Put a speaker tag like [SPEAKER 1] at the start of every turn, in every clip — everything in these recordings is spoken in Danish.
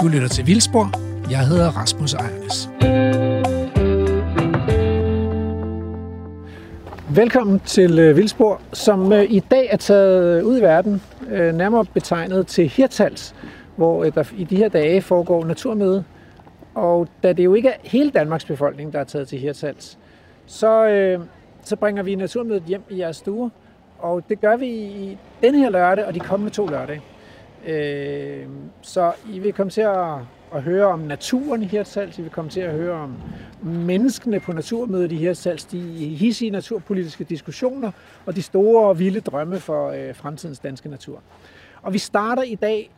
[SPEAKER 1] Du lytter til Vildspor. Jeg hedder Rasmus Ejernes. Velkommen til Vildspor, som i dag er taget ud i verden, nærmere betegnet til Hirtshals, hvor der i de her dage foregår naturmøde. Og da det jo ikke er hele Danmarks befolkning, der er taget til Hirtshals, så bringer vi naturmødet hjem i jeres stuer. Og det gør vi i denne her lørdag og de kommende 2 lørdage. Så I vil komme til at høre om naturen i Hirtshals, I vil komme til at høre om menneskene på naturmødet i Hirtshals, de hidsige naturpolitiske diskussioner og de store og vilde drømme for fremtidens danske natur. Og vi starter i dag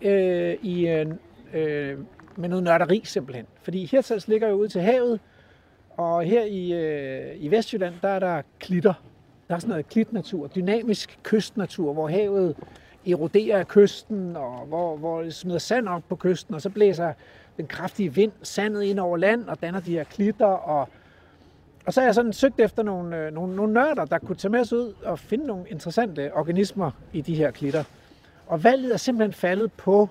[SPEAKER 1] med noget nørderi simpelthen, fordi Hirtshals ligger jo ude til havet, og her i Vestjylland, der er der klitter. Der er sådan noget klitnatur, dynamisk kystnatur, hvor havet eroderer af kysten, og hvor det smider sand op på kysten, og så blæser den kraftige vind sandet ind over land og danner de her klitter. Og så har jeg sådan søgt efter nogle nørder, der kunne tage med os ud og finde nogle interessante organismer i de her klitter. Og valget er simpelthen faldet på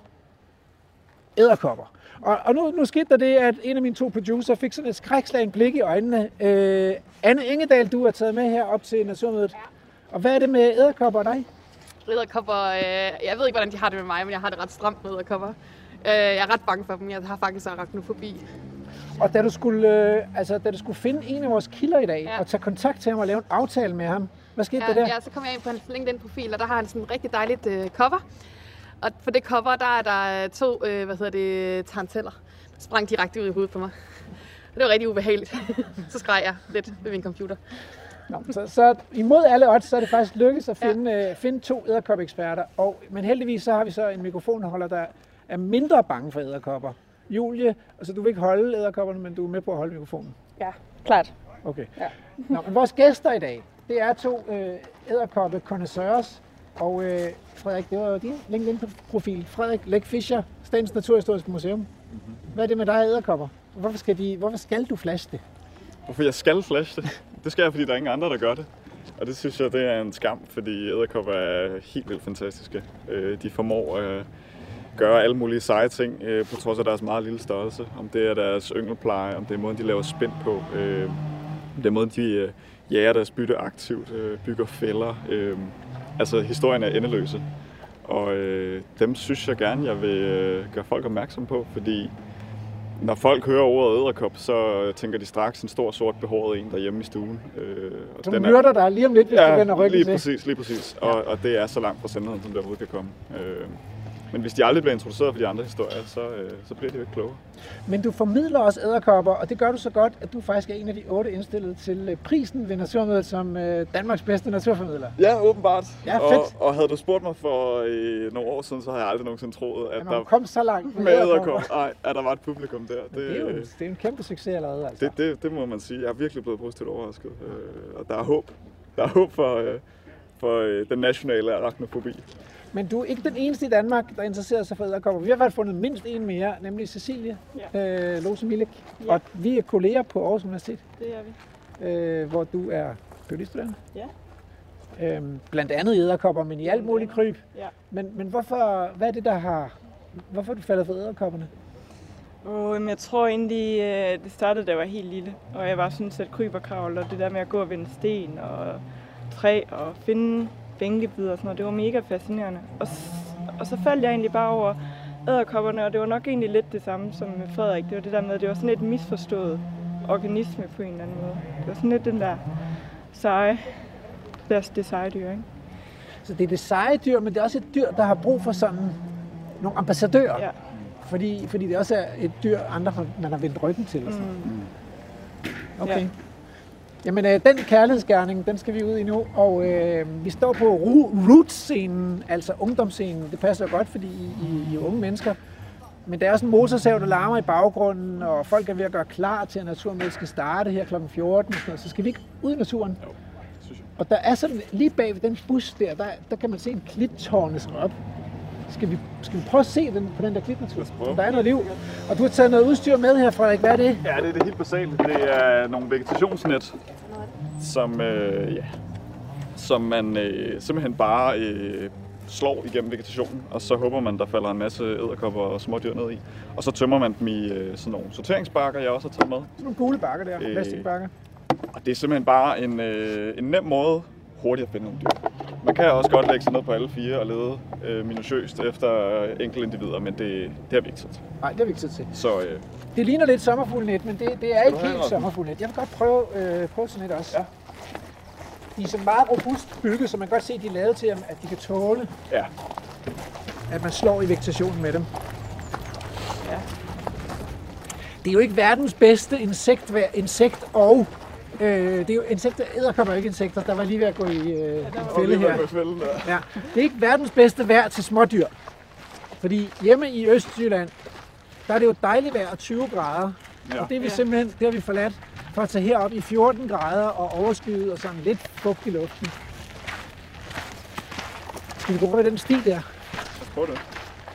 [SPEAKER 1] edderkopper. Og nu skete der det, at en af mine 2 producer fik sådan et skrækslagent blik i øjnene. Anne Engedal, du er taget med her op til naturmødet. Ja. Og hvad er det med edderkopper og dig?
[SPEAKER 2] Edderkopper, jeg ved ikke, hvordan de har det med mig, men jeg har det ret stramt med edderkopper. Jeg er ret bange for dem. Jeg har faktisk arachnofobi.
[SPEAKER 1] Og da du skulle finde en af vores kilder i dag, og tage kontakt til ham og lave en aftale med ham, hvad skete der der?
[SPEAKER 2] Ja, så kom jeg ind på hans LinkedIn-profil, og der har han sådan et rigtig dejligt cover. Og på det cover, der er der 2, taranteller, der sprang direkte ud i hovedet på mig. Og det var rigtig ubehageligt. Så skreg jeg lidt ved min computer.
[SPEAKER 1] Nå, så imod alle odds, så er det faktisk lykkedes at finde 2 edderkoppeksperter. Men heldigvis så har vi så en mikrofonholder, der er mindre bange for edderkopper. Julie, altså du vil ikke holde edderkopperne, men du er med på at holde mikrofonen.
[SPEAKER 3] Ja, klart.
[SPEAKER 1] Okay. Ja. Nå, men vores gæster i dag, det er 2 edderkoppe-connoisseurs. Og Frederik, det var jo din LinkedIn-profil. Frederik Læk Fischer, Statens Naturhistoriske Museum. Mm-hmm. Hvad er det med dig og edderkopper? Hvorfor skal du flashe det?
[SPEAKER 4] Hvorfor jeg skal flashe det? Det skal jeg, fordi der er ingen andre, der gør det. Og det synes jeg, det er en skam, fordi edderkopper er helt vildt fantastiske. De formår at gøre alle mulige seje ting, på trods af deres meget lille størrelse. Om det er deres yngelpleje, om det er måden, de laver spind på, om det er måden, de jager deres bytte aktivt, bygger fælder. Altså, historien er endeløse. Og dem synes jeg gerne, jeg vil gøre folk opmærksom på, fordi når folk hører ordet edderkop, så tænker de straks en stor sort behåret en derhjemme i stuen.
[SPEAKER 1] Som myrder dig lige om lidt, hvis du vender ryggen
[SPEAKER 4] til. Lige præcis. Og det er så langt fra sandheden, som det overhovedet kan komme. Men hvis de aldrig bliver introduceret for de andre historier, så bliver de jo ikke klogere.
[SPEAKER 1] Men du formidler også edderkopper, og det gør du så godt, at du faktisk er en af de 8 indstillet til prisen ved Naturmødet som Danmarks bedste naturformidler.
[SPEAKER 4] Ja, åbenbart.
[SPEAKER 1] Ja, fedt.
[SPEAKER 4] Og havde du spurgt mig for nogle år siden, så havde jeg aldrig nogensinde troet, at
[SPEAKER 1] der kom så langt
[SPEAKER 4] med edderkopper. Nej, at der var et publikum der.
[SPEAKER 1] Det er en kæmpe succes allerede. Altså.
[SPEAKER 4] Det må man sige. Jeg er virkelig blevet positivt overrasket. Og der er håb. Der er håb for den nationale arachnofobi.
[SPEAKER 1] Men du er ikke den eneste i Danmark, der interesserer sig for edderkopper. Vi har faktisk fundet mindst en mere, nemlig Cecilie Lose Milek. Ja. Og vi er kolleger på Aarhus Universitet.
[SPEAKER 3] Det er vi.
[SPEAKER 1] Hvor du er biologistuderende.
[SPEAKER 3] Ja.
[SPEAKER 1] Blandt andet i edderkopper, men i alt muligt kryb.
[SPEAKER 3] Ja.
[SPEAKER 1] Men hvad er det, hvorfor er du faldet for edderkopperne?
[SPEAKER 3] Jeg tror egentlig, det startede, da jeg var helt lille. Og jeg var sådan set kryberkravl, og det der med at gå og vende sten og træ og finde bænkebider og sådan noget. Det var mega fascinerende. Og så faldt jeg egentlig bare over edderkopperne, og det var nok egentlig lidt det samme som med Frederik. Det var det der med, at det var sådan et misforstået organisme på en eller anden måde. Det var sådan lidt den der det seje dyr, ikke?
[SPEAKER 1] Så det er det seje dyr, men det er også et dyr, der har brug for sådan nogle ambassadører. Ja. Fordi det også er et dyr, andre man har vendt ryggen til. Og sådan. Okay. Ja. Jamen, den kærlighedsgerning, den skal vi ud i nu, og vi står på roots-scenen, altså ungdomsscenen. Det passer godt, fordi I er unge mennesker. Men der er også en motorsav, der larmer i baggrunden, og folk er ved at gøre klar til, at naturmødet skal starte her kl. 14. Så skal vi ikke ud i naturen?
[SPEAKER 4] Jo, synes jeg.
[SPEAKER 1] Og der er sådan, lige bag ved den bus der kan man se en klittårne op. Skal vi prøve at se den på den der klitnatur? Der er noget liv. Og du har taget noget udstyr med her, Frederik. Hvad er det?
[SPEAKER 4] Ja, det er det helt basale. Det er nogle vegetationsnet, som man simpelthen bare slår igennem vegetationen, og så håber man, der falder en masse edderkopper og smådyr ned i. Og så tømmer man dem i sådan nogle sorteringsbakker, jeg også har taget med.
[SPEAKER 1] Sådan nogle gule bakker der, plastikbakker.
[SPEAKER 4] Og det er simpelthen bare en nem måde hurtigt at finde nogle dyr. Man kan også godt lægge sig ned på alle 4 og lede minutiøst efter enkelte individer, men det har vi ikke tid til.
[SPEAKER 1] Nej, det har vi ikke tid til.
[SPEAKER 4] Så,
[SPEAKER 1] det ligner lidt sommerfuglnet, men det er ikke helt sommerfuglnet. Jeg vil godt prøve sådan et også.
[SPEAKER 4] Ja.
[SPEAKER 1] De er så meget robust bygget, så man kan godt se, at de er lavet til, at de kan tåle, at man slår i vegetationen med dem.
[SPEAKER 3] Ja.
[SPEAKER 1] Det er jo ikke verdens bedste insekt og det er jo insekter, edderkopper ikke insekter, der var lige ved at gå i en fælde her. Ja. Det er ikke verdens bedste vejr til smådyr. Fordi hjemme i Østjylland, der er det jo dejligt vejr og 20 grader. Ja. Og det er vi simpelthen, det har vi forladt for at tage herop i 14 grader og overskyet og sådan lidt fugt i luften. Skal vi gå over den sti der?
[SPEAKER 4] Prøv det.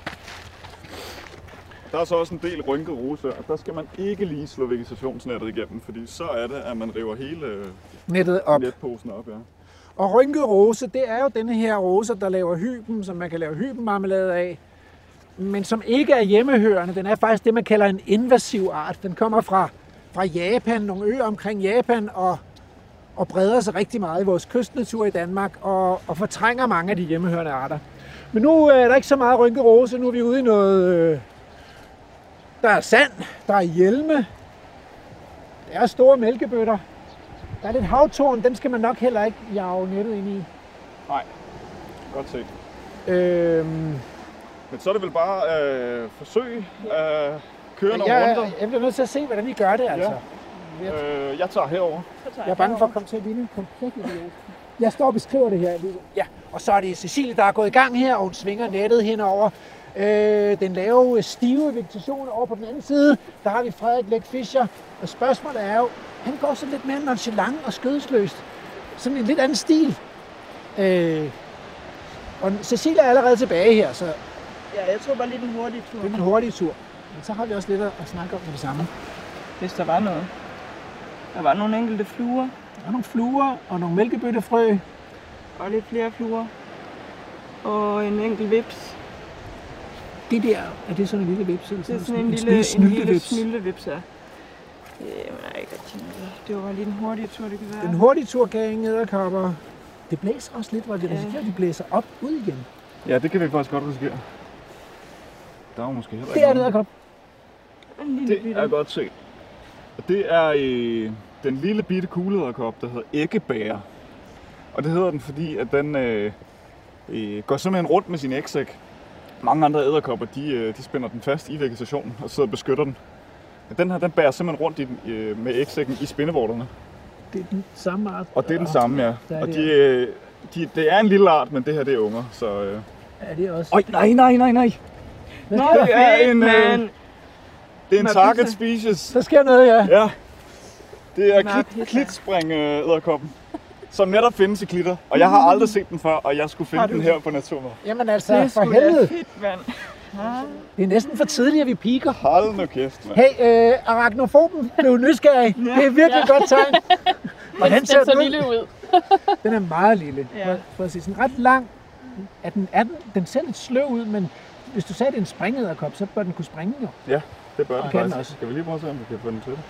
[SPEAKER 4] Der er så også en del rynket rose, og der skal man ikke lige slå vegetationsnettet igennem, fordi så er det, at man river hele
[SPEAKER 1] nettet op.
[SPEAKER 4] Netposen op. Ja.
[SPEAKER 1] Og rynket rose, det er jo denne her rose, der laver hyben, som man kan lave hybenmarmelade af, men som ikke er hjemmehørende. Den er faktisk det, man kalder en invasiv art. Den kommer fra Japan, nogle øer omkring Japan, og breder sig rigtig meget i vores kystnatur i Danmark, og fortrænger mange af de hjemmehørende arter. Men nu er der ikke så meget rynket rose, nu er vi ude i noget... Der er sand, der er hjelme, der er store mælkebøtter, der er lidt havtorn, den skal man nok heller ikke jage nettet ind i.
[SPEAKER 4] Nej, godt set. Men så er det vel bare forsøg at køre nogle runder.
[SPEAKER 1] Jeg bliver nødt til at se, hvordan I gør det, altså.
[SPEAKER 4] Ja. Jeg tager herover.
[SPEAKER 1] Jeg er bange for at komme til at ligne en komplet idiot. Jeg står og beskriver det her. Ja, og så er det Cecilie, der er gået i gang her, og hun svinger nettet henover. Den lave, stive vegetation over på den anden side. Der har vi Frederik Læk Fischer. Og spørgsmålet er jo, han går sådan lidt mere nonchalant og skødesløst. Sådan en lidt anden stil. Og Cecilie er allerede tilbage her, så...
[SPEAKER 3] Ja, jeg tror bare lige den hurtige tur.
[SPEAKER 1] Det er den hurtige tur. Men så har vi også lidt at snakke om med det samme.
[SPEAKER 3] Hvis der var noget. Der var nogle enkelte fluer.
[SPEAKER 1] Der er nogle fluer og nogle mælkebøttefrø.
[SPEAKER 3] Og lidt flere fluer. Og en enkelt vips.
[SPEAKER 1] Det der, er det sådan en lille vips?
[SPEAKER 3] Det er sådan en lille snyltevips, ja. Det var lige den hurtige tur, det kan være.
[SPEAKER 1] Den hurtige tur kan ingen edderkopper. Det blæser også lidt, hvor vi risikerer, at de blæser op ud igen.
[SPEAKER 4] Ja, det kan vi faktisk godt risikere. Der er måske heller ikke
[SPEAKER 1] det er en edderkop.
[SPEAKER 4] Det er godt set. Og det er den lille bitte kugleedderkop, der hedder æggebæger. Og det hedder den, fordi at den går simpelthen rundt med sin ægsæk. Mange andre edderkopper, de spænder den fast i vegetationen og sidder og beskytter den. Men den her, den bærer simpelthen rundt med ægsækken i spindevorterne.
[SPEAKER 1] Det er den samme art.
[SPEAKER 4] Og det er den samme, ja. Og det er en lille art, men det her, det er unger, så...
[SPEAKER 1] Er det også?
[SPEAKER 4] Øj, nej.
[SPEAKER 3] Nå, det er
[SPEAKER 4] det er en target species.
[SPEAKER 1] Der sker noget, ja.
[SPEAKER 4] Ja. Det er klitspring-edderkoppen, som netop findes i klitter. Og jeg har aldrig set den før, og jeg skulle finde den her på Naturmad.
[SPEAKER 1] Jamen altså, for helvede.
[SPEAKER 3] Fedt, mand.
[SPEAKER 1] Det er næsten for tidligt, at vi piker.
[SPEAKER 4] Hold nu kæft, mand.
[SPEAKER 1] Hey, arachnofoben blev nysgerrig. Det er virkelig et godt tegn.
[SPEAKER 2] Hvordan ser den så lille ud?
[SPEAKER 1] Den er meget lille. For at sige sådan ret lang. Den ser lidt sløv ud, men hvis du sagde, at det er en springedderkop, så bør den kunne springe jo.
[SPEAKER 4] Ja, det bør den
[SPEAKER 1] faktisk.
[SPEAKER 4] også. Skal vi lige prøve at se, om vi kan få den til det?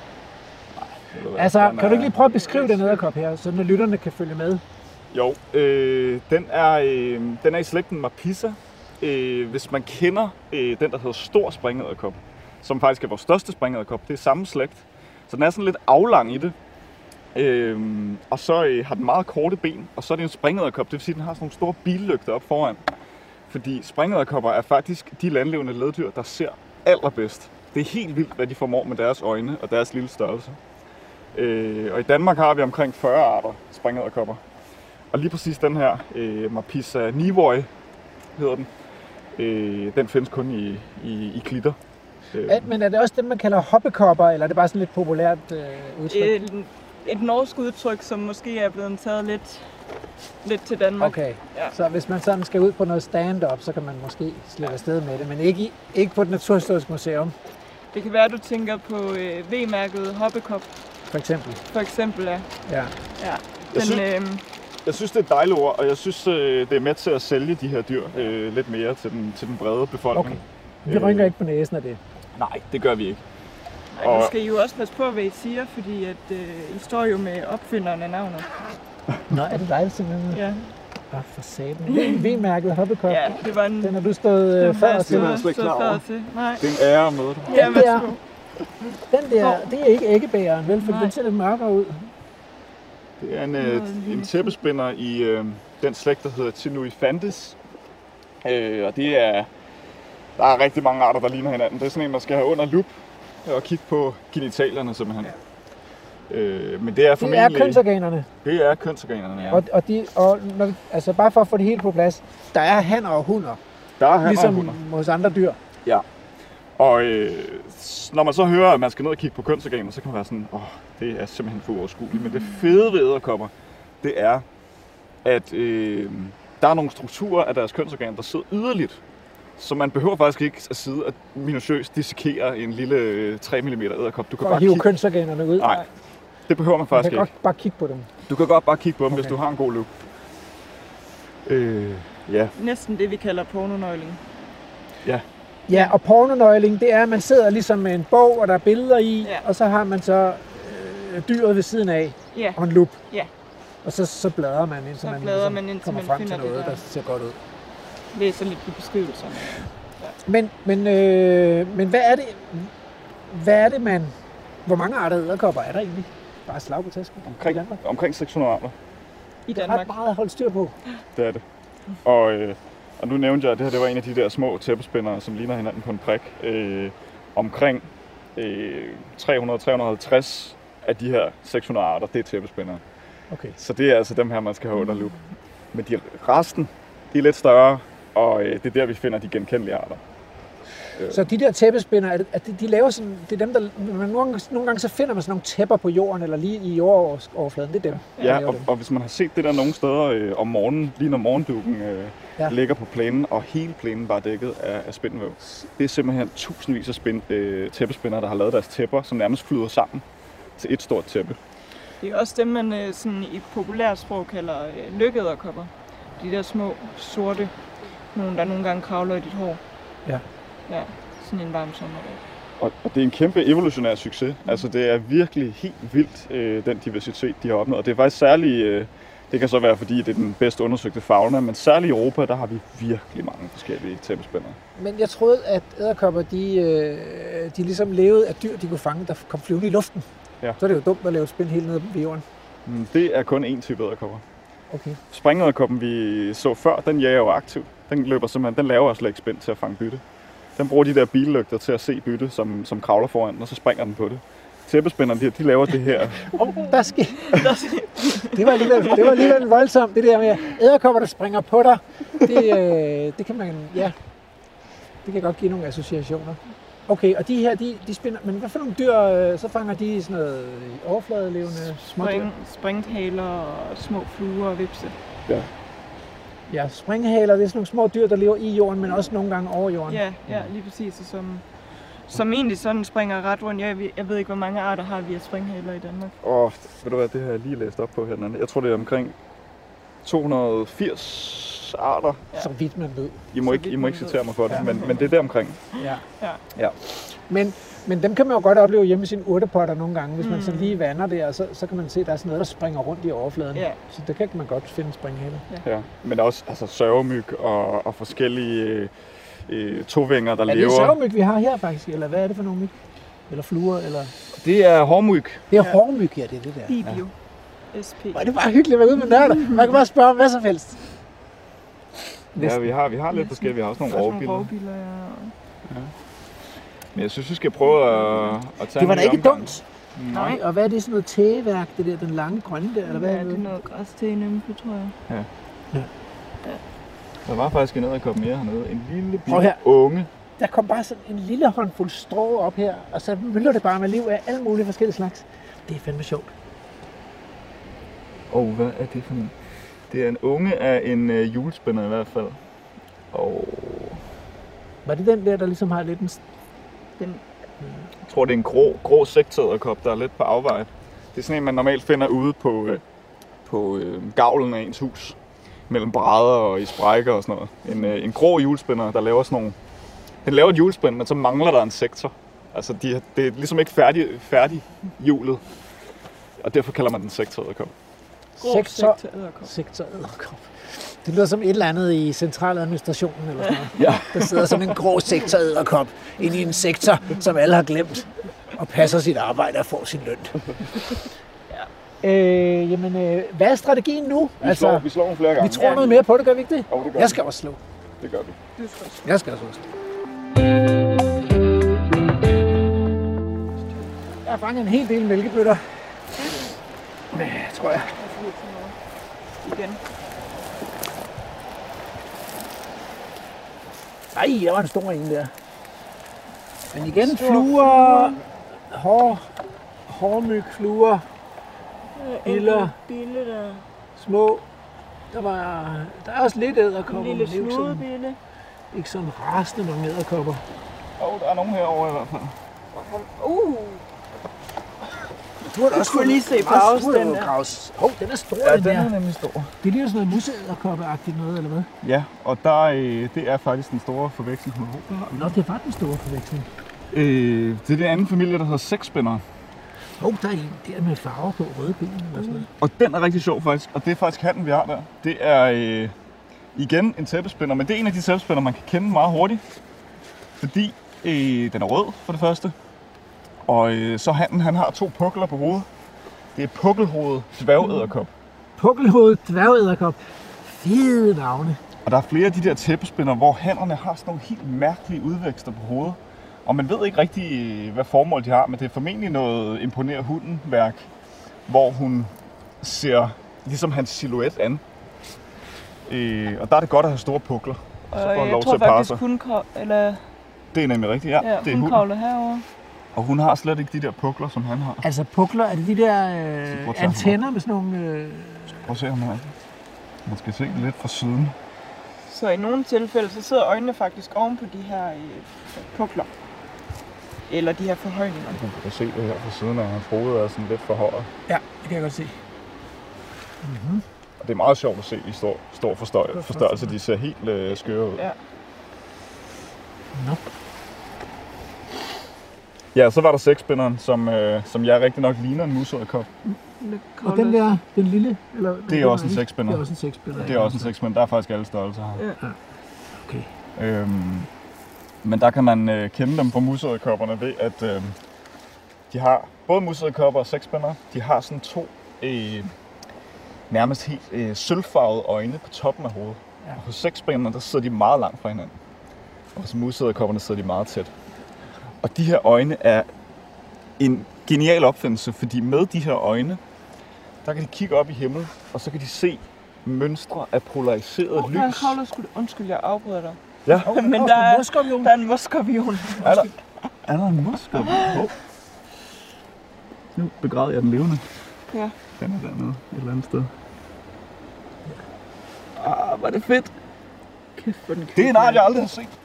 [SPEAKER 1] Altså, kan du ikke lige prøve at beskrive den edderkop her, så når lytterne kan følge med?
[SPEAKER 4] Jo, den er i slægten Marpissa. Hvis man kender den, der hedder stor springedderkop, som faktisk er vores største springedderkop, det er samme slægt. Så den er sådan lidt aflang i det. Og så har den meget korte ben, og så er det en springedderkop, det vil sige, at den har sådan nogle store billygter op foran. Fordi springedderkopper er faktisk de landlevende leddyr, der ser allerbedst. Det er helt vildt, hvad de formår med deres øjne og deres lille størrelse. Og i Danmark har vi omkring 40 arter springedderkopper. Og lige præcis den her, Marpissa nivoi hedder den, den findes kun i klitter.
[SPEAKER 1] Men er det også dem, man kalder hoppekopper, eller er det bare sådan lidt populært udtryk?
[SPEAKER 3] Et norsk udtryk, som måske er blevet taget lidt til Danmark.
[SPEAKER 1] Okay, ja. Så hvis man sådan skal ud på noget stand-up, så kan man måske slippe afsted med det, men ikke på et naturhistorisk museum.
[SPEAKER 3] Det kan være, at du tænker på V-mærket hoppekop.
[SPEAKER 1] For eksempel.
[SPEAKER 3] For eksempel, ja.
[SPEAKER 1] Ja.
[SPEAKER 3] Den,
[SPEAKER 4] Jeg synes, det er et dejligt ord, og jeg synes, det er med til at sælge de her dyr lidt mere til den brede befolkning.
[SPEAKER 1] Okay. Vi rynker ikke på næsen af det.
[SPEAKER 4] Nej, det gør vi ikke.
[SPEAKER 3] Nej, nu skal I jo også passe på, hvad I siger, fordi at, I står jo med opfinderen af navnet.
[SPEAKER 1] Nå, er det dig simpelthen?
[SPEAKER 3] Ja.
[SPEAKER 1] For satan. V-mærket Hoppekop.
[SPEAKER 3] Ja, det var en...
[SPEAKER 1] Den har du stået før til.
[SPEAKER 4] Det er jeg slet ikke klar over.
[SPEAKER 3] Nej.
[SPEAKER 4] Det er en ære at møde dig.
[SPEAKER 3] Ja,
[SPEAKER 1] Den der, det er ikke æggebæreren, vel? For den ser lidt mørkere ud.
[SPEAKER 4] Det er en tæppespinder i den slægt, der hedder Chinuifantes. Og det er... Der er rigtig mange arter, der ligner hinanden. Det er sådan en, man skal have under lup og kigge på genitalierne simpelthen. Ja. Men det er formentlig...
[SPEAKER 1] Det er kønsorganerne.
[SPEAKER 4] Det er kønsorganerne, ja.
[SPEAKER 1] Altså bare for at få det hele på plads, der er hanner og hunder.
[SPEAKER 4] Der er hanner
[SPEAKER 1] ligesom
[SPEAKER 4] og hunder.
[SPEAKER 1] hos andre dyr.
[SPEAKER 4] Ja. Og når man så hører, at man skal ned og kigge på kønsorganer, så kan man være sådan, det er simpelthen for uoverskueligt. Men det fede ved edderkopper, det er, at der er nogle strukturer af deres kønsorganer, der sidder yderligt. Så man behøver faktisk ikke at sidde og minutiøst dissekere en lille 3 mm edderkop. Du kan bare
[SPEAKER 1] hive kønsorganerne ud.
[SPEAKER 4] Nej, det behøver man faktisk ikke.
[SPEAKER 1] Du kan godt bare kigge på dem.
[SPEAKER 4] Du kan godt bare kigge på dem, hvis du har en god lup. Ja.
[SPEAKER 3] Næsten det, vi kalder pornonøgling.
[SPEAKER 4] Ja.
[SPEAKER 1] Ja, og pornonøgling, det er, at man sidder ligesom med en bog, og der er billeder i, og så har man så dyret ved siden af, og en lup.
[SPEAKER 3] Ja.
[SPEAKER 1] Og så bladrer man, indtil man kommer frem til noget, der ser godt ud.
[SPEAKER 3] Læser lidt på beskrivelserne.
[SPEAKER 1] Ja. Men hvad er det, man... Hvor mange arter edderkopper er der egentlig? Bare slag på tasken.
[SPEAKER 4] Omkring 600 arter.
[SPEAKER 3] I Danmark.
[SPEAKER 1] Det er ret meget at holde styr på.
[SPEAKER 4] Det er det. Og nu nævnte jeg, at det her det var en af de der små tæppespindere, som ligner hinanden på en prik. Omkring 300-350 af de her 600 arter, det er tæppespindere.
[SPEAKER 1] Okay.
[SPEAKER 4] Så det er altså dem her, man skal have under lup. Men resten, de er lidt større, og det er der, vi finder de genkendelige arter.
[SPEAKER 1] Så de der tæppespinder, de laver sådan, det er dem, der nogle gange så finder man sådan nogle tæpper på jorden, eller lige i jordoverfladen, det er dem.
[SPEAKER 4] Ja, og hvis man har set det der nogle steder om morgenen, lige når morgendukken ligger på plænen, og hele plænen bare dækket af spindelvæv. Det er simpelthen tusindvis af tæppespinder, der har lavet deres tæpper, som nærmest flyder sammen til et stort tæppe.
[SPEAKER 3] Det er også dem, man sådan i populært sprog kalder lykkeedderkopper. De der små, sorte, der nogle gange kravler i dit hår.
[SPEAKER 1] Ja.
[SPEAKER 3] Ja, sådan en varm sommerdag.
[SPEAKER 4] Og det er en kæmpe evolutionær succes. Altså det er virkelig helt vildt, den diversitet, de har opnået. Og det er faktisk særligt, det kan så være fordi, det er den bedst undersøgte fauna, men særligt i Europa, der har vi virkelig mange forskellige tæppespindere.
[SPEAKER 1] Men jeg troede, at edderkopper, de ligesom levede af dyr, de kunne fange, der kom flyvende i luften. Ja. Så er det jo dumt at lave spind helt nede ved jorden.
[SPEAKER 4] Det er kun én type edderkopper.
[SPEAKER 1] Okay.
[SPEAKER 4] Springedderkoppen, vi så før, den jager jo aktivt. Den løber simpelthen, den laver slet ikke spind til at fange bytte. Den bruger de der billygter til at se bytte, som kravler foran, og så springer den på det. Tæppespinderne, de laver det her.
[SPEAKER 1] Det var alligevel voldsomt, det der med edderkopper, der springer på dig. Det kan man, ja, det kan godt give nogle associationer. Okay, og de her, de spinder, men hvad for nogle dyr, så fanger de sådan noget overfladelevende smådyr?
[SPEAKER 3] Springhaler og små fluer og vipse.
[SPEAKER 4] Ja.
[SPEAKER 1] Ja, springhaler, det er sådan nogle små dyr, der lever i jorden, men også nogle gange over jorden.
[SPEAKER 3] Ja, lige præcis. Som egentlig sådan springer ret rundt. Jeg ved ikke, hvor mange arter har vi af springhaler i Danmark.
[SPEAKER 4] Ved du hvad, det har jeg lige læst op på her. Jeg tror, det er omkring 280 arter.
[SPEAKER 1] Ja. Så vidt man ved.
[SPEAKER 4] I må ikke citere mig for det, men det er der omkring.
[SPEAKER 1] Ja. Men dem kan man jo godt opleve hjemme i sine urtepotter nogle gange, hvis man så lige vander det, og så kan man se, at der er sådan noget, der springer rundt i overfladen. Ja. Så det kan man godt finde springhaler.
[SPEAKER 4] Ja, men også altså, sørgemyg og forskellige tovinger, der lever.
[SPEAKER 1] Er det sørgemyg, vi har her faktisk, eller hvad er det for nogle myg? Eller fluer, eller?
[SPEAKER 4] Det er hårmyg.
[SPEAKER 1] Det er hårmyg, ja, det er det der.
[SPEAKER 3] Bibio. SP.
[SPEAKER 1] Det er bare hyggeligt at være ude med nørder. Man kan bare spørge om hvad som helst.
[SPEAKER 4] Ja, vi har lidt forskellige. Vi har også nogle rovbiller. Ja. Men jeg synes, vi skal prøve at tage.
[SPEAKER 1] Det var da ikke dumt.
[SPEAKER 4] Nej.
[SPEAKER 1] Og hvad er det sådan noget tægeværk, det der, den lange grønne der, eller hvad?
[SPEAKER 3] Ja, det er noget græstægenymfe, tror jeg.
[SPEAKER 4] Ja. Der var faktisk en edderkop mere hernede. En lille unge.
[SPEAKER 1] Der kom bare sådan en lille håndfuld strå op her, og så mylder det bare med liv af alle mulige forskellige slags. Det er fandme sjovt.
[SPEAKER 4] Hvad er det for noget? Det er en unge af en julespænder i hvert fald.
[SPEAKER 1] Var det den der ligesom har lidt en...
[SPEAKER 4] Jeg tror, det er en grå sektedderkop, der er lidt på afveje. Det er sådan en, man normalt finder ude på på gavlen af ens hus. Mellem brædder og i sprækker og sådan noget. En grå hjulspænder, der laver sådan nogle... Den laver et hjulspænd, men så mangler der en sektor. Altså, det er ligesom ikke færdig hjulet. Og derfor kalder man den sektoræderkop.
[SPEAKER 1] Sektoræderkop. Det lyder som et eller andet i centraladministrationen eller sådan noget.
[SPEAKER 4] Ja.
[SPEAKER 1] Der sidder sådan en grå sektoræderkop inde i en sektor, som alle har glemt, og passer sit arbejde og får sin løn. Hvad er strategien nu?
[SPEAKER 4] Vi slår nogle flere gange.
[SPEAKER 1] Vi tror noget mere på det, gør vi ikke det?
[SPEAKER 4] Jo, det gør
[SPEAKER 1] Jeg skal også slå.
[SPEAKER 4] Det gør vi.
[SPEAKER 1] Jeg skal også slå. Jeg har fanget en hel del mælkebøtter. Tror jeg.
[SPEAKER 3] Igen.
[SPEAKER 1] Ej, der var en stor en der. Men igen, fluer, hårmyg, fluer, biller,
[SPEAKER 3] der.
[SPEAKER 1] små. Der er også lidt edderkopper.
[SPEAKER 3] En lille
[SPEAKER 1] men det er jo
[SPEAKER 3] snudebille.
[SPEAKER 1] ikke sådan rasende mange edderkopper.
[SPEAKER 4] Der er nogen herovre i hvert fald.
[SPEAKER 1] Du har da også
[SPEAKER 3] kunne lige se på afstand der.
[SPEAKER 1] Den er stor,
[SPEAKER 4] Ja,
[SPEAKER 1] den
[SPEAKER 4] den
[SPEAKER 1] der.
[SPEAKER 4] er nemlig stor.
[SPEAKER 1] Det ligner sådan noget museedderkoppeagtigt noget, eller hvad?
[SPEAKER 4] Ja, og det er faktisk den store forveksling med råbær.
[SPEAKER 1] Nå, det var den store forveksling.
[SPEAKER 4] Det er den anden familie, der hedder seksspændere.
[SPEAKER 1] Der er en der med farver på røde ben eller sådan noget.
[SPEAKER 4] Og den er rigtig sjov faktisk, og det er faktisk hatten, vi har der. Det er igen en tæppespænder, men det er en af de tæppespænder, man kan kende meget hurtigt. Fordi den er rød for det første, og så hatten, han har 2 pukler på hovedet. Det er pukkelhovedet dværgedderkop.
[SPEAKER 1] Pukkelhovedet dværgedderkop. Fede navne.
[SPEAKER 4] Og der er flere af de der tæppespænder, hvor hannerne har sådan nogle helt mærkelige udvækster på hovedet. Og man ved ikke rigtig, hvad formål de har, men det er formentlig noget imponerer hunden-værk, hvor hun ser ligesom hans silhuet an. Og der er det godt at have store pukler.
[SPEAKER 3] Og
[SPEAKER 4] så får hun
[SPEAKER 3] jeg
[SPEAKER 4] lov
[SPEAKER 3] tror
[SPEAKER 4] til at parre
[SPEAKER 3] faktisk,
[SPEAKER 4] sig. Det er nemlig rigtigt, ja. Det er
[SPEAKER 3] hun
[SPEAKER 4] hunden.
[SPEAKER 3] kravler herover.
[SPEAKER 4] Og hun har slet ikke de der pukler, som han har.
[SPEAKER 1] Altså pukler, er det de der
[SPEAKER 4] prøv at tage
[SPEAKER 1] antenner med sådan nogle...
[SPEAKER 4] Prøv at se ham her. Man skal se det lidt fra siden.
[SPEAKER 3] Så i nogle tilfælde, så sidder øjnene faktisk oven på de her pukler. Eller de her forhøjninger.
[SPEAKER 4] Du kan se det her fra siden af hans hoved er sådan lidt forhøjet.
[SPEAKER 1] Ja, det kan jeg godt se.
[SPEAKER 4] Mm-hmm. Og det er meget sjovt at se i stor forstørrelse. De ser helt skøre ud.
[SPEAKER 3] Ja.
[SPEAKER 1] Nå.
[SPEAKER 4] Ja, så var der seksspænderen, som jeg rigtig nok ligner en museedderkop.
[SPEAKER 1] Og den der, den lille? Eller,
[SPEAKER 4] det er også en seksspænder.
[SPEAKER 1] Det er også en seksspænder.
[SPEAKER 4] Det er også en seksspænder. Der er faktisk alle størrelser her.
[SPEAKER 1] Ja. Okay.
[SPEAKER 4] Men der kan man kende dem fra museedderkopperne ved, at de har både museedderkopper og seksspændere. De har sådan 2 nærmest helt sølvfarvede øjne på toppen af hovedet. Ja. Og hos seksspænderne, der sidder de meget langt fra hinanden. Og hos museedderkopperne sidder de meget tæt. Og de her øjne er en genial opfindelse, fordi med de her øjne, der kan de kigge op i himlen, og så kan de se mønstre af polariseret lys.
[SPEAKER 3] Undskyld, jeg afbryder dig.
[SPEAKER 4] Ja.
[SPEAKER 3] Men der er en mosskorpion.
[SPEAKER 4] Er der en mosskorpion? Nu begravede jeg den levende.
[SPEAKER 3] Ja.
[SPEAKER 4] Den er dernede et eller andet sted.
[SPEAKER 3] Var det fedt. Kæft, hvor den
[SPEAKER 4] det er en art, jeg aldrig har set.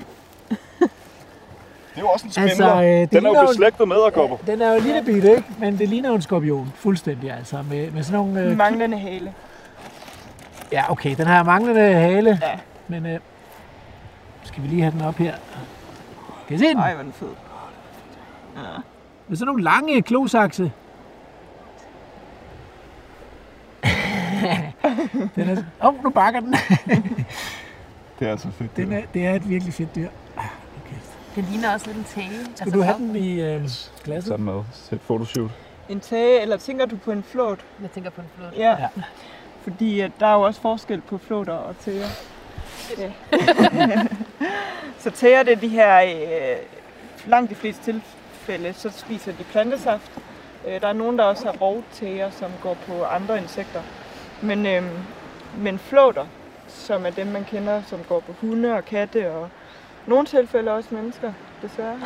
[SPEAKER 4] Det er jo også en spindler.
[SPEAKER 1] Altså,
[SPEAKER 4] den er jo beslægtet med edderkopper.
[SPEAKER 1] Ja, den er jo lille bitte, ikke? Men det ligner jo en skorpion. Fuldstændig altså. Med sådan nogle...
[SPEAKER 3] manglende hale.
[SPEAKER 1] Ja, okay. Den har manglende hale.
[SPEAKER 3] Ja.
[SPEAKER 1] Men skal vi lige have den op her? Kan I se den?
[SPEAKER 3] Nej, hvor den fed.
[SPEAKER 1] Ja. Med sådan nogle lange klosakse. Den er... nu bakker den.
[SPEAKER 4] Det er altså fedt.
[SPEAKER 1] Det er et virkelig fedt dyr.
[SPEAKER 2] Okay. Den ligner også lidt en tage.
[SPEAKER 1] Skal du have den i glasset?
[SPEAKER 4] Sådan med et photoshoot.
[SPEAKER 3] En tage, eller tænker du på en flåt?
[SPEAKER 2] Jeg tænker på en flåt.
[SPEAKER 3] Ja. Fordi der er jo også forskel på flåter og tager. Ja. Så tager det de her, langt de fleste tilfælde, så spiser de plantesaft. Der er nogen, der også har rovtager, som går på andre insekter. Men flåter, som er dem, man kender, som går på hunde og katte, og nogle tilfælde også mennesker, desværre.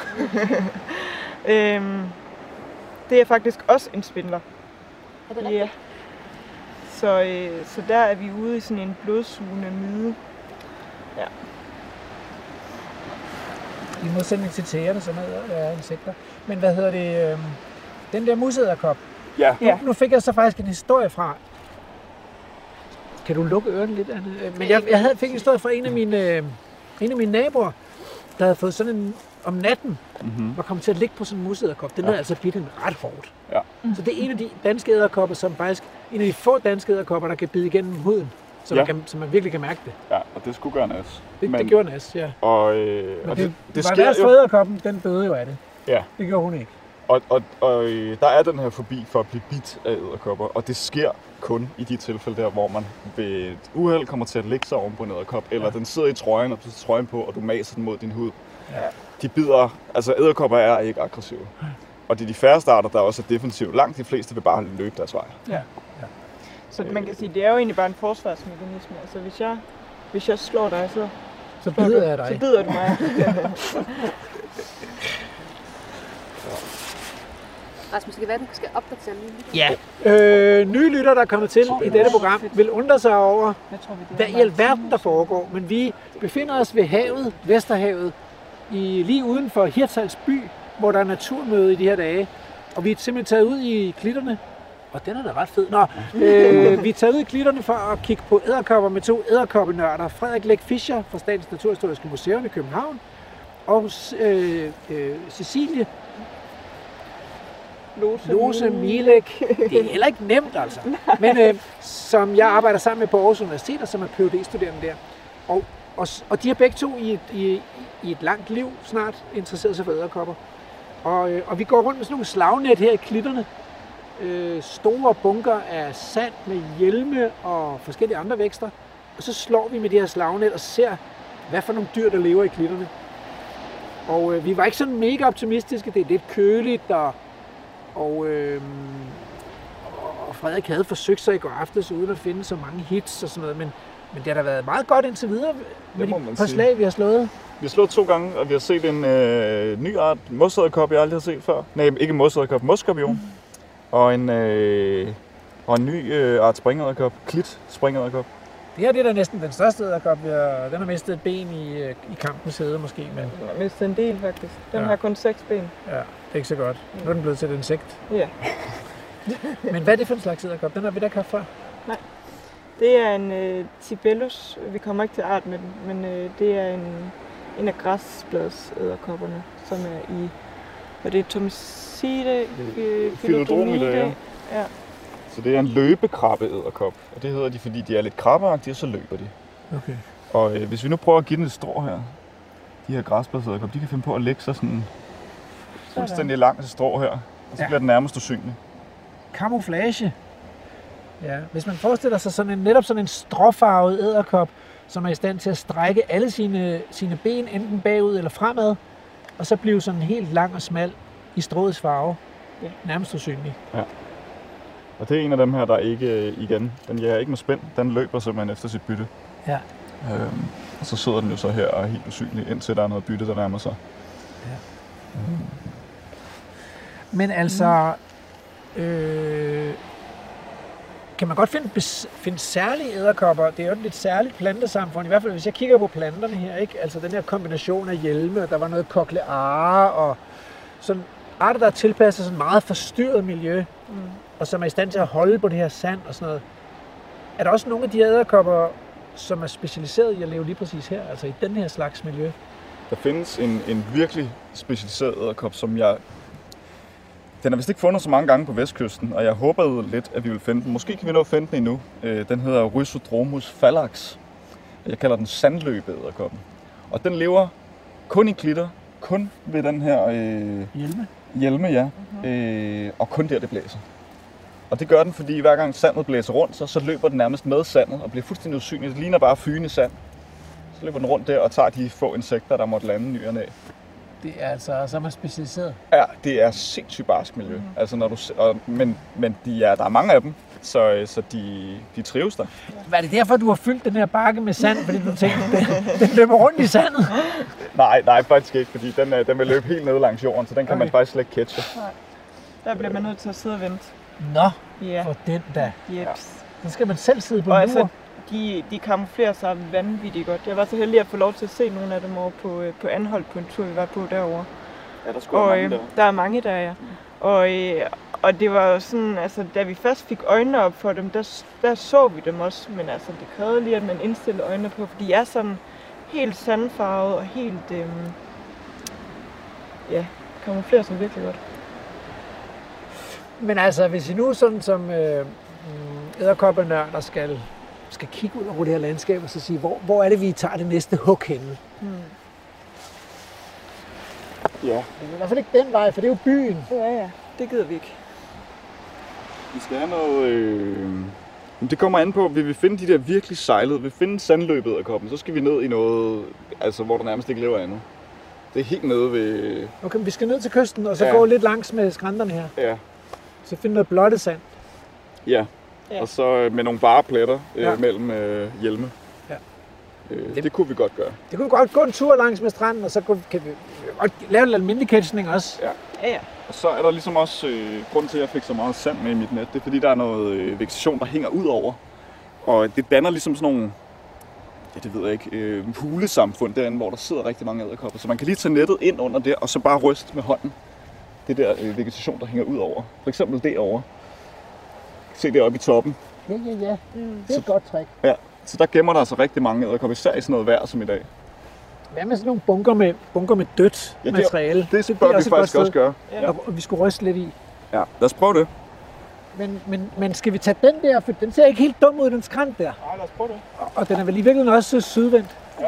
[SPEAKER 3] Det er faktisk også en spindler.
[SPEAKER 2] Er det rigtigt?
[SPEAKER 3] Ja. Så der er vi ude i sådan en blodsugende myde. Ja.
[SPEAKER 1] I modsætning til tægerne, som er insekter. Men hvad hedder det? Den der museedderkop.
[SPEAKER 4] Ja.
[SPEAKER 1] Nu fik jeg så faktisk en historie fra Kan du lukke ørerne lidt, Anne? Men jeg fik en historie fra en af mine naboer, der havde fået sådan en om natten, var kommet til at ligge på sådan en musæderkop. Den havde altså bidt hende ret hårdt. Ja. Så det er en af de danske edderkopper, som faktisk en af de få danske edderkopper, der kan bide igennem huden, så man virkelig kan mærke det.
[SPEAKER 4] Ja, og det skulle gøre nas.
[SPEAKER 1] Det gjorde nas, ja.
[SPEAKER 4] Og
[SPEAKER 1] det sker jo. Edderkoppen, den døde jo af det.
[SPEAKER 4] Ja.
[SPEAKER 1] Det gjorde hun ikke.
[SPEAKER 4] Og der er den her fobi for at blive bidt af edderkopper, og det sker kun i de tilfælde der, hvor man ved et uheld kommer til at lægge sig oven på en edderkop, eller den sidder i trøjen, og du tager trøjen på, og du maser den mod din hud. Ja. De bider, altså edderkopper er ikke aggressive. Og det er de færreste arter, der også er defensive. Langt de fleste vil bare løbe deres vej.
[SPEAKER 3] Ja. Så man kan sige, det er jo egentlig bare en forsvarsmekanisme. Altså hvis jeg slår dig,
[SPEAKER 1] så bider jeg dig.
[SPEAKER 3] Så bider du mig.
[SPEAKER 2] Rasmus, skal verden skal opdatere nye lytter?
[SPEAKER 1] Ja. Nye lytter, der er kommet til i dette program, vil undre sig over, hvad i alverden der foregår. Men vi befinder os ved havet, Vesterhavet, lige uden for Hirtshals by, hvor der er naturmøde i de her dage. Og vi er simpelthen taget ud i klitterne. Og den er da ret fed. Vi er taget ud i klitterne for at kigge på edderkopper med 2 edderkoppenørder. Frederik Læk Fischer fra Statens Naturhistoriske Museum i København og Cecilie Lose Milek. Det er heller ikke nemt, altså. Men som jeg arbejder sammen med på Aarhus Universitet, og som er Ph.D.-studerende der. Og de har begge to i et langt liv snart interesseret sig for edderkopper. Og vi går rundt med sådan nogle slagnet her i klitterne. Store bunker af sand med hjelme og forskellige andre vækster. Og så slår vi med de her slagnet og ser, hvad for nogle dyr, der lever i klitterne. Og vi var ikke sådan mega optimistiske. Det er lidt køligt, og Frederik havde forsøgt sig i går aftes uden at finde så mange hits og sådan noget, men det har da været meget godt indtil videre med de par slag, vi har slået. Vi
[SPEAKER 4] har slået 2 gange, og vi har set en ny art mosæderkop, jeg aldrig har set før. Nej, ikke mosæderkop, mosskorpion. Og en ny art springedderkop, klit springedderkop.
[SPEAKER 1] Det her det er da næsten den største edderkop. Den har mistet et ben i kampens hede måske. Men...
[SPEAKER 3] Den har mistet en del faktisk. Den har kun 6 ben.
[SPEAKER 1] Ja, det er ikke så godt. Nu er den blevet til et insekt.
[SPEAKER 3] Ja.
[SPEAKER 1] Men hvad er det for en slags edderkop? Den har vi da ikke haft før.
[SPEAKER 3] Nej. Det er en Tibellus. Vi kommer ikke til art med den, men det er en af græsbladsedderkopperne, som er i... Og det er Thomisidae, Philodromidae. Ja.
[SPEAKER 4] Så det er en løbekrabbeedderkop, og det hedder de, fordi de er lidt krabbeagtige, og så løber de.
[SPEAKER 1] Okay.
[SPEAKER 4] Og hvis vi nu prøver at give den et strå her, de her græsbladsedderkop, de kan finde på at lægge sig sådan fuldstændig langt strå her, og så bliver den nærmest usynlig.
[SPEAKER 1] Camouflage. Ja, hvis man forestiller sig netop sådan en stråfarvet edderkop, som er i stand til at strække alle sine ben enten bagud eller fremad, og så blive sådan helt lang og smal i stråets farve. Ja. Nærmest usynlig.
[SPEAKER 4] Ja. Og det er en af dem her, der ikke igen, den jager ikke med spænd, den løber simpelthen efter sit bytte.
[SPEAKER 1] Ja.
[SPEAKER 4] Og så sidder den jo så her og er helt usynlig, indtil der er noget bytte, der nærmer sig.
[SPEAKER 1] Ja. Men altså, kan man godt finde særlige edderkopper? Det er jo et lidt særligt plantesamfund, i hvert fald hvis jeg kigger på planterne her, ikke? Altså den her kombination af hjelme, og der var noget cochlear og sådan arter, der er tilpasset sådan meget forstyrret miljø, og som er i stand til at holde på det her sand og sådan noget. Er der også nogle af de edderkopper, som er specialiseret i at leve lige præcis her, altså i den her slags miljø?
[SPEAKER 4] Der findes en virkelig specialiseret edderkop, som den er vist ikke fundet så mange gange på vestkysten, og jeg håbede lidt, at vi ville finde den. Måske kan vi nå at finde den endnu. Den hedder Rhizodromus fallax. Jeg kalder den sandløbeedderkoppen. Og den lever kun i klitter, kun ved den her hjelme, ja. Og kun der det blæser. Og det gør den, fordi hver gang sandet blæser rundt, så løber den nærmest med sandet og bliver fuldstændig usynlig. Det ligner bare fygende sand. Så løber den rundt der og tager de få insekter, der måtte lande ny og næ.
[SPEAKER 1] Det er altså, så er man specialiseret?
[SPEAKER 4] Ja, det er sindssygt barsk miljø. Altså, men der er mange af dem, så de trives der.
[SPEAKER 1] Var det derfor, du har fyldt den her bakke med sand, fordi du tænkte, den løber rundt i sandet?
[SPEAKER 4] Nej, faktisk ikke, fordi den vil løbe helt ned langs jorden, så den kan man faktisk slet ikke catche.
[SPEAKER 3] Nej. Der bliver man nødt til at sidde og vente.
[SPEAKER 1] Nå, for den da.
[SPEAKER 3] Jeps.
[SPEAKER 1] Så skal man selv sidde på en
[SPEAKER 3] altså, de kamuflerer sig vanvittigt godt. Jeg var så heldig at få lov til at se nogle af dem over på Anholt på en tur, vi var på derovre.
[SPEAKER 4] Ja, der skulle mange der.
[SPEAKER 3] Der er mange der, ja. Og det var jo sådan, altså da vi først fik øjnene op for dem, der så vi dem også. Men altså det krævede lige, at man indstillede øjnene på, for de er sådan helt sandfarvet og helt, kamuflerer sig virkelig godt.
[SPEAKER 1] Men altså, hvis I nu sådan som edderkoppenørder skal kigge ud over det her landskab og så sige, hvor er det, vi tager det næste hug henne?
[SPEAKER 4] Ja.
[SPEAKER 1] Det er i hvert fald ikke den vej, for det er jo byen.
[SPEAKER 3] Ja, det gider vi ikke.
[SPEAKER 4] Vi skal have noget... Det kommer an på, vi vil finde de der virkelig sejlede. Vi vil finde sandløbet edderkoppen, så skal vi ned i noget, altså hvor der nærmest ikke lever andet. Det er helt nede ved...
[SPEAKER 1] Okay, vi skal ned til kysten, og så gå lidt langs med skrænterne her.
[SPEAKER 4] Ja.
[SPEAKER 1] Så finde noget blottet sand.
[SPEAKER 4] Ja. Og så med nogle bare pletter mellem hjelme. Ja. Det kunne vi godt gøre.
[SPEAKER 1] Det kunne vi godt gå en tur langs med stranden, og så kan vi godt lave en almindelig catchning også.
[SPEAKER 4] Ja. Og så er der ligesom også grund til, at jeg fik så meget sand med i mit net. Det er fordi, der er noget vegetation, der hænger ud over. Og det danner ligesom sådan nogle, det ved jeg ikke, hulesamfund derinde, hvor der sidder rigtig mange edderkopper. Så man kan lige tage nettet ind under der, og så bare ryste med hånden. Det der vegetation, der hænger ud over. For eksempel derovre. Se deroppe i toppen.
[SPEAKER 1] Ja. Det er et godt trick.
[SPEAKER 4] Ja, så der gemmer der altså rigtig mange edderkopper, især i sådan noget vejr som i dag.
[SPEAKER 1] Hvad med sådan nogle bunker med dødt materiale?
[SPEAKER 4] Det bør vi faktisk også gøre.
[SPEAKER 1] Ja. Og vi skulle ryste lidt i.
[SPEAKER 4] Ja, lad os prøve det.
[SPEAKER 1] Men skal vi tage den der, for den ser ikke helt dum ud, den skrant der.
[SPEAKER 4] Nej, lad os prøve det.
[SPEAKER 1] Og den er vel i virkeligheden også sydvendt.
[SPEAKER 4] Ja.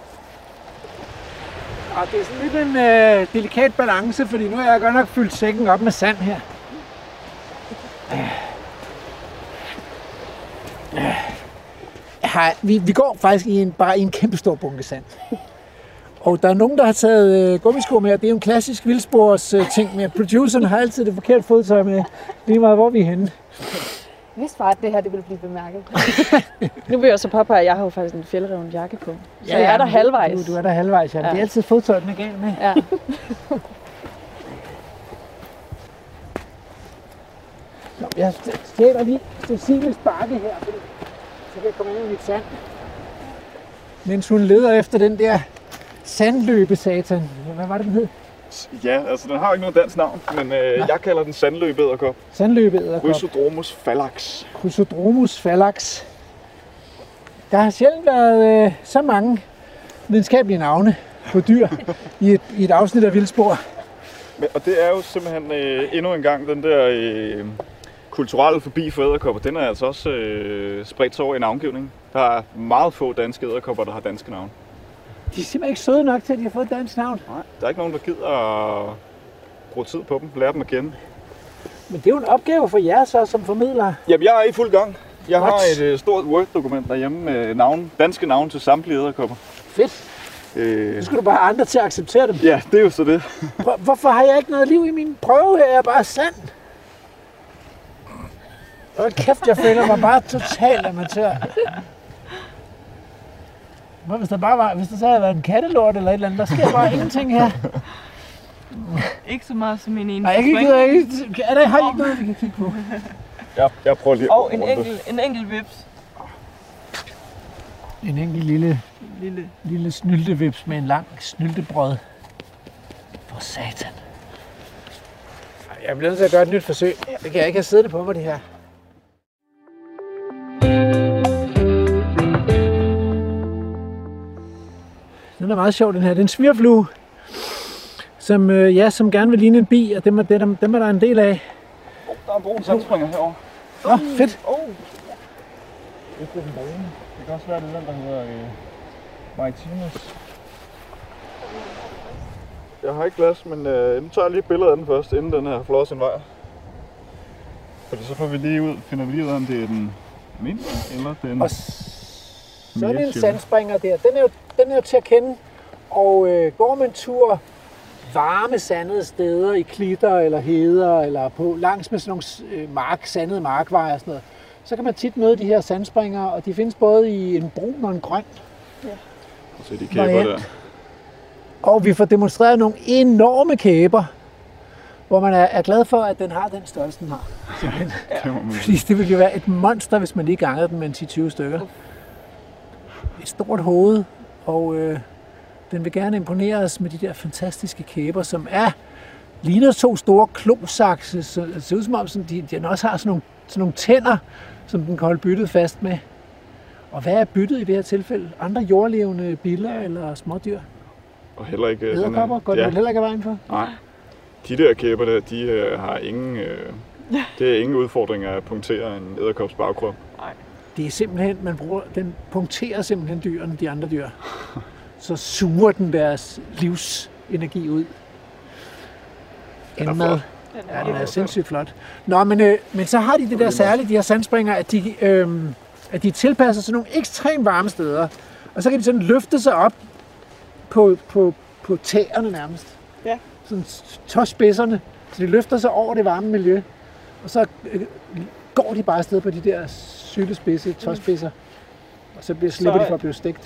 [SPEAKER 1] Og det er sådan lidt en delikat balance, fordi nu har jeg godt nok fyldt sækken op med sand her. Vi går faktisk bare i en kæmpe stor bunke sand. Og der er nogen, der har taget gummisko med, og det er jo en klassisk vildspors ting med. Produceren har altid det forkerte fodtøj med, lige meget hvor vi er henne.
[SPEAKER 2] Jeg vidste bare, at det her det ville blive bemærket.
[SPEAKER 3] Nu vil jeg så påpege, at jeg har jo faktisk en fjeldreven jakke på. Så jeg er der halvvejs.
[SPEAKER 1] Du er der halvvejs, ja. Det er altid fodtøj, den er galt med.
[SPEAKER 2] Ja.
[SPEAKER 1] Nå, jeg stjæler lige Cecilies bakke her, så kan jeg komme ind i mit sand. Mens hun leder efter den der sandløbesatan. Hvad var det, den hed?
[SPEAKER 4] Ja, altså den har jo ikke noget dansk navn, men jeg kalder den sandløbeedderkop.
[SPEAKER 1] Sandløbeedderkop.
[SPEAKER 4] Chrysodromus phallax.
[SPEAKER 1] Chrysodromus phallax. Der har sjældent været så mange videnskabelige navne på dyr i et afsnit af Vildspor.
[SPEAKER 4] Og det er jo simpelthen endnu en gang den der kulturelle forbi for edderkopper. Den er altså også spredt sig over i navngivning. Der er meget få danske edderkopper, der har danske navne.
[SPEAKER 1] De er simpelthen ikke søde nok til, at de har fået dansk navn.
[SPEAKER 4] Nej, der er ikke nogen, der gider at bruge tid på dem, lære dem at kende.
[SPEAKER 1] Men det er jo en opgave for jer så, som formidler.
[SPEAKER 4] Jamen, jeg er i fuld gang. Jeg har et stort Word-dokument derhjemme med danske navne til samtlige edderkopper.
[SPEAKER 1] Fedt. Nu skal du bare have andre til at acceptere dem.
[SPEAKER 4] Ja, det er jo så det.
[SPEAKER 1] Hvorfor har jeg ikke noget liv i min prøve her? Jeg er bare sand. Hold kæft, jeg føler mig bare totalt amatør. Hvis der så havde været en kattelort eller et eller andet, der sker bare ingenting her.
[SPEAKER 3] Ikke så meget som en
[SPEAKER 1] Nej, jeg kan ikke. Har I ikke noget, vi kan kigge på?
[SPEAKER 4] Jeg prøver lige
[SPEAKER 3] og en enkelt vips.
[SPEAKER 1] En enkelt lille snyltevips med en lang snyltebrød. For satan. Jeg bliver nødt til at gøre et nyt forsøg. Det kan jeg ikke have siddende på mig, det her. Den er meget sjov, den her. Det er en svirflue, som gerne vil ligne en bi, og dem er der en del af.
[SPEAKER 4] Der er en brun sandspringer herovre.
[SPEAKER 1] Nå, fedt.
[SPEAKER 4] Det kan også være, det er den, der hedder Maritinus. Jeg har ikke glas, men nu tager jeg lige et billede af den først, inden den her flår sin vej. Fordi så får vi lige ud, finder vi lige ud af, om det er den mindre eller den...
[SPEAKER 1] Og sådan en sandspringer der, den er jo til at kende. Og går man en tur varme sandede steder i klitter eller heder eller på langs med sådan nogle sandede markveje og sådan noget, så kan man tit møde de her sandspringer, og de findes både i en brun og en grøn.
[SPEAKER 4] Ja. Og så de kæber der.
[SPEAKER 1] Og vi får demonstreret nogle enorme kæber, hvor man er glad for, at den har den størrelse, den har. Fordi det ville jo være et monster, hvis man lige gangede den med en 10-20 stykker. Et stort hoved, og den vil gerne imponere os med de der fantastiske kæber, som er ligner 2 store klosakse, så det ser ud som om, de også har sådan nogle tænder, som den kan holde byttet fast med. Og hvad er byttet i det her tilfælde? Andre jordlevende biller eller smådyr?
[SPEAKER 4] Og heller ikke...
[SPEAKER 1] Edderkopper? Går det heller ikke af vejen for?
[SPEAKER 4] Nej. De der kæber der, de har ingen... det er ingen udfordring at punktere en edderkops bagkrop.
[SPEAKER 3] Nej.
[SPEAKER 1] Det er simpelthen, den punkterer simpelthen dyrene, de andre dyr. Så suger den deres livsenergi ud. En mad. Ja, den er sindssygt flot. Nå, men så har de det der særligt, de her sandspringer, at de tilpasser sig nogle ekstremt varme steder. Og så kan de sådan løfte sig op på tæerne nærmest.
[SPEAKER 3] Ja.
[SPEAKER 1] Sådan tåspidserne. Så de løfter sig over det varme miljø. Og så går de bare afsted på de der sylespidse tåspidser. Og så slipper de for at blive stegt.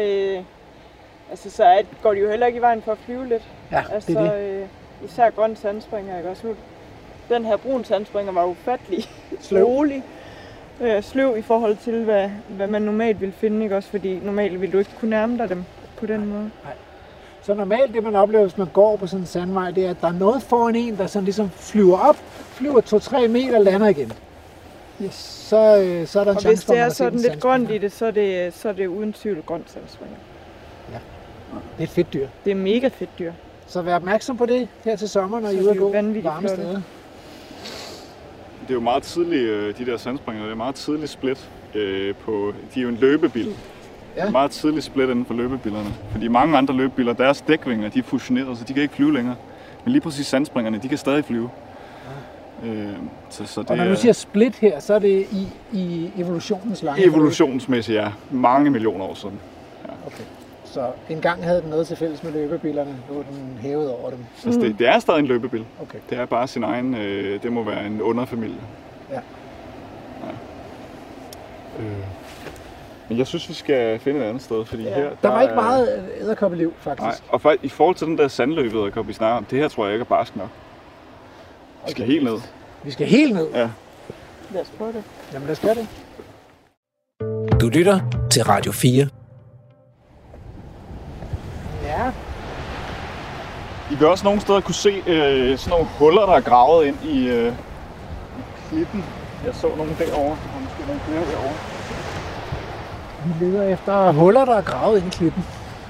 [SPEAKER 3] Så går de jo heller ikke i vejen for at flyve lidt.
[SPEAKER 1] Ja, det er det.
[SPEAKER 3] Især grøn sandspringer, ikke også? Den her brun sandspringer var ufattelig rolig. Sløv i forhold til, hvad man normalt ville finde, ikke også? Fordi normalt ville du ikke kunne nærme dig dem på den måde. Nej.
[SPEAKER 1] Så normalt det, man oplever, hvis man går på sådan en sandvej, det er, at der er noget foran en, der sådan ligesom flyver op, flyver 2-3 meter og lander igen. Yes. Så er der en chance for,
[SPEAKER 3] og hvis det er sådan lidt grønt i det, så er det uden tvivl grønt sandspringer.
[SPEAKER 1] Ja, det er et fedt dyr.
[SPEAKER 3] Det er mega fedt dyr.
[SPEAKER 1] Så vær opmærksom på det her til sommer, når I er ude at gå varme steder.
[SPEAKER 4] Det er jo meget tidligt, de der sandspringer, det er meget tidligt split på, de er jo en løbebil. Ja. Meget tidligt split inden for løbebillerne. Fordi mange andre løbebiler, deres dækvinger, de er fusioneret, så de kan ikke flyve længere. Men lige præcis sandspringerne, de kan stadig flyve. Så det
[SPEAKER 1] og når du siger split her, så er det i evolutionens lange
[SPEAKER 4] evolutionsmæssigt, ja. Mange millioner år siden. Ja.
[SPEAKER 1] Okay. Så engang havde den noget til fælles med løbebillerne, hvor den hævede over dem.
[SPEAKER 4] Altså det er stadig en løbebil.
[SPEAKER 1] Okay.
[SPEAKER 4] Det er bare sin egen, det må være en underfamilie.
[SPEAKER 1] Ja.
[SPEAKER 4] Men jeg synes, vi skal finde et andet sted, fordi her...
[SPEAKER 1] Der var ikke meget edderkoppeliv, faktisk.
[SPEAKER 4] Nej, og i forhold til den der sandløbe edderkop, vi snakker om, det her tror jeg ikke er barsk nok. Vi skal helt ned.
[SPEAKER 1] Vi skal helt ned?
[SPEAKER 4] Ja.
[SPEAKER 3] Lad os prøve det.
[SPEAKER 1] Jamen lad os gøre det.
[SPEAKER 5] Du lytter til Radio 4.
[SPEAKER 1] Ja.
[SPEAKER 4] I vil også nogle steder kunne se sådan nogle huller, der er gravet ind i klitten. Jeg så nogle derovre, og måske nogle flere derovre.
[SPEAKER 1] Vi leder efter huller, der er gravet ind i klitten.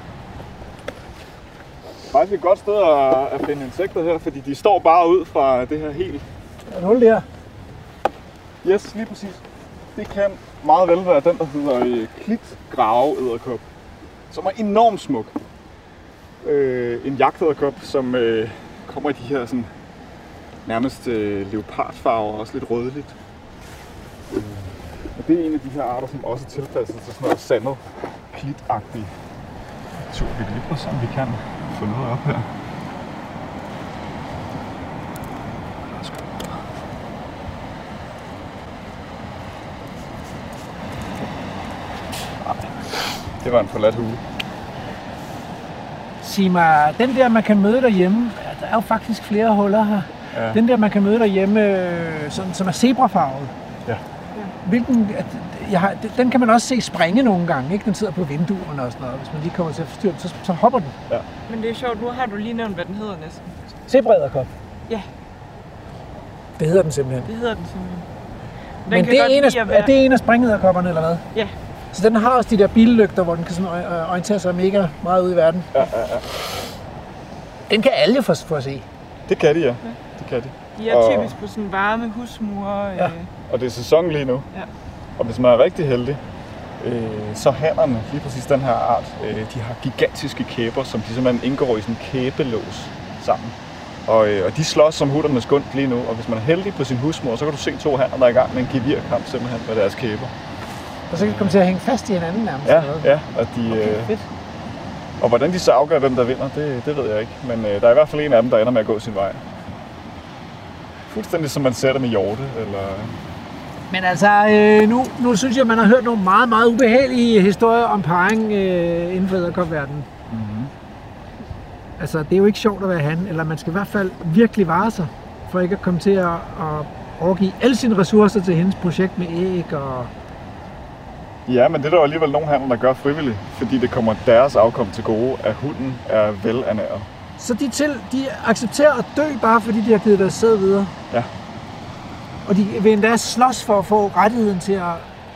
[SPEAKER 4] Faktisk et godt sted at finde insekter her, fordi de står bare ud fra det her helt...
[SPEAKER 1] Der er en hul der.
[SPEAKER 4] Yes, lige præcis. Det kan meget vel være den, der hedder klitgraveedderkop, som er enormt smuk. En jagtedderkop, som kommer i de her sådan, nærmest leopardfarver, også lidt rødligt. Og det er en af de her arter, som også er tilpasset til sådan noget sandet, klitagtigt naturligt, som vi kan få noget op her. Det var en forladt hule.
[SPEAKER 1] Sig mig, den der man kan møde derhjemme, der er jo faktisk flere huller her. Ja. Den der man kan møde derhjemme, som er zebrafarvet.
[SPEAKER 4] Ja.
[SPEAKER 1] Den kan man også se springe nogle gange, ikke? Den sidder på vinduerne og sådan noget. Hvis man lige kommer til at forstyrre den, så hopper den.
[SPEAKER 4] Ja.
[SPEAKER 3] Men det er sjovt, nu har du lige nævnt, hvad den hedder næsten.
[SPEAKER 1] Zebraedderkop.
[SPEAKER 3] Ja.
[SPEAKER 1] Det hedder den simpelthen.
[SPEAKER 3] Det hedder den simpelthen.
[SPEAKER 1] Men er det en af springedderkopperne, eller hvad?
[SPEAKER 3] Ja.
[SPEAKER 1] Så den har også de der billygter, hvor den kan sådan orientere sig mega meget ud i verden.
[SPEAKER 4] Ja.
[SPEAKER 1] Den kan alle få at se.
[SPEAKER 4] Det kan de, ja. Det kan de.
[SPEAKER 3] De er typisk på sådan varme husmure.
[SPEAKER 4] Ja. Og det er sæson lige nu.
[SPEAKER 3] Ja.
[SPEAKER 4] Og hvis man er rigtig heldig, så hannerne, lige præcis den her art, de har gigantiske kæber, som de simpelthen indgår i sådan en kæbelås sammen. Og de slås som hutternes skund lige nu, og hvis man er heldig på sin husmor, så kan du se 2 hanner, der er i gang med en gevirkamp simpelthen med deres kæber.
[SPEAKER 1] Og så kan de komme til at hænge fast i hinanden nærmest.
[SPEAKER 4] Ja, og de... Og hvordan de så afgør, hvem der vinder, det ved jeg ikke. Men der er i hvert fald en af dem, der ender med at gå sin vej. Fuldstændig som man ser det med hjorte, eller...
[SPEAKER 1] Men altså, nu synes jeg, at man har hørt nogle meget, meget ubehagelige historier om parring inden for edderkopverdenen.
[SPEAKER 4] Mm-hmm.
[SPEAKER 1] Altså, det er jo ikke sjovt at være han, eller man skal i hvert fald virkelig vare sig, for ikke at komme til at overgive alle sine ressourcer til hendes projekt med æg og...
[SPEAKER 4] Ja, men det er der jo alligevel nogle handler, der gør frivilligt, fordi det kommer deres afkom til gode, at hunden er velernæret.
[SPEAKER 1] Så de accepterer at dø, bare fordi de har givet deres sæd videre?
[SPEAKER 4] Ja.
[SPEAKER 1] Og de vil endda slås for at få rettigheden til at...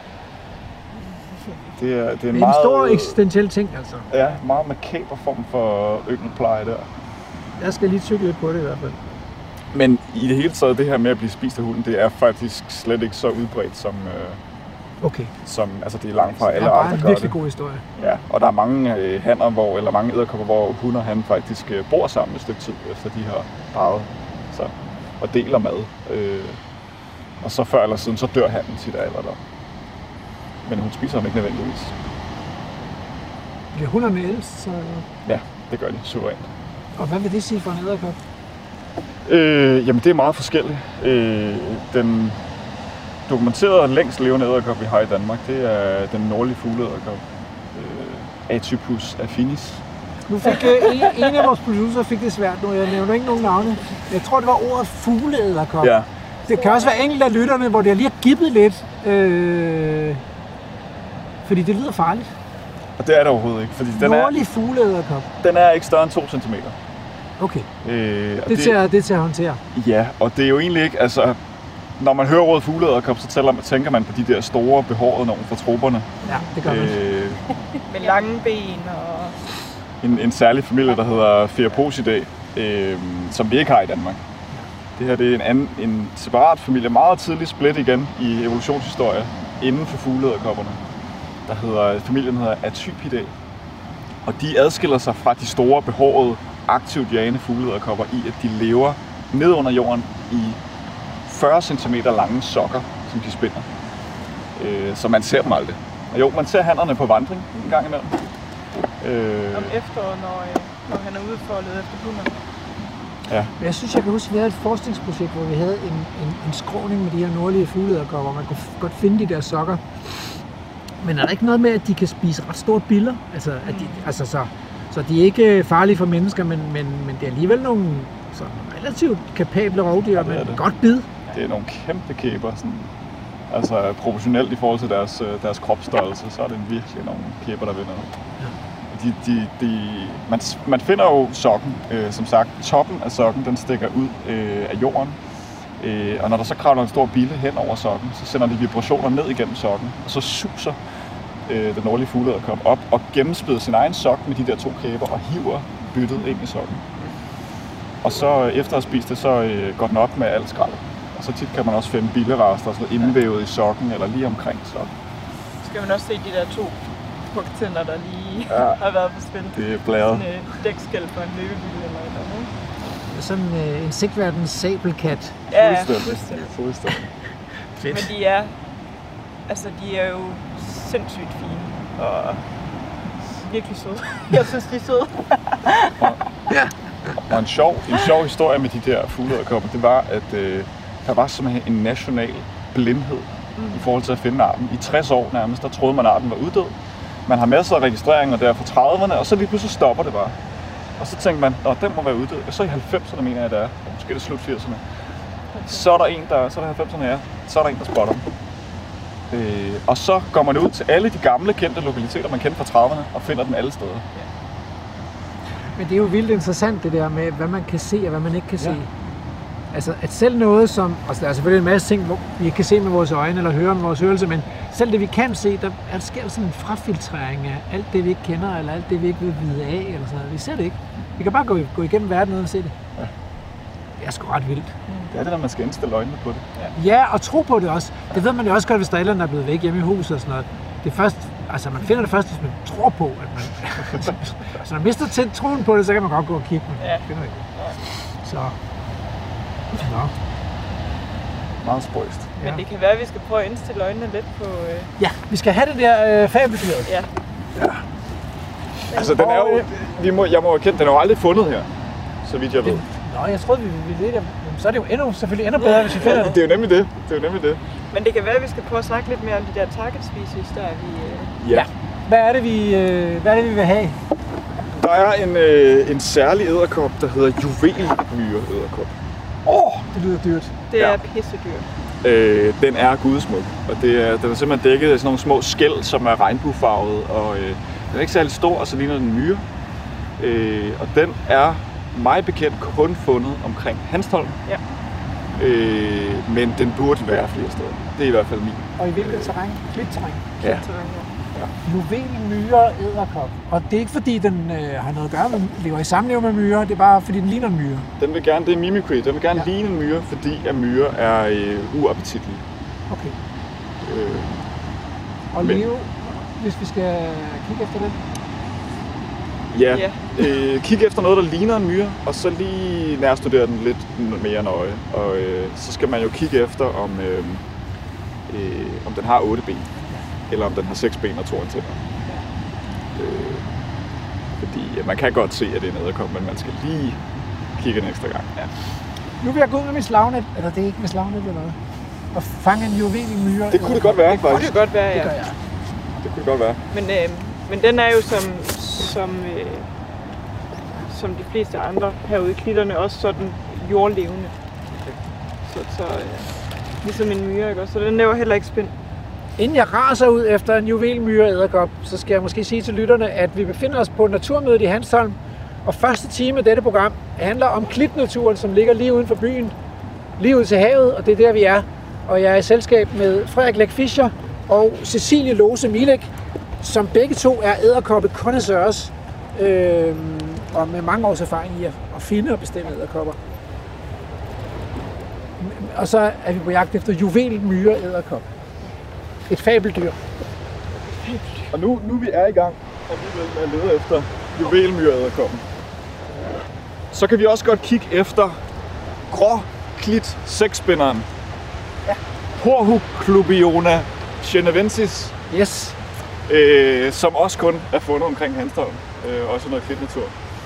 [SPEAKER 4] Det er
[SPEAKER 1] en meget, stor eksistentiel ting, altså.
[SPEAKER 4] Ja, meget makaber form for yngelpleje der.
[SPEAKER 1] Jeg skal lige tykke lidt på det i hvert fald.
[SPEAKER 4] Men i det hele taget, det her med at blive spist af hunden, det er faktisk slet ikke så udbredt som...
[SPEAKER 1] Okay.
[SPEAKER 4] Altså det er langt fra alle
[SPEAKER 1] andre, der gør
[SPEAKER 4] det.
[SPEAKER 1] Det er en virkelig god historie.
[SPEAKER 4] Ja, og der er mange hanner, eller mange edderkopper, hvor hunder han faktisk bor sammen et stykke tid, efter de har parret sig og deler mad. Og så før eller siden, så dør hannen sit af alderdom. Men hun spiser ham ikke nødvendigvis.
[SPEAKER 1] Bliver hunderne ældst, så...
[SPEAKER 4] Ja, det gør de suverænt.
[SPEAKER 1] Og hvad vil det sige for en edderkop?
[SPEAKER 4] Jamen det er meget forskelligt. Den dokumenteret længst levende edderkop, vi har i Danmark, det er den nordlige fugleedderkop. Atypus affinis.
[SPEAKER 1] Nu fik en af vores producer fik det svært nu. Jeg nævner ikke nogen navne. Jeg tror, det var ordet fugleedderkop. Ja. Det kan også være enkelte af lytterne, hvor det lige har gibbet lidt. Fordi det lyder farligt.
[SPEAKER 4] Og det er det overhovedet ikke. Fordi
[SPEAKER 1] nordlig fugleedderkop.
[SPEAKER 4] Den er ikke større end 2 cm.
[SPEAKER 1] Okay. Det er til at håndtere.
[SPEAKER 4] Ja, og det er jo egentlig ikke, altså... Når man hører ordet fugleedderkop, så tænker man på de der store, behårede nogen fra troperne.
[SPEAKER 1] Ja, det gør man.
[SPEAKER 3] Med lange ben og...
[SPEAKER 4] En særlig familie, der hedder Pheroposidae, som vi ikke har i Danmark. Det her det er en separat familie, meget tidligt split igen i evolutionshistorie inden for fugleedderkopperne. Familien hedder Atypidae. Og de adskiller sig fra de store, behårede, aktivt jagende fugleedderkopper i, at de lever ned under jorden i 40 cm lange sokker, som de spinder. Så man ser dem aldrig. Og jo, man ser hannerne på vandring en gang imellem.
[SPEAKER 3] Om efteråret, når han er ude for at lede efter hunder.
[SPEAKER 1] Ja. Jeg synes, jeg kan huske, at vi havde et forskningsprojekt, hvor vi havde en skråning med de her nordlige fugleedderkopper, og man kunne godt finde de der sokker. Men er der ikke noget med, at de kan spise ret store biller? Så de er ikke farlige for mennesker, men det er alligevel nogle relativt kapable rovdyr med et godt bid.
[SPEAKER 4] Det er nogle kæmpe kæber, altså proportionelt i forhold til deres kropsstørrelse, så er det virkelig nogle kæber, der vinder. Ja. Man finder jo sokken, som sagt, toppen af sokken, den stikker ud af jorden, og når der så kravler en stor bille hen over sokken, så sender de vibrationer ned igennem sokken, og så suser den nordlige fugleedderkop op og gennemspider sin egen sok med de der 2 kæber og hiver byttet ind i sokken. Og så efter at spise det, så går den op med alt skraldet. Og så tit kan man også finde billerester og sådan noget indvævet i sokken eller lige omkring sokken.
[SPEAKER 3] Så skal man også se de der 2 pugtænder, der lige har været på spil.
[SPEAKER 4] Det er blæret.
[SPEAKER 3] Sådan et dækskæld på en løbebille eller noget.
[SPEAKER 1] Sådan en insektverdens sabelkat.
[SPEAKER 3] Ja,
[SPEAKER 4] fuldstændig.
[SPEAKER 3] Men de er jo sindssygt fine og virkelig søde. Jeg synes, de er søde.
[SPEAKER 4] Ja. Og en sjov historie med de der fugleedderkopper, det var, at der var simpelthen en national blindhed i forhold til at finde arten. I 60 år nærmest, der troede man, at arten var uddød. Man har masser af registreringer der fra 30'erne, og så lige pludselig stopper det bare. Og så tænker man, at den må være uddød. Og så i 90'erne mener jeg, det er. Måske er det slut 80'erne. Så er der en, så er der 90'erne, ja. Så er der en, der spotter dem. Og så går man ud til alle de gamle kendte lokaliteter, man kendte fra 30'erne, og finder dem alle steder.
[SPEAKER 1] Men det er jo vildt interessant det der med, hvad man kan se og hvad man ikke kan se. Altså at selv noget som, altså der er selvfølgelig en masse ting, hvor vi ikke kan se med vores øjne eller høre med vores hørelse, men selv det vi kan se, der sker sådan en frafiltrering af alt det vi ikke kender, eller alt det vi ikke vil vide af, eller sådan noget. Vi ser det ikke. Vi kan bare gå igennem verden uden at se det. Ja. Det er sgu ret vildt.
[SPEAKER 4] Det er det, når man skal indstille øjnene på det.
[SPEAKER 1] Ja, og tro på det også. Det ved man jo også godt, hvis der er blevet væk hjemme i huset og sådan noget. Det er først, altså man finder det først, hvis man tror på, at man... så når man mister troen på det, så kan man godt gå og kigge, men finder ikke. Så... Nå.
[SPEAKER 4] Meget spøjst.
[SPEAKER 3] Men det kan være, at vi skal prøve at indstille øjnene lidt på...
[SPEAKER 1] Ja, vi skal have det der fabeldyr.
[SPEAKER 3] Ja.
[SPEAKER 4] Altså, den er jo... Jeg må erkende, den er jo aldrig fundet her, så vidt jeg ved.
[SPEAKER 1] Nå, jeg troede, vi ville det. Så er det jo selvfølgelig endnu bedre, hvis vi finder det.
[SPEAKER 4] Det er jo nemlig det.
[SPEAKER 3] Men det kan være, at vi skal prøve at snakke lidt mere om de der target species, der vi...
[SPEAKER 1] Ja. Hvad er det, vi vil have?
[SPEAKER 4] Der er en særlig edderkop, der hedder juvelmyre-edderkop.
[SPEAKER 1] Det lyder dyrt.
[SPEAKER 3] Det er pissedyrt.
[SPEAKER 4] Den er gudesmuk, og den er simpelthen dækket af sådan nogle små skæl, som er regnbuefarvede, og den er ikke særlig stor, og så ligner den myre. Og den er mig bekendt kun fundet omkring Hanstholm.
[SPEAKER 3] Ja.
[SPEAKER 4] Men den burde være flere steder. Det er i hvert fald min.
[SPEAKER 1] Og i hvilket terræn? Klitterræn.
[SPEAKER 4] Ja.
[SPEAKER 1] Juvelmyre edderkop. Og det er ikke fordi, den har noget at gøre med, lever i samliv med myrer, det er bare fordi, den ligner en myre.
[SPEAKER 4] Den vil gerne, det er mimicry, den vil gerne ligne en myre, fordi at myrer er uappetitlige.
[SPEAKER 1] Okay. Og leve, hvis vi skal kigge efter den?
[SPEAKER 4] Ja, kig efter noget, der ligner en myre, og så lige nærstudere den lidt mere nøje. Og så skal man jo kigge efter, om den har 8 ben, eller om den har 6 ben og 2 antenner. Fordi man kan godt se, at det er en edderkop, men man skal lige kigge en ekstra gang. Ja.
[SPEAKER 1] Nu vil jeg gå ud med mit slagnet, eller det er ikke med slagnet eller noget, og fange en juvelmyre.
[SPEAKER 4] Det kunne det godt være, faktisk.
[SPEAKER 3] Det kunne godt være, ja.
[SPEAKER 1] Det gør jeg.
[SPEAKER 4] Det kunne det godt være.
[SPEAKER 3] Men den er jo som de fleste andre herude i klitterne, også sådan jordlevende. Så ligesom en myre, ikke? Så den laver heller ikke spind.
[SPEAKER 1] Inden jeg raser ud efter en juvelmyre edderkop, så skal jeg måske sige til lytterne, at vi befinder os på Naturmødet i Hanstholm. Og første time af dette program handler om klitnaturen, som ligger lige uden for byen, lige ud til havet, og det er der, vi er. Og jeg er i selskab med Frederik Læk Fischer og Cecilie Lose Milek, som begge to er edderkoppe connoisseurs, og med mange års erfaring i at finde og bestemme edderkopper. Og så er vi på jagt efter juvelmyre edderkop. Et fabeldyr.
[SPEAKER 4] Og nu vi er i gang med at lede efter juvelmyre-edderkoppen, så kan vi også godt kigge efter gråklit seksspinderen.
[SPEAKER 1] Ja.
[SPEAKER 4] Porhuclubiona genevensis,
[SPEAKER 1] Yes.
[SPEAKER 4] som også kun er fundet omkring Hanstholm. Også noget klitnatur.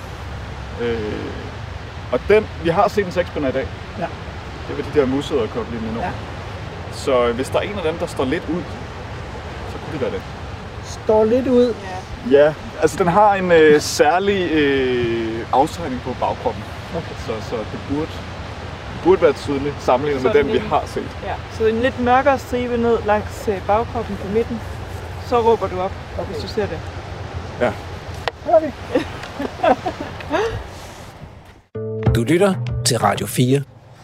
[SPEAKER 4] Og den, vi har set en seksspinder i dag.
[SPEAKER 1] Ja.
[SPEAKER 4] Det var de der mussedderkop lige nu.
[SPEAKER 1] Ja.
[SPEAKER 4] Så hvis der er en af dem, der står lidt ud, så kunne det være det.
[SPEAKER 1] Står lidt ud.
[SPEAKER 4] Ja, altså den har en særlig aftegning på bagkroppen.
[SPEAKER 1] Okay.
[SPEAKER 4] Så det burde være tydeligt sammenlignet med den, vi har set.
[SPEAKER 3] Ja, så en lidt mørkere stribe ned langs bagkroppen på midten. Så råber du op, hvis du ser det.
[SPEAKER 4] Ja.
[SPEAKER 1] Hører vi?
[SPEAKER 5] Du lytter til Radio 4.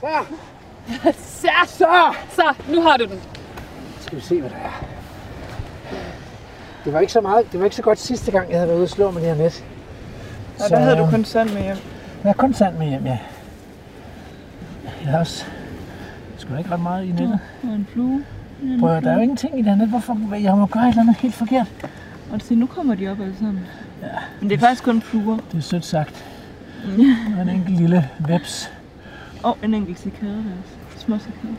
[SPEAKER 2] Så, nu har du den.
[SPEAKER 1] Skal vi se, hvad der er. Det var ikke så meget. Det var ikke så godt sidste gang, jeg havde været ude og slå med det her net.
[SPEAKER 3] Og der havde du kun sand med hjem.
[SPEAKER 1] Jeg har kun sand med hjem, ja. Jeg har også... Sgu da ikke ret meget i nettet.
[SPEAKER 3] Og en flue.
[SPEAKER 1] Prøv, der er jo ingenting i det her net. Hvorfor? Jeg må gøre et eller andet helt forkert.
[SPEAKER 3] Og se, nu kommer de op alle sammen. Ja. Men det er faktisk kun fluer.
[SPEAKER 1] Det er sødt sagt. Og en enkelt lille veps.
[SPEAKER 3] Og en enkelt cikade der også. Små cikader.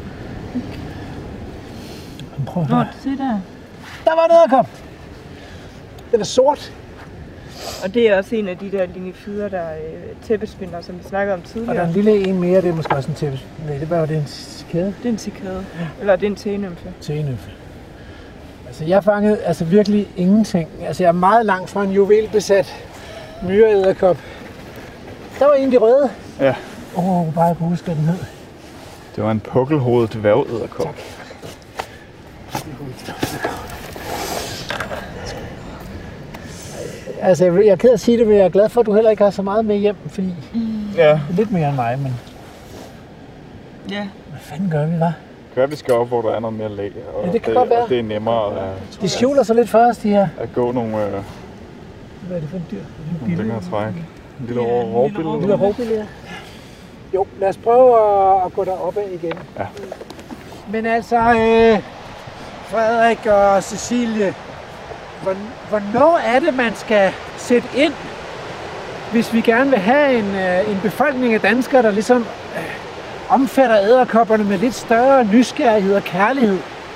[SPEAKER 1] Prøv at
[SPEAKER 3] Nå,
[SPEAKER 1] høre.
[SPEAKER 3] se der.
[SPEAKER 1] Der var en edderkop. Den er sort.
[SPEAKER 3] Og det er også en af de der linjefider, der er tæppespinder, som vi snakkede om tidligere.
[SPEAKER 1] Og der er en lille en mere. Det er måske også en tæppe. Nej, det var jo en cikade.
[SPEAKER 3] Det er en cikade. Eller det er en tænømfe.
[SPEAKER 1] Tænøffe. Altså, jeg fangede virkelig ingenting. Altså, jeg er meget langt fra en juvelbesat myreedderkop. Der var en af de røde.
[SPEAKER 4] Ja.
[SPEAKER 1] Bare jeg kunne huske, hvad den hed.
[SPEAKER 4] Det var en pukkelhovedet dværgedderkop.
[SPEAKER 1] Tak. Altså, jeg er ked af at sige det, men jeg er glad for, at du heller ikke har så meget med hjem, fordi
[SPEAKER 4] Ja.
[SPEAKER 1] lidt mere end mig, men
[SPEAKER 3] Ja.
[SPEAKER 1] hvad fanden gør vi, hva'?
[SPEAKER 4] Kan være, vi skal op, hvor der er noget mere lag, og,
[SPEAKER 1] Ja, det kan godt være.
[SPEAKER 4] og det er nemmere
[SPEAKER 1] De skjuler sig lidt for os, de her.
[SPEAKER 4] at gå nogle
[SPEAKER 1] Hvad er det for en dyr?
[SPEAKER 4] længere træk. En lille rovbillede.
[SPEAKER 1] En lille rovbillede, ja. Jo, lad os prøve at gå derop af igen.
[SPEAKER 4] Ja.
[SPEAKER 1] Men altså, Frederik og Cecilie, hvornår er det, man skal sætte ind, hvis vi gerne vil have en befolkning af danskere, der ligesom omfatter edderkopperne med lidt større nysgerrighed og kærlighed?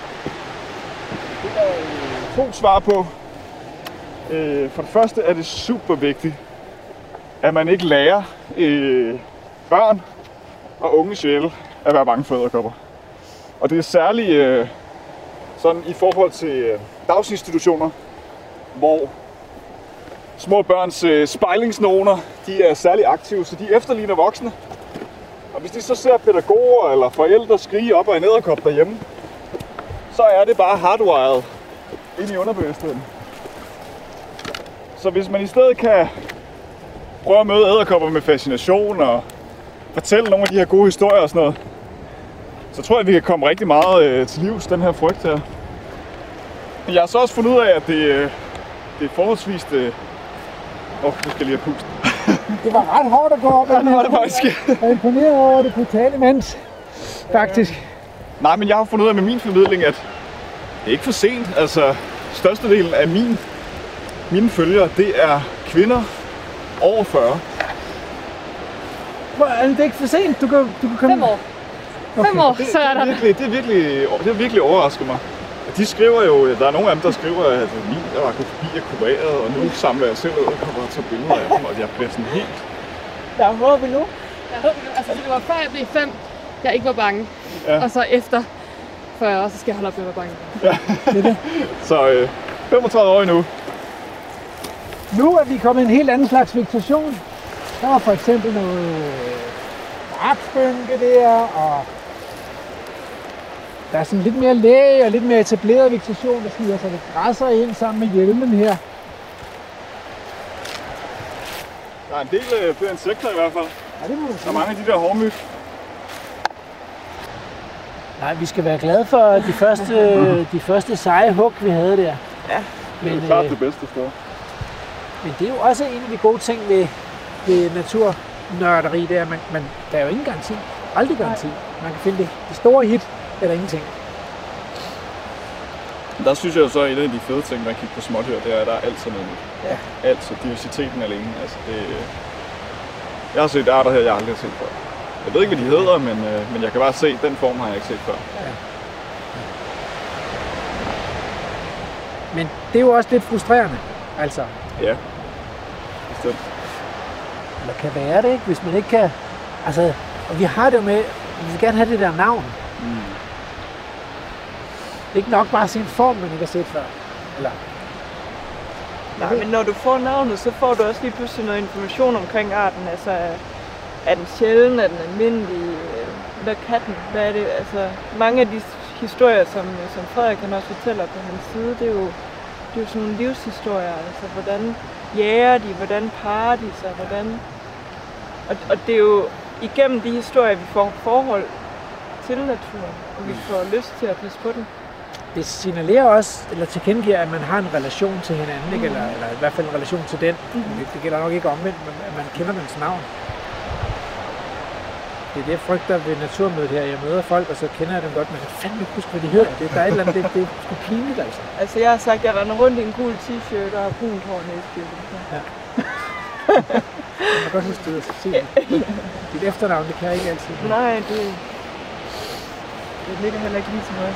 [SPEAKER 4] To svar på. For det første er det super vigtigt, at man ikke lærer børn og unge sjæle at være bange for edderkopper. Og det er særligt sådan i forhold til dagsinstitutioner, hvor små børns spejlingsnoner, de er særlig aktive, så de efterligner voksne. Og hvis de så ser pædagoger eller forældre skrige op af en edderkop derhjemme, så er det bare hardwired ind i underbevidstheden. Så hvis man i stedet kan prøver at møde edderkopper med fascination og fortælle nogle af de her gode historier og sådan noget, så tror jeg, vi kan komme rigtig meget til livs, den her frygt her. Men jeg har så også fundet ud af, at det er forholdsvis... nu skal jeg lige have pust.
[SPEAKER 1] Det var ret hårdt at gå op.
[SPEAKER 4] Ja, det var det faktisk.
[SPEAKER 1] Jeg er imponeret over det brutale mens, faktisk.
[SPEAKER 4] Nej, men jeg har fundet ud af med min formidling, at det er ikke for sent. Altså, størstedelen af mine følgere, det er kvinder over 40.
[SPEAKER 1] Er det ikke for sent? Du kan komme...
[SPEAKER 2] 5 år. Okay. 5 år, så er der.
[SPEAKER 4] Det har virkelig overrasket mig. De skriver jo, der er nogle af dem, der skriver, at jeg var gået forbi og kureret, og nu samler jeg selv ud og kommer og tager billeder af dem, og jeg bliver sådan helt...
[SPEAKER 3] Der er håb endnu.
[SPEAKER 2] Altså, det var før jeg blev 5, jeg ikke var bange. Ja. Og så efter 40 år, så skal jeg holde op med at være bange.
[SPEAKER 4] Ja, det er det. Så 35 år endnu.
[SPEAKER 1] Nu er vi kommet i en helt anden slags vegetation. Der var for eksempel noget marksbønke der, og der er sådan lidt mere læge og lidt mere etableret vegetation, der sniger sig lidt græsser ind sammen med hjelmen her.
[SPEAKER 4] Der er en del flere insekter i hvert fald.
[SPEAKER 1] Ja, det må man sige.
[SPEAKER 4] Der er mange af de der hårmyg.
[SPEAKER 1] Nej, vi skal være glade for de første seje hug, vi havde der.
[SPEAKER 3] Ja.
[SPEAKER 1] Men,
[SPEAKER 4] det er klart det bedste sted.
[SPEAKER 1] Men det er jo også en af de gode ting ved naturnørderi, det er, at der er jo ingen garanti. Aldrig garanti. Man kan finde det store hit eller ingenting.
[SPEAKER 4] Der synes jeg jo så, at en af de fede ting, man kigger på smådyr, det er, at der er altid noget nyt.
[SPEAKER 1] Ja.
[SPEAKER 4] Altså diversiteten alene. Altså, jeg har set arter her, jeg aldrig har set før. Jeg ved ikke, hvad de hedder, men jeg kan bare se, at den form har jeg ikke set før.
[SPEAKER 1] Ja. Men det er jo også lidt frustrerende, altså.
[SPEAKER 4] Ja, bestemt.
[SPEAKER 1] Eller kan være det, ikke? Hvis man ikke kan... Altså, og vi har det jo med, vi vil gerne have det der navn.
[SPEAKER 4] Mm.
[SPEAKER 1] Det er ikke nok bare at se en form, man ikke har set før. Eller...
[SPEAKER 3] Nej, men når du får navnet, så får du også lige pludselig noget information omkring arten. Altså, er den sjælden, er den almindelig, hvad kan den, hvad er det? Altså, mange af de historier, som Frederik kan også fortæller på hans side, det er jo sådan nogle livshistorier. Altså, hvordan jager de, hvordan parer de sig, hvordan... Og det er jo igennem de historier, vi får forhold til naturen, og vi får lyst til at passe på den.
[SPEAKER 1] Det signalerer også, eller tilkendegiver, at man har en relation til hinanden, ikke? Eller i hvert fald en relation til den. Det gælder nok ikke omvendt, men at man kender dens navn. Det er det, jeg frygter ved naturmødet her. Jeg møder folk, og så kender jeg dem godt, men jeg kan fandme ikke huske, hvad de hedder. Der er et eller andet, det er sgu pinligt, altså.
[SPEAKER 3] Altså, jeg har sagt, at jeg render rundt i en gul t-shirt og har brunt hår næstbjørn.
[SPEAKER 1] Ja. Jeg kan godt huske det at sige. Dit efternavn, det kan jeg ikke altid.
[SPEAKER 3] Nej, det ligger heller ikke lige så meget.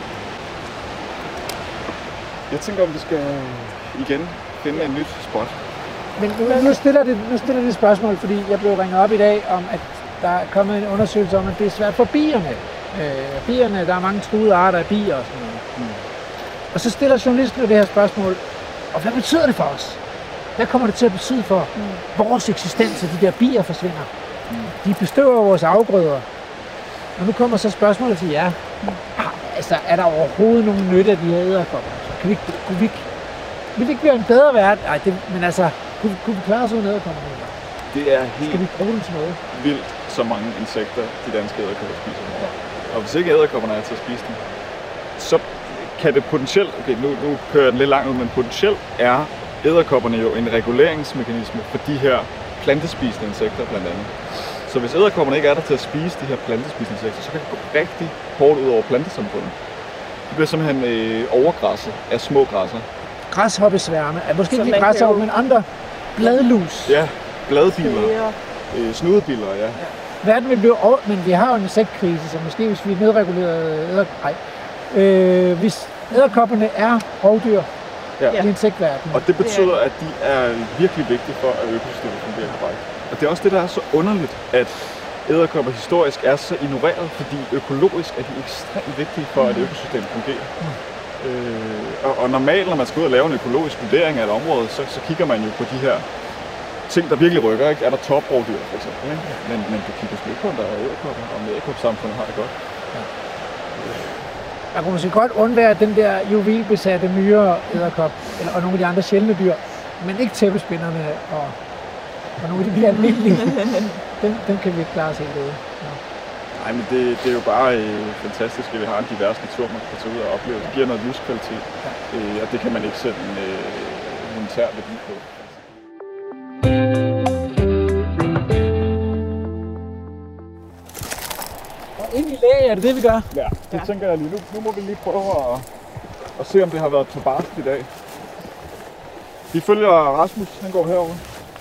[SPEAKER 4] Jeg tænker, om vi skal igen finde en nyt spot.
[SPEAKER 1] Men nu stiller det spørgsmål, fordi jeg blev ringet op i dag om, at der er kommet en undersøgelse om, at det er svært for bierne. Bierne, der er mange truede arter af bier og sådan noget. Og så stiller journalisten jo det her spørgsmål, og hvad betyder det for os? Hvad kommer det til at betyde for vores eksistens, at de der bier forsvinder? De bestøver vores afgrøder. Og nu kommer så spørgsmålet til jer. Altså, er der overhovedet nogen nytte af de her edderkopper? Kunne vi ikke være en bedre verden? Nej, men altså, kunne vi klare os uden edderkopper?
[SPEAKER 4] Det er helt
[SPEAKER 1] Skal vi bruge dem til noget?
[SPEAKER 4] vildt, så mange insekter de danske edderkopper spiser. Og hvis ikke edderkopperne er til at spise dem, så kan det potentielt, okay, nu kører jeg den lidt langt ud, men potentielt er edderkopperne jo en reguleringsmekanisme for de her plantespisende insekter blandt andet. Så hvis edderkopperne ikke er der til at spise de her plantespisende insekter, så kan det gå rigtig hårdt ud over plantesamfundet. De bliver simpelthen overgræsset af små græsser.
[SPEAKER 1] Græshoppesværme er måske ikke græshoppe, men andre bladlus.
[SPEAKER 4] Ja, bladbiller, snudebiller, ja.
[SPEAKER 1] Verden vil blive men vi har jo en insektkrise, så måske hvis vi nedregulerede hvis edderkopperne er rovdyr i insektverdenen.
[SPEAKER 4] Og det betyder, at de er virkelig vigtige for, at økosystemet fungerer korrekt. Og det er også det, der er så underligt, at edderkopper historisk er så ignoreret, fordi økologisk er de ekstremt vigtige for, at økosystemet fungerer. Og normalt, når man skal ud og lave en økologisk vurdering af et område, så kigger man jo på de her ting, der virkelig rykker. Ikke? Er der toprovdyr, for eksempel? Ikke? Men du kigger sgu ikke på, om der er edderkopper, og om edderkopsamfundet har det godt. Ja.
[SPEAKER 1] Man kunne måske godt undvære den der juvelbesatte myre edderkop, og nogle af de andre sjældne dyr, men ikke tæppespinderne og og nogle af de mere almindelige, dem kan vi ikke klare os helt ude. Ja.
[SPEAKER 4] Nej, men det er jo bare fantastisk, at vi har en divers natur, man kan tage ud og opleve. Det giver noget livskvalitet, og det kan man ikke sætte en monetær værdi på.
[SPEAKER 1] Og ind i lag, er det det, vi gør?
[SPEAKER 4] Ja, det tænker jeg lige. Nu må vi lige prøve at se, om det har været for barskt i dag. Vi følger Rasmus, han går herover.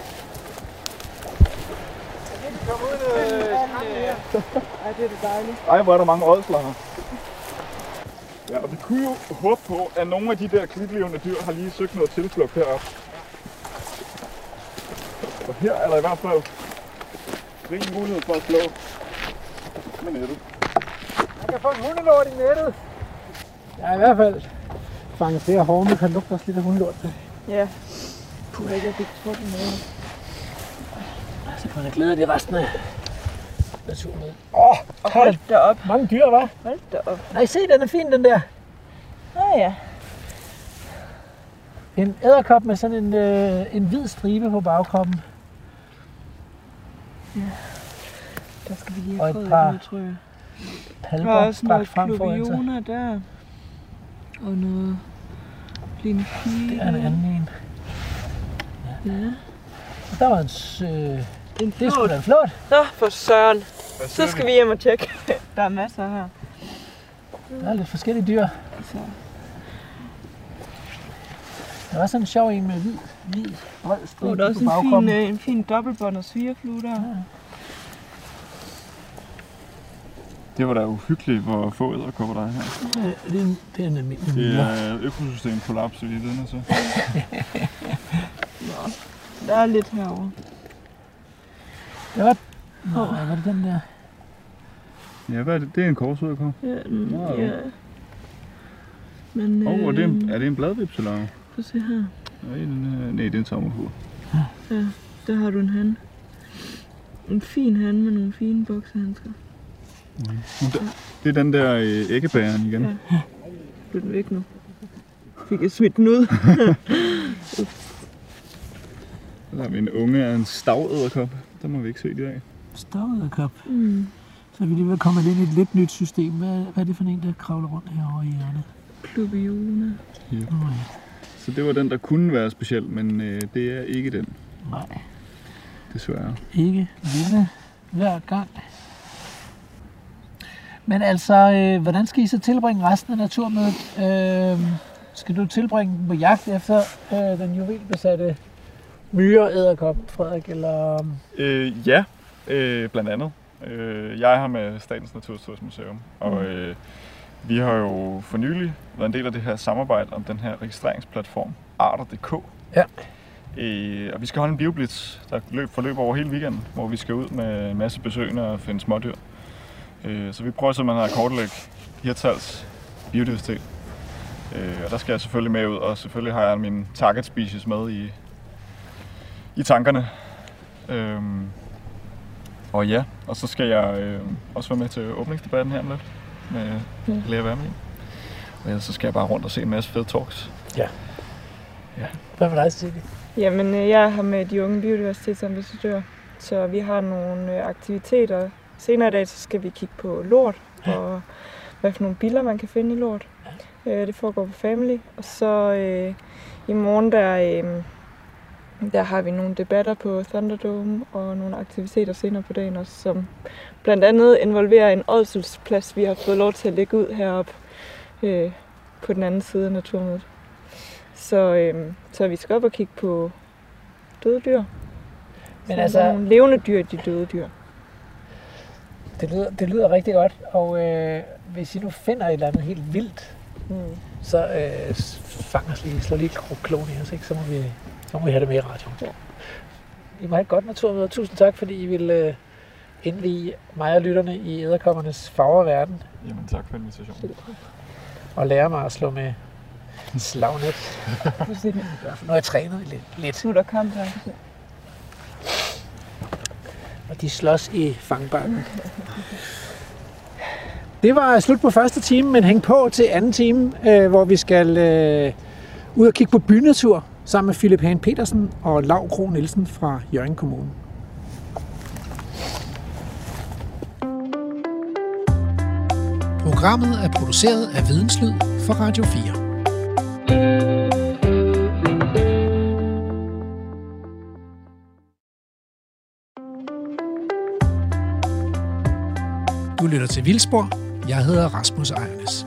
[SPEAKER 3] Ej, det er det dejligt.
[SPEAKER 4] Ej, hvor er der mange ådsler her. Ja, og vi kunne jo håbe på, at nogle af de der klitlevende dyr har lige søgt noget tilflugt heroppe. Og her er der i hvert fald ingen mulighed for at slå med nettet.
[SPEAKER 1] Man kan få en hundelort i nettet. Jeg har i hvert fald fanget flere hårde, men kan lugte også lidt af hundelort.
[SPEAKER 3] Ja. Puh, jeg fik trudt i maven.
[SPEAKER 1] Så kan man have glæde af det resten af naturen med.
[SPEAKER 3] Hold da op.
[SPEAKER 1] Mange dyr, hva'?
[SPEAKER 3] Hold da op.
[SPEAKER 1] Nej, se, den er fin, den der.
[SPEAKER 3] Ja.
[SPEAKER 1] En edderkop med sådan en hvid stribe på bagkroppen.
[SPEAKER 3] Ja. Der skal vi lige
[SPEAKER 1] og
[SPEAKER 3] have
[SPEAKER 1] et
[SPEAKER 3] frøet
[SPEAKER 1] par
[SPEAKER 3] nu, tror jeg. Der er
[SPEAKER 1] palmer
[SPEAKER 3] også noget
[SPEAKER 1] strakt frem foran sig.
[SPEAKER 3] klubioner der. Og noget plinifie.
[SPEAKER 1] Det er en anden en.
[SPEAKER 3] Ja.
[SPEAKER 1] Og der var en det er sgu da en flot.
[SPEAKER 3] Nå, for søren. Så skal vi hjem og tjekke. Der er masser her.
[SPEAKER 1] Der er lidt forskellige dyr.
[SPEAKER 3] Så.
[SPEAKER 1] Der var sådan en sjov en med hvid bred stribe
[SPEAKER 3] Der er
[SPEAKER 1] på
[SPEAKER 3] også
[SPEAKER 1] bagkroppen.
[SPEAKER 3] en fin dobbeltbåndet svigerflue der. Ja.
[SPEAKER 4] Det var da uhyggeligt, hvor få edderkopper der er her.
[SPEAKER 1] Det er en almindelig
[SPEAKER 4] Det
[SPEAKER 1] myre.
[SPEAKER 4] er økosystemkollaps i virkeligheden, så.
[SPEAKER 3] Der er lidt herovre.
[SPEAKER 1] Det var... Nå, hvad var det den der?
[SPEAKER 4] Ja, hvad er det? Det er en korsudderkop.
[SPEAKER 3] Ja,
[SPEAKER 4] Wow.
[SPEAKER 3] ja. Men,
[SPEAKER 4] Og er det en bladvips, eller?
[SPEAKER 3] Prøv at se her.
[SPEAKER 4] Nej, det er en sommerfugl.
[SPEAKER 3] Ja, der har du en han. En fin han med nogle fine boksehandsker.
[SPEAKER 4] Det er den der æggebæren igen.
[SPEAKER 3] Ja. Blev den væk nu. Fik jeg smidt den ud.
[SPEAKER 4] Så har vi en unge af en stavedderkop. Den må vi ikke se i dag.
[SPEAKER 1] Stavederkop.
[SPEAKER 3] Mm.
[SPEAKER 1] Så er vi lige ved at komme ind i et lidt nyt system. Hvad er det for en, der kravler rundt herovre i hjørnet?
[SPEAKER 3] Klubiona.
[SPEAKER 4] Ja. Så det var den, der kunne være speciel, men det er ikke den.
[SPEAKER 1] Nej.
[SPEAKER 4] Desværre.
[SPEAKER 1] Ikke lille hver gang. Men altså, hvordan skal I så tilbringe resten af naturmødet? Skal du tilbringe på jagt efter den juvelbesatte myre-edderkop, Frederik? Eller?
[SPEAKER 4] Ja, blandt andet. Jeg er her med Statens Naturhistorisk og vi har jo for nylig været en del af det her samarbejde om den her registreringsplatform Arter.dk.
[SPEAKER 1] Ja.
[SPEAKER 4] Og vi skal holde en bioblitz, der forløber over hele weekenden, hvor vi skal ud med en masse besøgende og finde smådyr. Så vi prøver simpelthen at kortlægge Hirtshals biodiversitet. Og der skal jeg selvfølgelig med ud, og selvfølgelig har jeg min target species med i tankerne. Og ja, og så skal jeg også være med til åbningsdebatten her om lidt med Lea Wermelin. Og ellers så skal jeg bare rundt og se en masse fede talks.
[SPEAKER 1] Ja. Hvad med dig, Cecilie?
[SPEAKER 3] Jamen, jeg er her med de unge biodiversitetsambassadører, så vi har nogle aktiviteter. Senere i dag så skal vi kigge på lort, og hvad for nogle biller man kan finde i lort. Det foregår på Family. Og så i morgen der har vi nogle debatter på Thunderdome og nogle aktiviteter senere på dagen også, som blandt andet involverer en ådselsplads, vi har fået lov til at lægge ud heroppe på den anden side af naturmødet. Så vi skal op og kigge på døde dyr.
[SPEAKER 1] Men
[SPEAKER 3] så
[SPEAKER 1] altså,
[SPEAKER 3] der er nogle levende dyr i de døde dyr.
[SPEAKER 1] Det lyder rigtig godt, og hvis I nu finder et eller andet helt vildt, så slå lige kloen i os, ikke? Så må vi have det med i radioen. Ja. I må have et godt naturmøde, og tusind tak, fordi I ville indvige mig og lytterne i edderkoppernes farver verden.
[SPEAKER 4] Jamen tak for invitationen.
[SPEAKER 1] Og lære mig at slå med slagnet. Nu har jeg trænet lidt.
[SPEAKER 3] Nu er der kamp her.
[SPEAKER 1] Og de slås i fangbakken. Det var slut på første time, men hæng på til anden time, hvor vi skal ud og kigge på bynatur. sammen med Philip Hahn Petersen og Lau Krog Nielsen fra Hjørring Kommune.
[SPEAKER 5] Programmet er produceret af Videnslyd for Radio 4. Du lytter til Vildspor. Jeg hedder Rasmus Ejernes.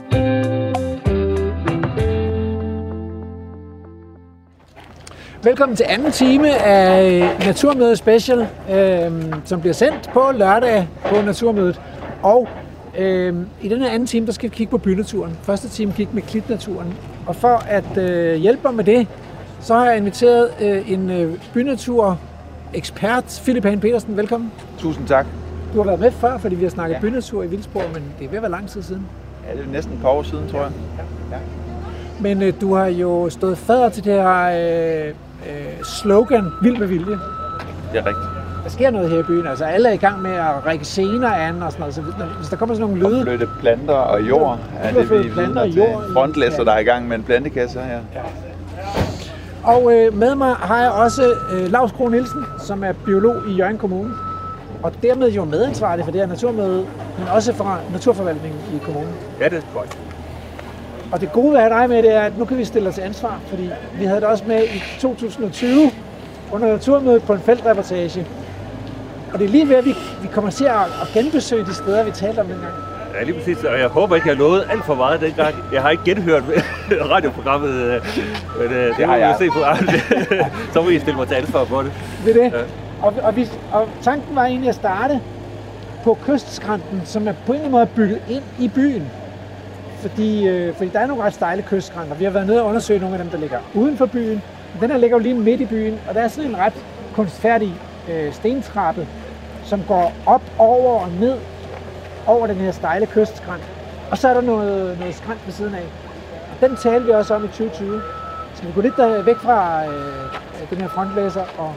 [SPEAKER 1] Velkommen til anden time af Naturmødet Special, som bliver sendt på lørdag på Naturmødet. Og i den her anden time, der skal vi kigge på bynaturen. Første time gik med klitnaturen. Og for at hjælpe mig med det, så har jeg inviteret en bynatur-ekspert, Philip Hahn Petersen. Velkommen.
[SPEAKER 6] Tusind tak.
[SPEAKER 1] Du har været med før, fordi vi har snakket bynatur i Vildspor, men det er ved at være lang tid siden.
[SPEAKER 6] Ja, det er næsten et par år siden, tror jeg.
[SPEAKER 1] Ja. Men du har jo stået fader til det her slogan, vild med vilje.
[SPEAKER 6] Det er rigtigt.
[SPEAKER 1] Der sker noget her i byen. Altså alle er i gang med at række scener an og sådan noget. Så hvis der kommer sådan nogle lyde...
[SPEAKER 6] Flytte planter og jord er det, vi
[SPEAKER 1] planter og
[SPEAKER 6] til.
[SPEAKER 1] jord.
[SPEAKER 6] Frontlæsser, der er i gang med en plantekasse her.
[SPEAKER 1] Ja. Og med mig har jeg også Lau Krog Nielsen, som er biolog i Hjørring Kommune. Og dermed jo medansvarlig for det her naturmøde, men også fra Naturforvaltningen i kommunen.
[SPEAKER 6] Ja, det er godt.
[SPEAKER 1] Og det gode ved at have dig med, det er, at nu kan vi stille os til ansvar, fordi vi havde det også med i 2020 under Naturmødet på en feltreportage. Og det er lige ved, at vi kommer til at genbesøge de steder, vi talte om dengang.
[SPEAKER 7] Ja, lige præcis. Og jeg håber ikke, jeg har lovet alt for meget dengang. Jeg har ikke genhørt radioprogrammet. Men det har jeg se på. Så må I stille mig til ansvar for det.
[SPEAKER 1] Det er det. Ja. Og tanken var egentlig at starte på kystskrænten, som er på en eller anden måde bygget ind i byen. Fordi der er nogle ret stejle kystskrænter. Vi har været nede og undersøge nogle af dem, der ligger uden for byen. Den her ligger jo lige midt i byen, og der er sådan en ret kunstfærdig stentrappe, som går op over og ned over den her stejle kystskrant. Og så er der noget skrant ved siden af. Og den talte vi også om i 2020. Skal vi gå lidt væk fra den her frontlæser og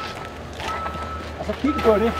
[SPEAKER 1] så kigge på det?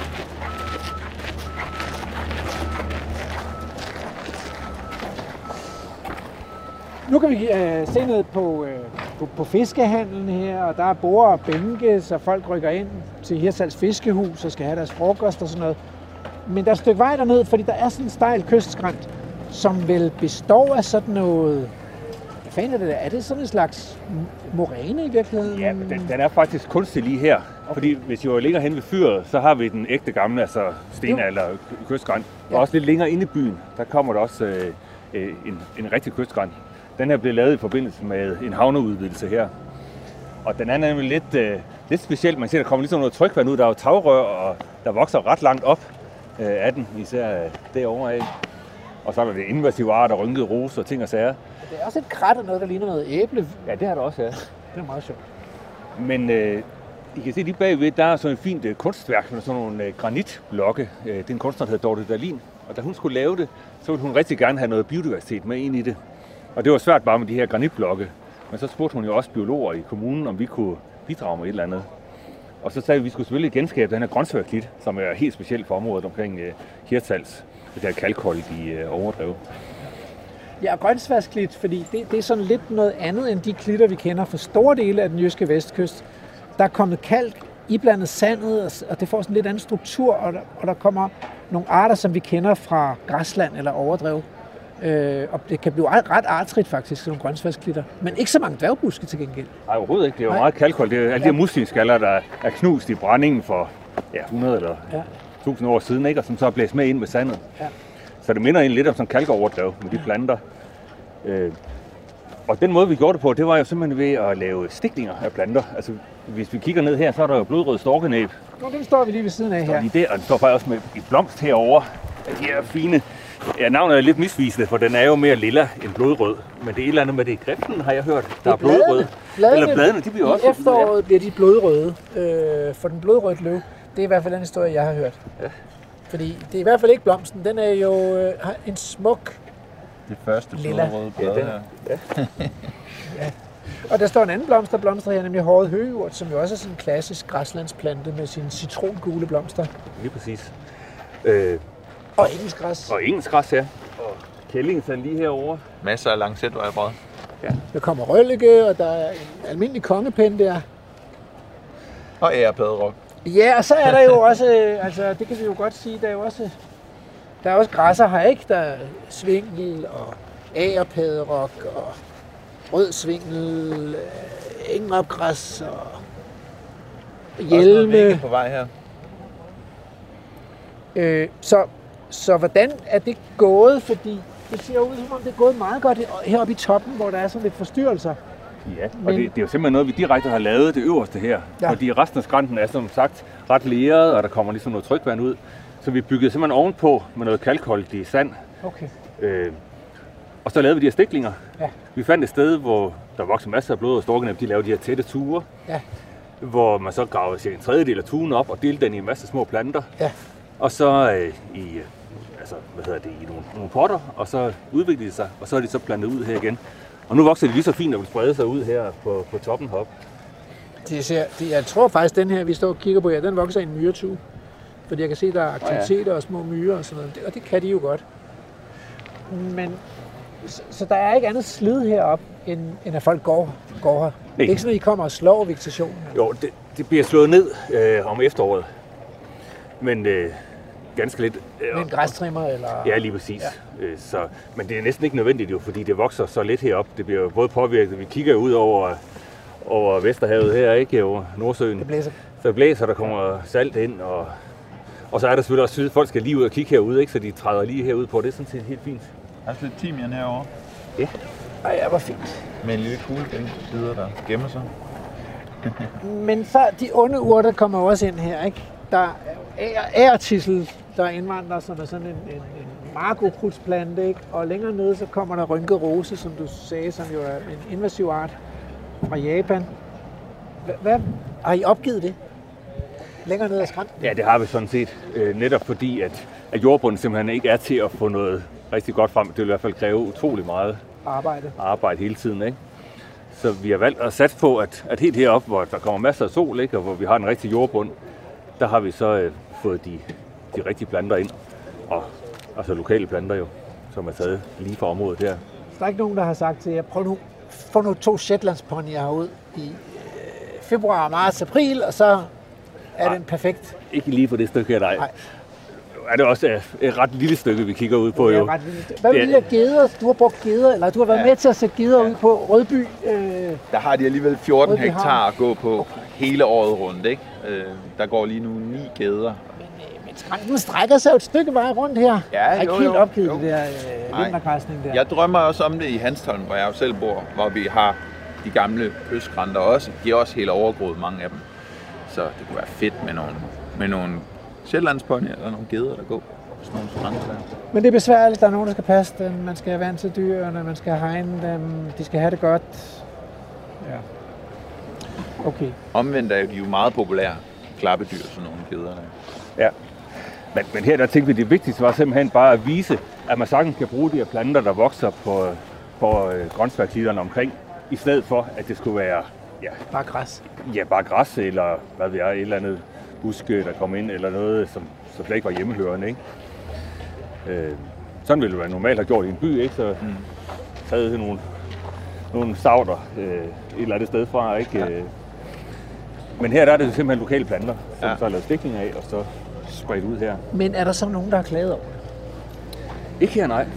[SPEAKER 1] Nu kan vi se ned på fiskehandlen her, og der er borde og bænke, så folk rykker ind til Hirtshals Fiskehus og skal have deres frokost og sådan noget. Men der er et stykke vej derned, fordi der er sådan en stejl kystskrant, som vel består af sådan noget... Hvad fanden er det der? Er det sådan en slags moræne i virkeligheden?
[SPEAKER 7] Ja, men den er faktisk kunstig lige her. Okay. Fordi hvis jo ligger hen ved fyret, så har vi den ægte gamle, altså stenalder kystskrant. Ja. Og også lidt længere inde i byen, der kommer der også en rigtig kystskrant. Den her blev lavet i forbindelse med en havneudvidelse her. Og den er nemlig lidt speciel. Man ser, der kommer ligesom noget trykvand ud. Der er jo tagrør, og der vokser ret langt op af den, især derovre af. Og så er der det invasive arter, rynkede roser og ting og sager.
[SPEAKER 1] Det er også et krat af noget, der ligner noget æble.
[SPEAKER 7] Ja, det har der også, ja.
[SPEAKER 1] Det er meget sjovt.
[SPEAKER 7] Men I kan se lige bagved, der er sådan et fint kunstværk med sådan nogle granitblokke. Det er en kunstner, der hedder Dorte Dahlin. Og da hun skulle lave det, så ville hun rigtig gerne have noget biodiversitet med ind i det. Og det var svært bare med de her granitblokke. Men så spurgte hun jo også biologer i kommunen, om vi kunne bidrage med et eller andet. Og så sagde vi, at vi skulle selvfølgelig genskabe den her grønsværklit, som er helt specielt for området omkring Hirtshals, det der kalkholdige overdrev.
[SPEAKER 1] Ja, grønsværklit, fordi det er sådan lidt noget andet end de klitter, vi kender fra store dele af den jyske vestkyst. Der er kommet kalk iblandet sandet, og det får sådan lidt anden struktur, og der kommer nogle arter, som vi kender fra græsland eller overdrev. Og det kan blive ret artrigt faktisk, sådan nogle grønsværksklitter. Men ikke så mange dværgbuske til gengæld.
[SPEAKER 7] Nej, overhovedet ikke. Det er jo meget kalkholdt. Det er alle de her muslinskaller, der er knust i brændingen for 100 eller 1000 år siden, ikke? Og som så er blæst med ind med sandet. Ja. Så det minder egentlig lidt om sådan en kalkoverdrev med de planter. Og den måde, vi gjorde det på, det var jo simpelthen ved at lave stikninger af planter. Altså, hvis vi kigger ned her, så er der jo blodrød storkenæb.
[SPEAKER 1] Nå, den står vi lige ved siden af her.
[SPEAKER 7] Lige der, og den står faktisk også med i blomst herovre. De her fine... Ja, navnet er lidt misvisende, for den er jo mere lilla end blodrød. Men det er et eller andet med det i griften, har jeg hørt. Der er blodrød. Eller bladene, de bliver også...
[SPEAKER 1] I efteråret bliver de blodrøde. For den blodrøde løv, det er i hvert fald den historie, jeg har hørt. Ja. Fordi det er i hvert fald ikke blomsten. Den er jo en smuk
[SPEAKER 6] det første blodrøde blad her. Ja.
[SPEAKER 1] Ja. Og der står en anden blomst, der blomstrer her, nemlig håret høgeurt, som jo også er sådan en klassisk græslandsplante med sine citrongule blomster.
[SPEAKER 7] Lige præcis.
[SPEAKER 1] Og engelsk græs.
[SPEAKER 7] Og engelsk græs, ja. Og kællingsand lige herovre.
[SPEAKER 6] Masser af lancetvejebrød.
[SPEAKER 7] Ja.
[SPEAKER 1] Der kommer røllike, og der er en almindelig kongepen der.
[SPEAKER 6] Og ærepadderok.
[SPEAKER 1] Ja, og så er der jo også, altså det kan vi jo godt sige, der er også græsser her, ikke? Der er svingel og agerpadderok og rød svingel, engopgræs og hjelme.
[SPEAKER 6] På vej her.
[SPEAKER 1] Så hvordan er det gået? Fordi det ser ud som om det er gået meget godt heroppe i toppen, hvor der er sådan lidt forstyrrelser.
[SPEAKER 7] Ja, og det er jo simpelthen noget, vi direkte har lavet det øverste her.
[SPEAKER 1] Ja.
[SPEAKER 7] Fordi resten af skrænten er som sagt ret leret, og der kommer ligesom noget trykvand ud. Så vi byggede simpelthen ovenpå med noget kalkholdigt sand.
[SPEAKER 1] Okay.
[SPEAKER 7] Og så lavede vi de her stiklinger.
[SPEAKER 1] Ja.
[SPEAKER 7] Vi fandt et sted, hvor der voksede masser af blod, og storkene de lavede de her tætte ture.
[SPEAKER 1] Ja.
[SPEAKER 7] Hvor man så gravede cirka en tredjedel af turen op og delte den i en masse små planter.
[SPEAKER 1] Ja.
[SPEAKER 7] Og så i nogle potter, og så udviklede de sig, og så er de så plantet ud her igen. Og nu vokser de lige så fint og vil sprede sig ud her på toppen heroppe.
[SPEAKER 1] Jeg tror faktisk, den her, vi står og kigger på her, den vokser i en myretue. Fordi jeg kan se, der er aktiviteter og små myrer og sådan noget, og det kan de jo godt. Men, så der er ikke andet slid heroppe, end at folk går her. Det er ikke sådan, at I kommer og slår vegetationen.
[SPEAKER 7] Jo, det bliver slået ned om efteråret. Men ganske lidt.
[SPEAKER 1] Med en græstrimmer eller?
[SPEAKER 7] Ja, lige præcis. Ja. Men det er næsten ikke nødvendigt jo, fordi det vokser så lidt heroppe. Det bliver jo både påvirket. Vi kigger ud over Vesterhavet her, ikke? Over Nordsøen.
[SPEAKER 1] Det blæser.
[SPEAKER 7] Så det blæser, der kommer salt ind, og så er der selvfølgelig også folk skal lige ud og kigge herude, ikke? Så de træder lige herud på. Det er sådan set helt fint.
[SPEAKER 6] Der er lidt timian herovre.
[SPEAKER 7] Ja.
[SPEAKER 1] Ej, ja, hvor fint.
[SPEAKER 6] Med en lille kuglepen sider, der gemmer sig.
[SPEAKER 1] Men så de onde urter kommer også ind her, ikke? Der er ærtissel, der indvandrer, som er sådan en markokrudtsplante, ikke? Og længere nede, så kommer der rynket rose, som du sagde, som jo er en invasiv art fra Japan. Hvad har I opgivet det? Længere nede af skrænten?
[SPEAKER 7] Ja, det har vi sådan set. Netop fordi, at jordbunden simpelthen ikke er til at få noget rigtig godt frem. Det vil i hvert fald kræve utrolig meget arbejde hele tiden, ikke? Så vi har valgt at satse på, at helt heroppe, hvor der kommer masser af sol, ikke? Og hvor vi har en rigtig jordbund, der har vi så fået de rigtige planter ind. Og altså lokale planter jo, som er taget lige fra området her.
[SPEAKER 1] Der er ikke nogen, der har sagt til jer, prøv nu, få nu 2 shetlandsponyer herud i februar, marts, april, og så er den perfekt.
[SPEAKER 7] Ikke lige for det stykke her, nej. Er det også et ret lille stykke, vi kigger ud på, jo.
[SPEAKER 1] Hvad med de her geder? Du har brugt geder, eller du har været med til at sætte geder ud på Rødby?
[SPEAKER 6] Der har de alligevel 14 hektar at gå på hele året rundt, ikke? Der går lige nu 9 geder.
[SPEAKER 1] Men skrænten strækker sig jo et stykke vej rundt her.
[SPEAKER 6] Ja,
[SPEAKER 1] jeg er ikke helt opgivet det der vintergræsning der.
[SPEAKER 6] Jeg drømmer også om det i Hanstholm, hvor jeg jo selv bor, hvor vi har de gamle kystskrænter også. De er også helt overgroet, mange af dem. Så det kunne være fedt med nogle shetlandsponyer eller nogle geder, der går på sådan nogle skrænter.
[SPEAKER 1] Men det er besværligt. Der er nogen, der skal passe dem. Man skal have vand til dyrene. Man skal hegne dem. De skal have det godt. Ja. Okay.
[SPEAKER 6] Omvendt er de jo meget populære klappedyr, sådan nogle geder der.
[SPEAKER 7] Ja. Men her der tænkte vi, det vigtigste var simpelthen bare at vise, at man sagtens kan bruge de her planter, der vokser på grøntsværkslitterne omkring, i stedet for, at det skulle være
[SPEAKER 1] bare græs.
[SPEAKER 7] Ja, bare græs, eller hvad ved jeg, et eller andet buske, der kom ind, eller noget, som slet ikke var hjemmehørende, ikke? Sådan ville det være normalt have gjort i en by, ikke? Så taget nogle savter et eller andet sted fra, ikke? Ja. Men her der er det simpelthen lokale planter, som så er lavet stikninger af, og så spredt ud her.
[SPEAKER 1] Men er der så nogen, der har klaget over det?
[SPEAKER 7] Ikke her, nej.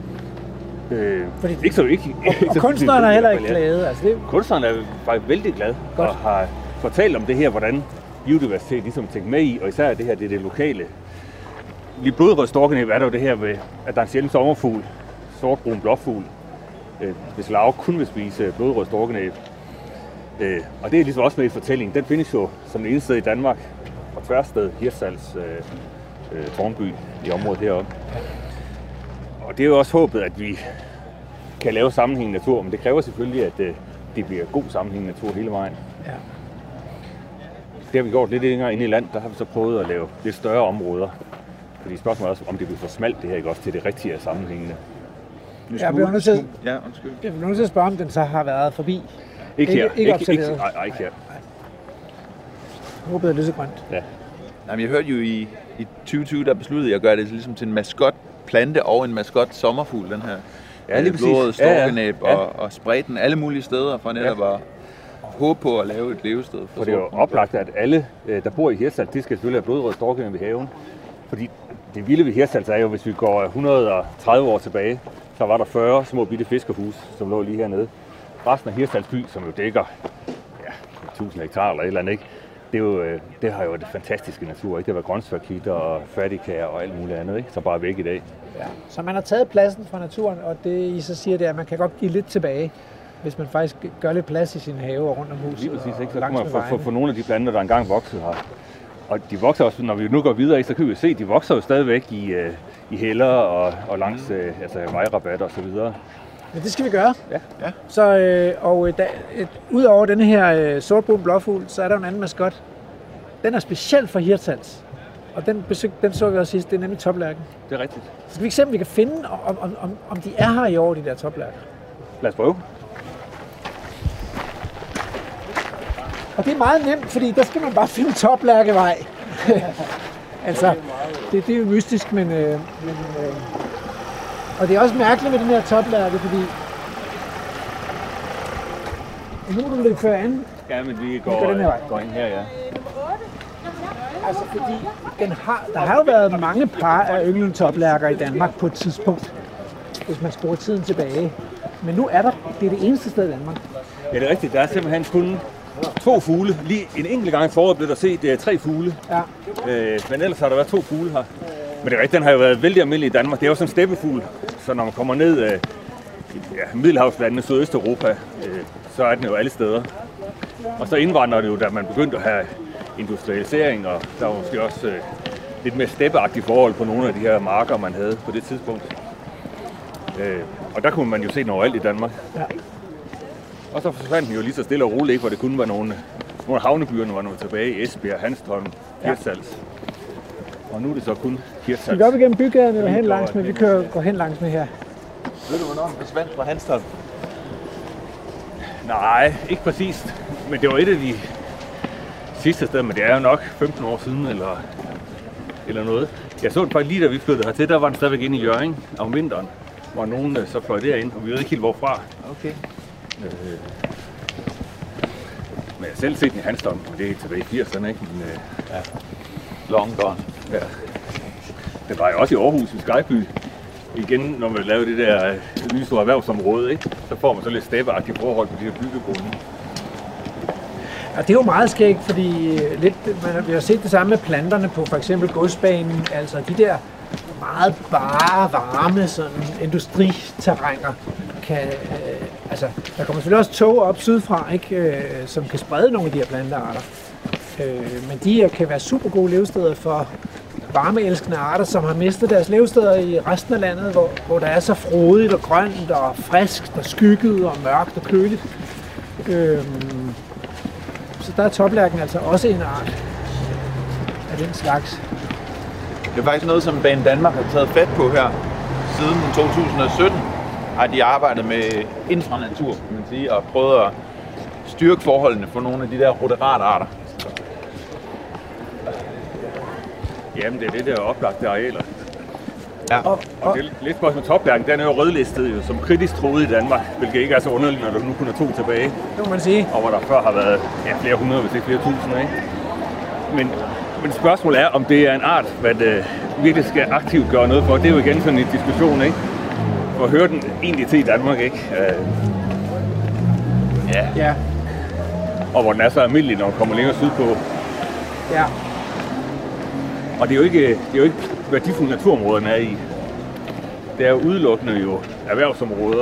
[SPEAKER 1] Og kunstneren har heller ikke klaget. Altså
[SPEAKER 7] kunstneren er faktisk vældig glad og har fortalt om det her, hvordan biodiversitet ligesom tænkt med i, og især det her, det er det lokale. Lige blodrød storkenæb er der jo det her med, at der er en sjælden sommerfugl, sortbrun blåfugl, hvis lav kun vil spise blodrød storkenæb. Og det er ligesom også med i fortællingen. Den findes jo som det eneste sted i Danmark, på Tværsted, Hirtshals, Tårnby i området heroppe. Og det er jo også håbet, at vi kan lave sammenhængende natur, men det kræver selvfølgelig, at det bliver god sammenhængende natur hele vejen.
[SPEAKER 1] Ja.
[SPEAKER 7] Det har vi gjort lidt længere inde i land, der har vi så prøvet at lave lidt større områder. Fordi spørgsmålet er også, om det bliver for smalt det her, ikke også til det rigtige sammenhængende.
[SPEAKER 1] Jeg bliver nødt til at spørge, om den så har været forbi.
[SPEAKER 7] Ikke her.
[SPEAKER 1] Ikke observeret.
[SPEAKER 7] Nej, ikke her.
[SPEAKER 1] Jeg håber, det er lysegrønt.
[SPEAKER 6] Ja. Jeg hørte jo i 2020, der besluttede jeg at gøre det ligesom til en maskotplante og en maskot sommerfugl, den her
[SPEAKER 7] lige præcis.
[SPEAKER 6] Blodrød, storkenæb og spredt den alle mulige steder for netop at håbe på at lave et levested.
[SPEAKER 7] For det er jo oplagt, at alle, der bor i Hirtshals, de skal selvfølgelig have blodrød storkenæb i haven. Fordi det vilde ved Hirtshals er jo, hvis vi går 130 år tilbage, så var der 40 små bitte fiskerhus, som lå lige hernede. Resten af Hirtshals by, som jo dækker 1000 hektar eller et eller andet, ikke? Det har jo det fantastiske natur, ikke? Det var grønsværklitter og fattigkager og alt muligt andet, ikke? Som bare er væk i dag.
[SPEAKER 1] Ja. Så man har taget pladsen fra naturen, og det I så siger, det er, at man kan godt give lidt tilbage, hvis man faktisk gør lidt plads i sin have og rundt om huset.
[SPEAKER 7] Lige præcis, ikke? Så kan man få nogle af de planter, der engang voksede her. Og de vokser også, når vi nu går videre, så kan vi jo se, at de vokser jo stadigvæk i hælder og langs vejrabatter og så videre.
[SPEAKER 1] Men det skal vi gøre.
[SPEAKER 7] Ja.
[SPEAKER 1] Så, udover denne her sortbrun blåfugl, så er der en anden maskot. Den er specielt for Hirtshals. Og den så vi også sidst, det er nemlig toplærken.
[SPEAKER 7] Det er rigtigt.
[SPEAKER 1] Så skal vi ikke se, om vi kan finde, om de er her i år, de der toplærker.
[SPEAKER 7] Lad os prøve.
[SPEAKER 1] Og det er meget nemt, fordi der skal man bare finde toplærkevej. Altså, det er jo mystisk, men og det er også mærkeligt med den her toplærke, fordi nu må du lidt før an.
[SPEAKER 7] Ja, men vi går ind her, ja.
[SPEAKER 1] Altså, fordi der har jo været mange par af ynglende toplærker i Danmark på et tidspunkt, hvis man skruer tiden tilbage. Men nu er det er det eneste sted i Danmark.
[SPEAKER 7] Ja, det er rigtigt. Der er simpelthen kun 2 fugle. Lige en enkelt gang i foråret blev der set 3 fugle.
[SPEAKER 1] Ja.
[SPEAKER 7] Men ellers har der været 2 fugle her. Men det er rigtigt, den har jo været vældig almindelig i Danmark. Det er jo sådan en steppefugl, så når man kommer ned i Middelhavslandene, Sydøsteuropa, så er den jo alle steder. Og så indvandrer det jo, da man begyndte at have industrialisering, og der var måske også lidt mere steppeagtige forhold på nogle af de her marker, man havde på det tidspunkt. Og der kunne man jo se den overalt i Danmark.
[SPEAKER 1] Ja.
[SPEAKER 7] Og så forsvandt den jo lige så stille og roligt, hvor det kun var nogle af havnebyerne, var noget tilbage i Esbjerg, Hanstholm, Hirtshals. Og nu er det så kun Hirtshals.
[SPEAKER 1] Skal vi op igennem bygaden eller hen langs med? Vi går hen langs med her.
[SPEAKER 6] Ved du, hvornår den forsvandt fra Hanstholm?
[SPEAKER 7] Nej, ikke præcist. Men det var et af de sidste steder, men det er jo nok 15 år siden eller noget. Jeg så den faktisk lige da vi flyttede hertil, der var den stadigvæk inde i Hjørring om vinteren, hvor nogen så fløj derind, og vi ved ikke helt hvorfra.
[SPEAKER 6] Okay.
[SPEAKER 7] Men jeg har selv set den i Hanstholm, og det er helt tilbage i 80'erne, ikke? Men,
[SPEAKER 6] Long gone.
[SPEAKER 7] Ja. Det var jo også i Aarhus i Skyby. Igen, når man laver det der nye store erhvervsområde, ikke? Så får man så lidt steppeagtige forhold på de her byggegrunde.
[SPEAKER 1] Og det er jo meget skægt, fordi vi har set det samme med planterne på for eksempel godsbanen, altså de der meget bare varme sådan industriterrænger altså der kommer selvfølgelig også tog op sydfra, ikke, som kan sprede nogle af de her plantearter. Men de kan være super gode levesteder for varmeelskende arter, som har mistet deres levesteder i resten af landet, hvor der er så frodigt og grønt og friskt og skygget og mørkt og køligt. Så der er toplærken altså også en art af den slags.
[SPEAKER 6] Det er faktisk noget, som Bane Danmark har taget fat på her siden 2017. Har de arbejdet med infranatur, kan man sige, og prøvet at styrke forholdene for nogle af de der ruderatarter.
[SPEAKER 7] Jamen, det er det der oplagte arealer.
[SPEAKER 6] Ja.
[SPEAKER 7] Og det er lidt spørgsmål med toplærken, den er jo rødlistet jo, som kritisk truet i Danmark, hvilket ikke er så underligt, når der nu kun er 2 tilbage.
[SPEAKER 1] Det må man sige.
[SPEAKER 7] Og hvor der før har været flere hundrede, hvis ikke flere tusinder, ikke? Men spørgsmålet er, om det er en art, hvad det virkelig skal aktivt gøre noget for. Det er jo igen sådan en diskussion, ikke? Hvor hører den egentlig til i Danmark, ikke?
[SPEAKER 1] Ja.
[SPEAKER 7] Og hvor den er så almindelig, når den kommer længere sydpå.
[SPEAKER 1] Ja.
[SPEAKER 7] Og det er jo ikke værdifulde naturområderne er i. Det er jo udelukkende jo erhvervsområder.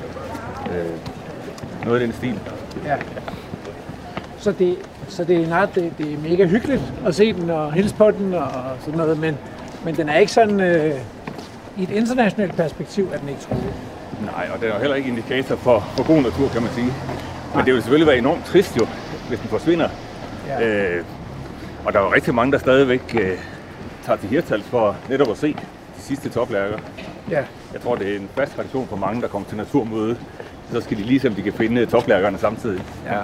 [SPEAKER 7] Noget af den stil.
[SPEAKER 1] Ja. Så det er en art, det er mega hyggeligt at se den og hilse på den og sådan noget, men den er ikke sådan, i et internationalt perspektiv er den ikke truet.
[SPEAKER 7] Nej, og det er jo heller ikke indikator for god natur, kan man sige. Men det vil selvfølgelig være enormt trist jo, hvis den forsvinder. Ja. Og der er jo rigtig mange, der stadigvæk tager til Hirtshals for netop at se de sidste toplærker.
[SPEAKER 1] Ja.
[SPEAKER 7] Jeg tror, det er en fast tradition for mange, der kommer til naturmøde. Så skal de lige se, om de kan finde toplærkerne samtidig.
[SPEAKER 6] Ja.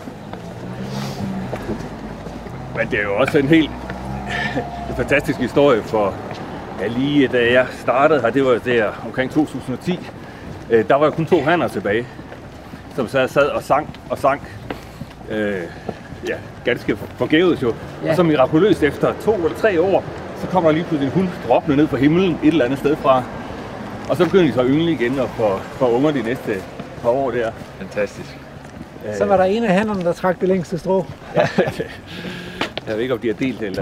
[SPEAKER 7] Men det er jo også en helt fantastisk historie for, lige da jeg startede her, det var der omkring 2010, Der var jo kun 2 hanner tilbage, som så sad og sang. Ganske forgæves jo. Ja. Og så mirakuløst efter 2 eller 3 år, så kommer der lige pludselig en hund droppende ned fra himlen et eller andet sted fra. Og så begynder de så at yngle igen og få unger de næste par år der.
[SPEAKER 6] Fantastisk.
[SPEAKER 1] Så var der en af hannerne, der trak det længste strå.
[SPEAKER 7] Ja, jeg ved ikke, om de har delt eller...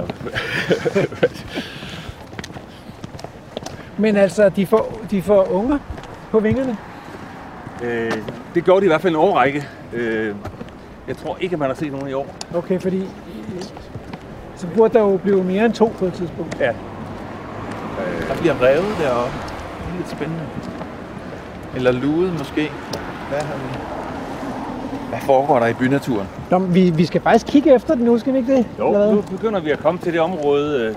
[SPEAKER 1] Men altså, de får unger på vingerne?
[SPEAKER 7] Det gjorde de i hvert fald en årrække. Jeg tror ikke, at man har set nogen i år.
[SPEAKER 1] Okay, fordi så burde der jo blive mere end 2 på et tidspunkt.
[SPEAKER 7] Ja.
[SPEAKER 6] Der bliver revet deroppe. Det er lidt spændende. Eller luget måske. Hvad foregår der i bynaturen?
[SPEAKER 1] Nå, vi skal faktisk kigge efter det nu, skal vi ikke det?
[SPEAKER 7] Jo, nu begynder vi at komme til det område.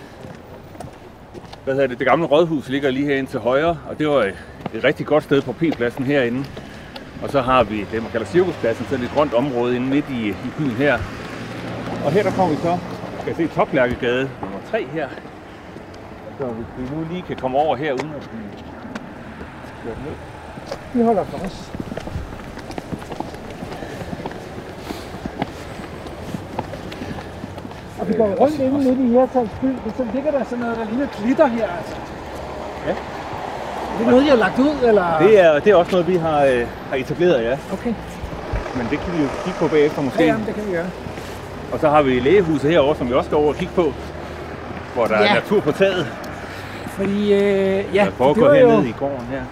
[SPEAKER 7] Det gamle rådhus ligger lige herinde til højre, og det var et rigtig godt sted på P-pladsen herinde. Og så har vi det, man kalder cirkuspladsen, så er det et grønt område inde midt i byen her. Og her der kommer vi så, skal se Toplærkegade nummer 3 her. Så vi nu lige kan komme over her uden at blive kørt ned.
[SPEAKER 1] Vi holder for os. Og vi går rundt inde midt i Hirtshals by, så ligger der sådan noget, der ligner klitter her, altså.
[SPEAKER 7] Ja.
[SPEAKER 1] Er det noget, I har lagt ud, eller?
[SPEAKER 7] Det er også noget, vi har etableret, ja.
[SPEAKER 1] Okay.
[SPEAKER 7] Men det kan vi jo kigge på bagefter måske.
[SPEAKER 1] Ja, jamen, det kan vi gøre.
[SPEAKER 7] Og så har vi lægehuset herovre, som vi også skal over og kigge på, hvor der er natur på taget.
[SPEAKER 1] Fordi,
[SPEAKER 7] der foregår hernede i gården her.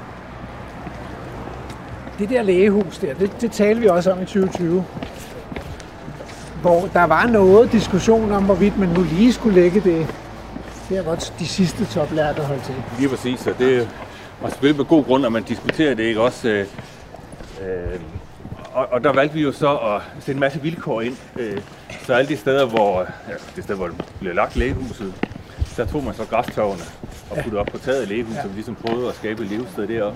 [SPEAKER 1] Det der lægehus der, det talte vi også om i 2020. Hvor der var noget diskussion om, hvorvidt man nu lige skulle lægge det der, hvor de sidste toplærker holdt til.
[SPEAKER 7] Lige præcis, og det var selvfølgelig med god grund, at man diskuterer det, ikke også? Og der valgte vi jo så at sætte en masse vilkår ind. Så alle de steder, hvor det blev lagt lægehuset, der tog man så græstørvene og puttede op på taget af lægehuset, så vi ligesom prøvede at skabe et levested deroppe.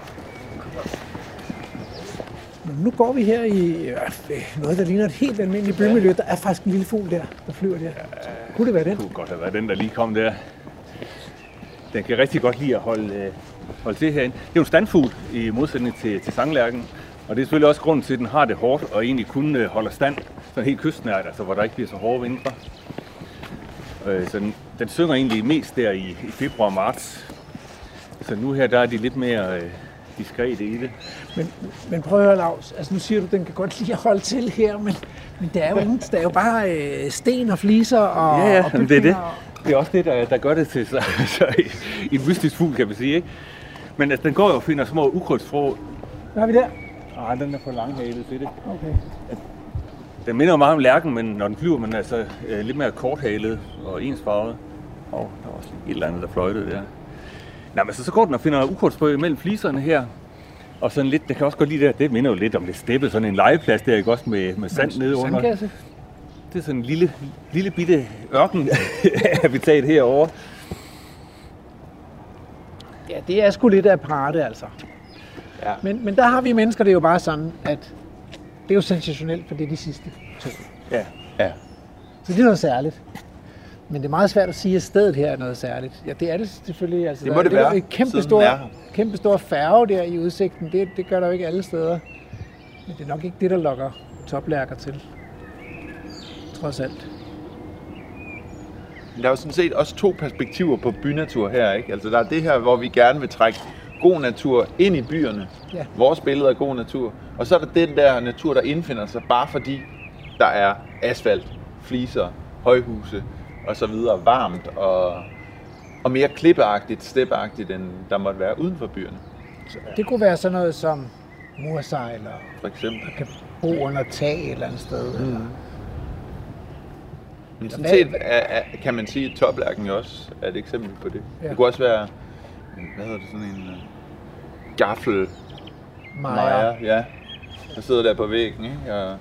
[SPEAKER 1] Nu går vi her i noget, der ligner et helt almindeligt bymiljø. Der er faktisk en lille fugl der flyver der. Kunne det være den?
[SPEAKER 7] Det kunne godt have været den, der lige kom der. Den kan rigtig godt lide at holde til herinde. Det er jo en standfugl i modsætning til sanglærken. Og det er selvfølgelig også grunden til, at den har det hårdt og egentlig kun holder stand sådan helt kystnært, altså hvor der ikke bliver så hårde vintre. Så den synger egentlig mest der i februar og marts. Så nu her, der er de lidt mere diskrete i det.
[SPEAKER 1] Men prøv at høre, Laus. Altså nu siger du, at den kan godt lide at holde til her, men der er jo der er jo bare sten og fliser og og bygninger.
[SPEAKER 7] Det er det. Det er også det, der gør det til så en mystisk fugl, kan man sige, ikke? Men altså, den går jo og finder små ukrudtsstrå.
[SPEAKER 1] Hvad har vi der?
[SPEAKER 7] Den er for langhalet til det.
[SPEAKER 1] Okay.
[SPEAKER 7] Den minder jo meget om lærken, men når den flyver, men altså lidt mere korthalet og ensfarvet. Der var også et eller andet, der fløjtede der. Nej, men så går den og finder ukrudtsstrå mellem fliserne her. Og sådan lidt, det kan også godt lide det minder jo lidt om det steppe, sådan en legeplads der, ikke også med sand nede under.
[SPEAKER 1] Sandkasse?
[SPEAKER 7] Det er sådan en lille bitte ørkenhabitat herovre.
[SPEAKER 1] Ja, det er sgu lidt apparate, altså.
[SPEAKER 6] Ja.
[SPEAKER 1] Men der har vi mennesker, det er jo bare sådan, at det er jo sensationelt, for det er de sidste 2.
[SPEAKER 7] Ja.
[SPEAKER 1] Så det er noget særligt. Men det er meget svært at sige, at stedet her er noget særligt. Ja, det er det selvfølgelig. Altså,
[SPEAKER 6] det må det være.
[SPEAKER 1] Der er et kæmpe stor færge der i udsigten. Det gør der jo ikke alle steder. Men det er nok ikke det, der lokker toplærker til. Trods alt.
[SPEAKER 6] Der er jo sådan set også 2 perspektiver på bynatur her, ikke? Altså der er det her, hvor vi gerne vil trække god natur ind i byerne.
[SPEAKER 1] Ja.
[SPEAKER 6] Vores billede af god natur. Og så er der den der natur, der indfinder sig bare fordi der er asfalt, fliser, højhuse og så videre, varmt og mere klippeagtigt, stepagtigt, end der måtte være uden for byerne.
[SPEAKER 1] Det kunne være sådan noget som mursejler,
[SPEAKER 6] for eksempel.
[SPEAKER 1] Der kan bo under tag et eller andet sted. Mm.
[SPEAKER 6] Men sådan set kan man sige, at toplærken også er et eksempel på det. Ja. Det kunne også være, hvad hedder det, sådan en gaffelmejer, ja, der sidder der på væggen, ikke? Og,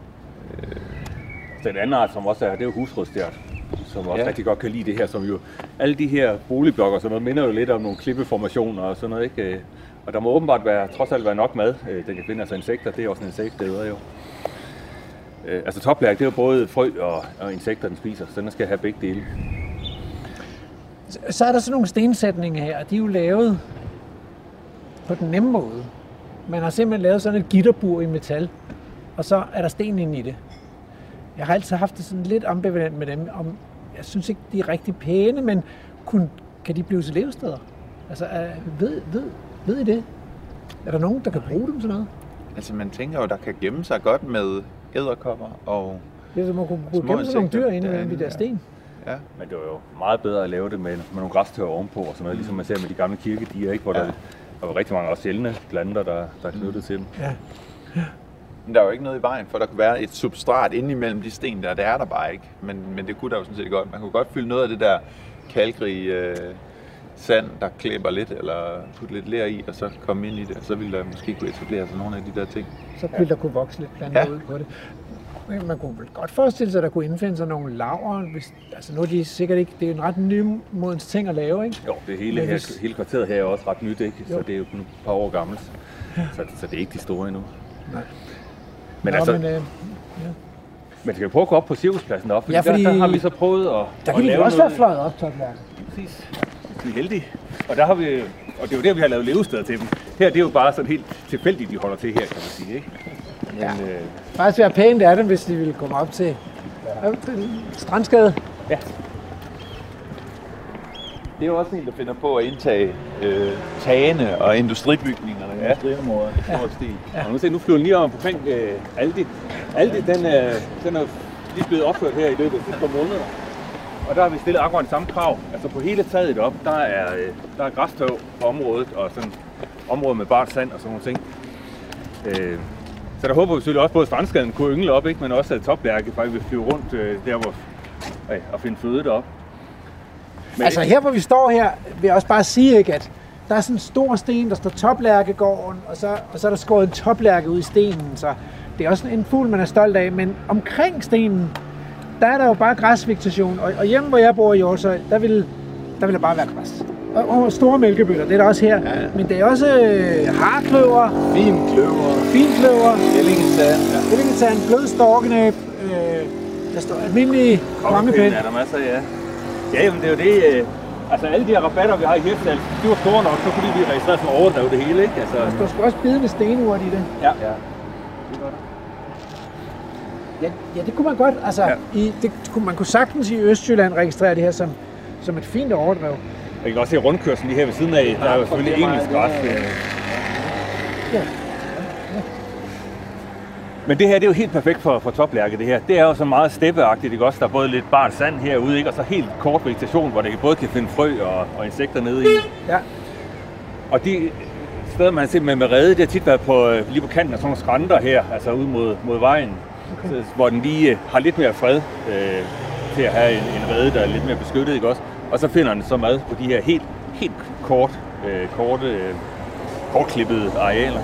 [SPEAKER 7] den anden art, som også er, det er jo husrødstjert, som også rigtig godt kan lide det her, som jo alle de her boligblokker, sådan noget, minder jo lidt om nogle klippeformationer og sådan noget, ikke? Og der må åbenbart trods alt være nok mad. Den kan finde altså insekter, det er også en insektæder jo. Altså toplærke, det er jo både frø og insekter, den spiser, så den skal have begge dele.
[SPEAKER 1] Så er der sådan nogle stensætninger her, og de er jo lavet på den nemme måde. Man har simpelthen lavet sådan et gitterbur i metal, og så er der sten inde i det. Jeg har altid haft det sådan lidt ambivalent med dem. Jeg synes ikke, de er rigtig pæne, men kan de blive til levesteder? Altså, ved I det? Er der nogen, der kan bruge dem sådan noget?
[SPEAKER 6] Altså, man tænker jo, der kan gemme sig godt med edderkopper og
[SPEAKER 1] Det er som at kunne gemme sig nogle dyr inde mellem de der sten.
[SPEAKER 6] Ja.
[SPEAKER 7] Men det var jo meget bedre at lave det med nogle græstørre ovenpå og sådan noget, ligesom man ser med de gamle kirkediger, ikke? Hvor der var rigtig mange også sjældne planter, der er knyttet til dem.
[SPEAKER 1] Ja.
[SPEAKER 6] Men der er jo ikke noget i vejen, for der kunne være et substrat inde imellem de sten der. Det er der bare ikke. Men det kunne der jo sådan set godt. Man kunne godt fylde noget af det der kalkrige sand, der klæber lidt, eller putte lidt ler i, og så komme ind i det. Og så ville der måske kunne etablere sig nogle af de der ting.
[SPEAKER 1] Så ville der kunne vokse lidt planter ud på det. Man kunne vel godt forestille sig, at der kunne indfinde sig nogle laver. Altså nu er de sikkert ikke, det er en ret nymodens ting at lave, ikke?
[SPEAKER 7] Jo, det hele kvarteret her er også ret nyt, ikke? Så det er jo kun et par år gammelt. Så det er ikke de store endnu.
[SPEAKER 1] Nej.
[SPEAKER 7] Men altså, men skal vi prøve at gå op på cirkuspladsen op? Fordi der har vi så prøvet at
[SPEAKER 1] der kan vi også være fløjet op, Toplærken.
[SPEAKER 7] Præcis. Vi er heldige. Og der har vi, og det er jo der, vi har lavet levesteder til dem. Her det er jo bare sådan helt tilfældigt, de holder til her, kan man sige, ikke? Men,
[SPEAKER 1] faktisk være pænt af dem, hvis de ville komme op til Strandsgade. Ja.
[SPEAKER 6] Det er jo også en, der finder på at indtage tagene og industribygningerne i industriområder.
[SPEAKER 7] Ja. Og nu flyver den lige omkring Aldi. Aldi, den er lige blevet opført her i løbet af sidste par måneder. Og der har vi stillet akkurat samme krav. Altså på hele taget op, der er græstørv på området, og sådan område med bart sand og sådan nogle ting. Så der håber vi selvfølgelig også, både Strandskaden kunne yngle op, ikke? Men også at Toplærke faktisk vil flyve rundt der, hvor og finde føde derop.
[SPEAKER 1] Men altså her, hvor vi står her, vil jeg også bare sige, ikke, at der er sådan en stor sten, der står Toplærkegården, og så er der skåret en toplærke ud i stenen, så det er også en fugl, man er stolt af. Men omkring stenen, der er der jo bare græsvegetation, og hjemme, hvor jeg bor i Hjortshøj, der vil der bare være græs. Og store mælkebøtter, det er der også her. Ja. Men det er også harkløver, finkløver, ellingetand, blød storkenæb, der står almindelige kongepind.
[SPEAKER 7] Er der masser, ja. Ja, men det er jo det. Altså alle de her rabatter, vi har i Hirtshals, de var store nok, så fordi vi registrerede som overdrev det hele, ikke? Altså,
[SPEAKER 1] der står sgu også bidende stenurt i det.
[SPEAKER 7] Ja.
[SPEAKER 1] Ja, det kunne man godt. Altså, man kunne sagtens i Østjylland registrere det her som et fint overdrev.
[SPEAKER 7] Jeg kan også se rundkørslen lige her ved siden af. Der er jo selvfølgelig engelsk græs. Ja. Men det her, det er jo helt perfekt for Toplærke, det her. Det er jo så meget steppeagtigt, ikke også? Der er både lidt bart sand herude, ikke? Og så helt kort vegetation, hvor det både kan finde frø og insekter nede i.
[SPEAKER 1] Ja.
[SPEAKER 7] Og de steder, man har set med rede, det har tit været lige på kanten af sådan nogle skrænter her, altså ude mod vejen. Okay. Hvor den lige har lidt mere fred til at have en rede, der er lidt mere beskyttet, ikke også? Og så finder den så mad på de her helt kortklippede arealer.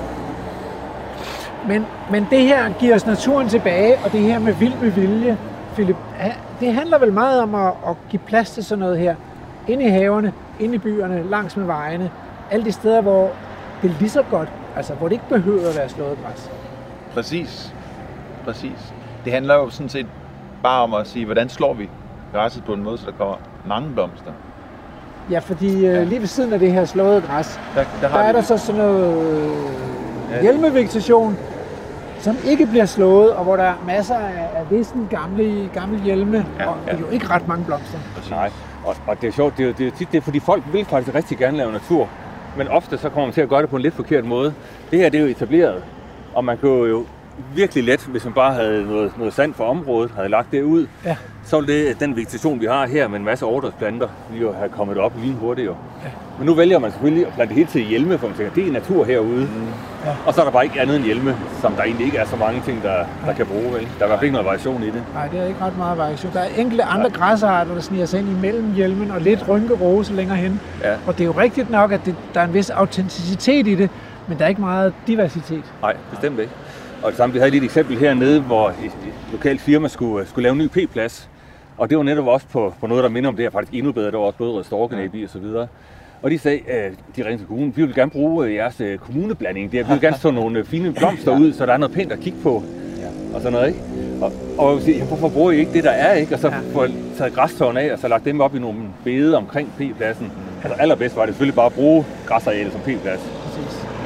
[SPEAKER 1] Men det her giver os naturen tilbage, og det her med vild med vilje, Philip, det handler vel meget om at give plads til sådan noget her. Inde i haverne, inde i byerne, langs med vejene. Alle de steder, hvor det er lige så godt, altså hvor det ikke behøver at være slået græs.
[SPEAKER 6] Præcis. Det handler jo sådan set bare om at sige, hvordan slår vi græsset på en måde, så der kommer mange blomster.
[SPEAKER 1] Ja, fordi lige ved siden af det her slåede græs, der er der så sådan noget hjelmevegetation, som ikke bliver slået, og hvor der er masser af vissen gamle hjelme, og jo ikke ret mange blomster.
[SPEAKER 7] Nej, og det er sjovt, det er tit det, fordi folk vil faktisk rigtig gerne lave natur, men ofte så kommer man til at gøre det på en lidt forkert måde. Det her, det er jo etableret, og man kan jo virkelig let, hvis man bare havde noget sand for området, havde lagt det ud, så ville den vegetation, vi har her med en masse overdrevsplanter, lige jo have kommet op lige hurtigt jo. Ja. Men nu vælger man selvfølgelig at plante hele tiden hjelme, for man tænker, det er natur herude. Ja. Og så er der bare ikke andet end hjelme, som der egentlig ikke er så mange ting, der kan bruge, vel? Der er i hvert fald ikke noget variation i det.
[SPEAKER 1] Nej, det er ikke ret meget variation. Der er enkelte andre græsarter, der sniger sig ind imellem hjelmen, og lidt rynkerose længere hen. Ja. Og det er jo rigtigt nok, at der er en vis autenticitet i det, men der er ikke meget diversitet.
[SPEAKER 7] Nej, bestemt ikke. Og det samme, vi havde lige et eksempel hernede, hvor et lokalt firma skulle lave en ny P-plads. Og det var netop også på noget, der minder om det her faktisk endnu bedre. Der var også både rød storkenæb i og så videre. Og de sagde, de ringede til kommunen, vi vil gerne bruge jeres kommuneblanding. Vi vil gerne stå nogle fine blomster ud, så der er noget pænt at kigge på. Og sådan noget, ikke? Og jeg vil sige, hvorfor bruger I ikke det, der er, ikke? Og så får jeg taget græstårne af, og så lagt dem op i nogle bede omkring P-pladsen. Altså allerbedst var det selvfølgelig bare at bruge græsarealet som P-plads.
[SPEAKER 1] Præcis.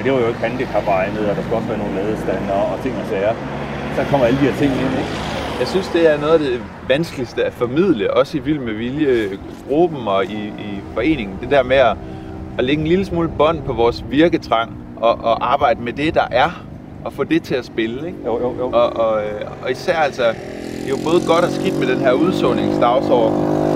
[SPEAKER 7] Men det var jo ikke handicapegnet, og der skal også være nogle ladestander og ting og sager. Så kommer alle de her ting ind, ikke?
[SPEAKER 6] Jeg synes, det er noget af det vanskeligste at formidle, også i Vild med Vilje-gruppen og i foreningen. Det der med at lægge en lille smule bånd på vores virketrang og arbejde med det, der er, og få det til at spille, ikke?
[SPEAKER 7] Jo.
[SPEAKER 6] Og især altså, det er jo både godt og skidt med den her udsåningsdagsorden,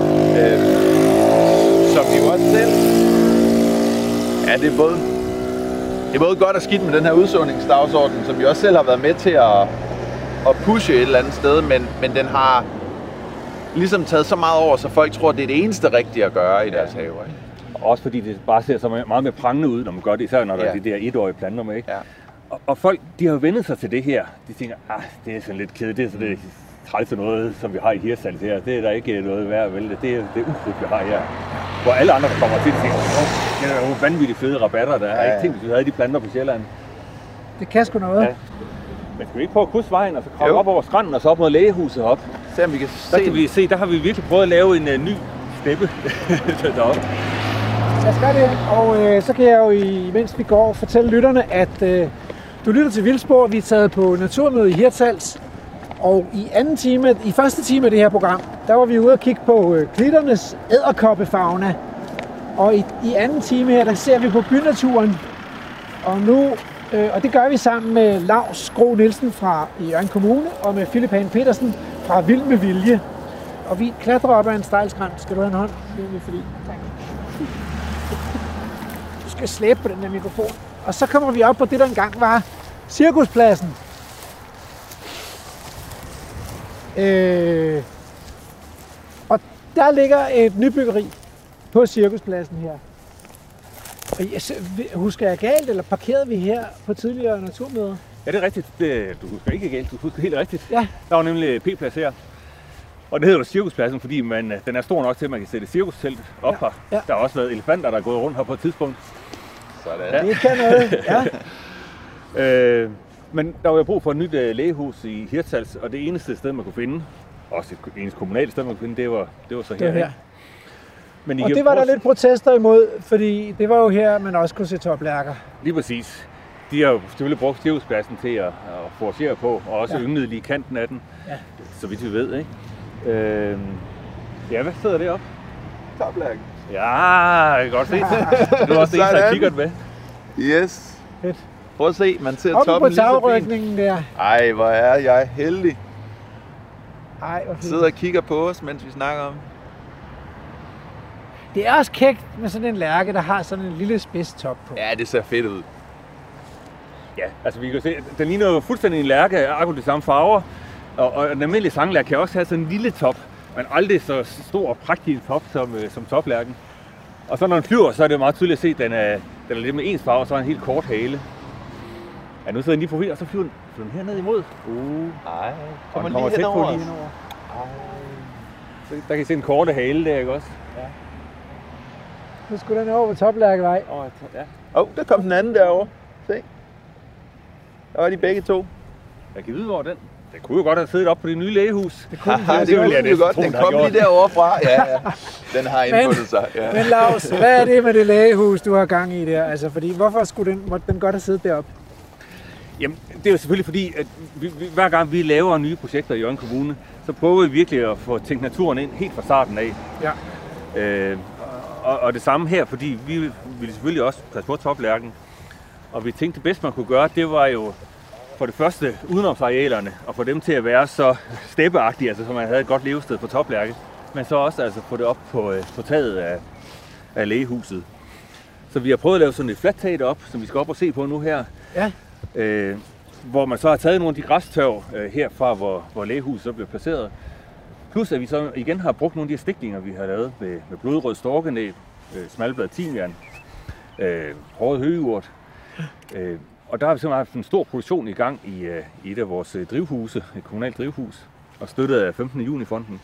[SPEAKER 6] som vi jo også selv... Ja, det er både godt og skidt med den her udsåningsdagsorden, som vi også selv har været med til at pushe et eller andet sted, men den har ligesom taget så meget over, så folk tror, det er det eneste rigtige at gøre i deres haver. Ikke?
[SPEAKER 7] Også fordi det bare ser så meget mere prangende ud, når man gør det, især når der er de der etårige planter med, ikke?
[SPEAKER 6] Ja.
[SPEAKER 7] Og folk, de har jo vendt sig til det her. De tænker, det er sådan lidt kedeligt, det er sådan det træls noget, som vi har i Hirtshals her. Det er der ikke noget værd at vælge. Det er ukrudt, vi har her. Hvor alle andre, der kommer til, tænker, det er jo vanvittigt fede rabatter, der er. Ikke tænkt, hvis vi havde de planter på Sjælland.
[SPEAKER 1] Det kan sgu noget. Ja.
[SPEAKER 7] Men skal vi ikke prøve at krydse vejen, og så komme op over skrænten, og så op mod lægehuset op?
[SPEAKER 6] Se om vi kan se.
[SPEAKER 7] Der kan vi se, der har vi virkelig prøvet at lave en ny steppe deroppe.
[SPEAKER 1] Lad os gøre det, og så kan jeg jo, mens vi går, fortælle lytterne, at du lytter til Vildspor. Vi er taget på naturmøde i Hirtshals, og i første time af det her program, der var vi ude og kigge på klitternes edderkoppefauna. Og i anden time her, der ser vi på bynaturen. Og det gør vi sammen med Laus Gro Nielsen fra Hjørring Kommune og med Philip Hahn Petersen fra Vild med Vilje. Og vi klatrer op ad en stejlskrænt. Skal du have en hånd? Det er fordi. Tak. Du skal slæbe på den der mikrofon. Og så kommer vi op på det, der engang var Cirkuspladsen. Og der ligger et nybyggeri på Cirkuspladsen her. Og husker jeg galt, eller parkerede vi her på tidligere naturmøder?
[SPEAKER 7] Ja, det er rigtigt. Du husker ikke galt, du husker helt rigtigt.
[SPEAKER 1] Ja.
[SPEAKER 7] Der var nemlig P-plads her. Og det hedder jo Cirkuspladsen, fordi den er stor nok til, at man kan sætte cirkustelt op her. Ja. Der har også været elefanter, der er gået rundt her på et tidspunkt.
[SPEAKER 6] Sådan.
[SPEAKER 1] Ja. Det kan noget, ja.
[SPEAKER 7] Men der var jo brug for et nyt lægehus i Hirtshals, og det eneste sted, man kunne finde, også et eneste kommunalt sted, man kunne finde, det var så her.
[SPEAKER 1] Det her. Men og det var der lidt protester imod, fordi det var jo her, man også kunne se toplærker.
[SPEAKER 7] Lige præcis. De har jo selvfølgelig brugt Cirkuspladsen til at forcere på, og også ynglet lige kanten af den, så vidt vi ved, ikke? Ja, hvad sidder det op?
[SPEAKER 6] Toplærken.
[SPEAKER 7] Ja, jeg kan godt se. Du har også en, der kigger med.
[SPEAKER 6] Yes.
[SPEAKER 1] Fedt.
[SPEAKER 6] Prøv at se, man ser
[SPEAKER 1] oppe
[SPEAKER 6] toppen
[SPEAKER 1] på tagrykningen der.
[SPEAKER 6] Ej, hvor er jeg heldig.
[SPEAKER 1] Ej, hvor fint.
[SPEAKER 6] Sidder og kigger på os, mens vi snakker om.
[SPEAKER 1] Det er også kægt med sådan en lærke, der har sådan en lille spids top på.
[SPEAKER 6] Ja, det ser fedt ud.
[SPEAKER 7] Ja, altså vi kan se, den ligner jo fuldstændig en lærke, akkurat de samme farver. Og en almindelig sanglærke kan også have sådan en lille top, men aldrig så stor og prægtig top som toplærken. Og så når den flyver, så er det meget tydeligt at se, at den er lidt med ens farve, og så er en helt kort hale. Ja, nu sidder den lige på og så flyver den herned imod.
[SPEAKER 6] Ej,
[SPEAKER 7] kommer tæt på lige henover. Så der kan I se en korte hale der, ikke også? Ja.
[SPEAKER 1] Nu skulle den over på toplærkevej.
[SPEAKER 6] Der kom den anden derovre. Se. Der var de begge to.
[SPEAKER 7] Jeg kan vide, hvor den. Det kunne jo godt have siddet op på det nye lægehus.
[SPEAKER 6] Det kunne jo godt. Den kom lige derovre fra. Ja. Den har indfundet sig. Ja.
[SPEAKER 1] Men Laus, hvad er det med det lægehus, du har gang i der? Altså, fordi hvorfor måtte den godt have siddet deroppe?
[SPEAKER 7] Jamen, det er jo selvfølgelig fordi, at hver gang vi laver nye projekter i Hjørring Kommune, så prøver vi virkelig at få tænkt naturen ind helt fra starten af.
[SPEAKER 1] Ja.
[SPEAKER 7] Og det samme her, fordi vi ville selvfølgelig også passe på toplærken. Og vi tænkte, det bedste man kunne gøre, det var jo for det første udenomsarealerne, og få dem til at være så steppeagtige, altså så man havde et godt levested på toplærke, men så også altså få det op på taget af lægehuset. Så vi har prøvet at lave sådan et fladt tag op, som vi skal op og se på nu her.
[SPEAKER 1] Ja.
[SPEAKER 7] Hvor man så har taget nogle af de græstørv herfra, hvor lægehuset så blev placeret. Plus at vi så igen har brugt nogle af de stiklinger, vi har lavet med blodrød storkenæb, smalblad timian, hårdt høgeurt. Og der har vi simpelthen haft en stor produktion i gang i et af vores drivhuse, et kommunalt drivhus, og støttet af 15. juni-fonden,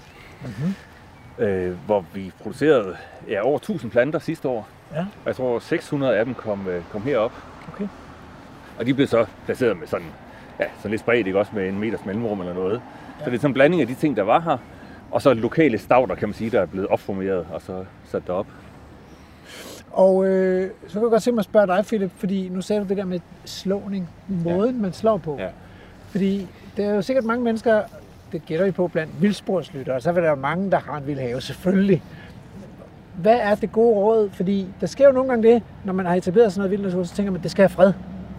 [SPEAKER 7] hvor vi producerede over 1000 planter sidste år. Ja. Og jeg tror 600 af dem kom herop.
[SPEAKER 1] Okay.
[SPEAKER 7] Og de blev så placeret med sådan lidt spredt, ikke også med en meters mellemrum eller noget. Ja. Så det er sådan en blanding af de ting, der var her, og så lokale stauder, kan man sige, der er blevet opformeret og så sat derop.
[SPEAKER 1] Og så kan jeg godt se mig at spørge dig, Philip, fordi nu sagde du det der med slåning, måden man slår på.
[SPEAKER 6] Ja.
[SPEAKER 1] Fordi der er jo sikkert mange mennesker, det gætter vi på blandt vildsporslyttere, og så vil der jo mange, der har en vild have, selvfølgelig. Hvad er det gode råd? Fordi der sker jo nogle gange det, når man har etableret sådan noget vild natur, så tænker man, at det skal have fred.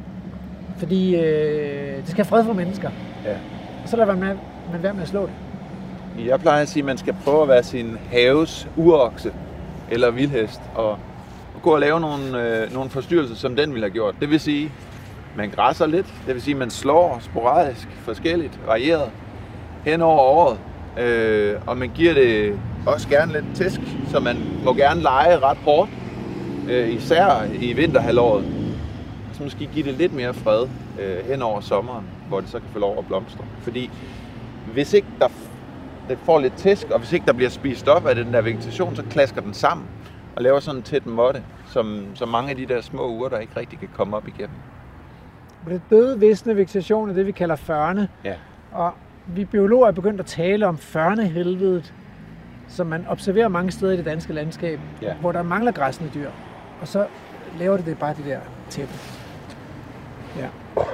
[SPEAKER 1] Fordi det skal have fred for mennesker.
[SPEAKER 6] Ja.
[SPEAKER 1] Og så lader man være med at slå det.
[SPEAKER 6] Jeg plejer at sige, at man skal prøve at være sin haves urokse eller vildhest og gå og lave nogle forstyrrelser, som den ville have gjort. Det vil sige, man græsser lidt. Det vil sige, man slår sporadisk, forskelligt, varieret hen over året. Og man giver det også gerne lidt tæsk, så man må gerne lege ret hårdt, især i vinterhalvåret. Så måske give det lidt mere fred hen over sommeren, hvor det så kan få lov at blomstre. Fordi hvis ikke det får lidt tæsk, og hvis ikke der bliver spist op af den der vegetation, så klasker den sammen og laver sådan en tæt måtte, som mange af de der små urter ikke rigtig kan komme op igennem.
[SPEAKER 1] Det døde visne vegetation er det, vi kalder førne.
[SPEAKER 6] Ja.
[SPEAKER 1] Og vi biologer er begyndt at tale om førnehelvedet, som man observerer mange steder i det danske landskab, hvor der mangler græssende dyr. Og så laver det bare det der tæppe. Ja.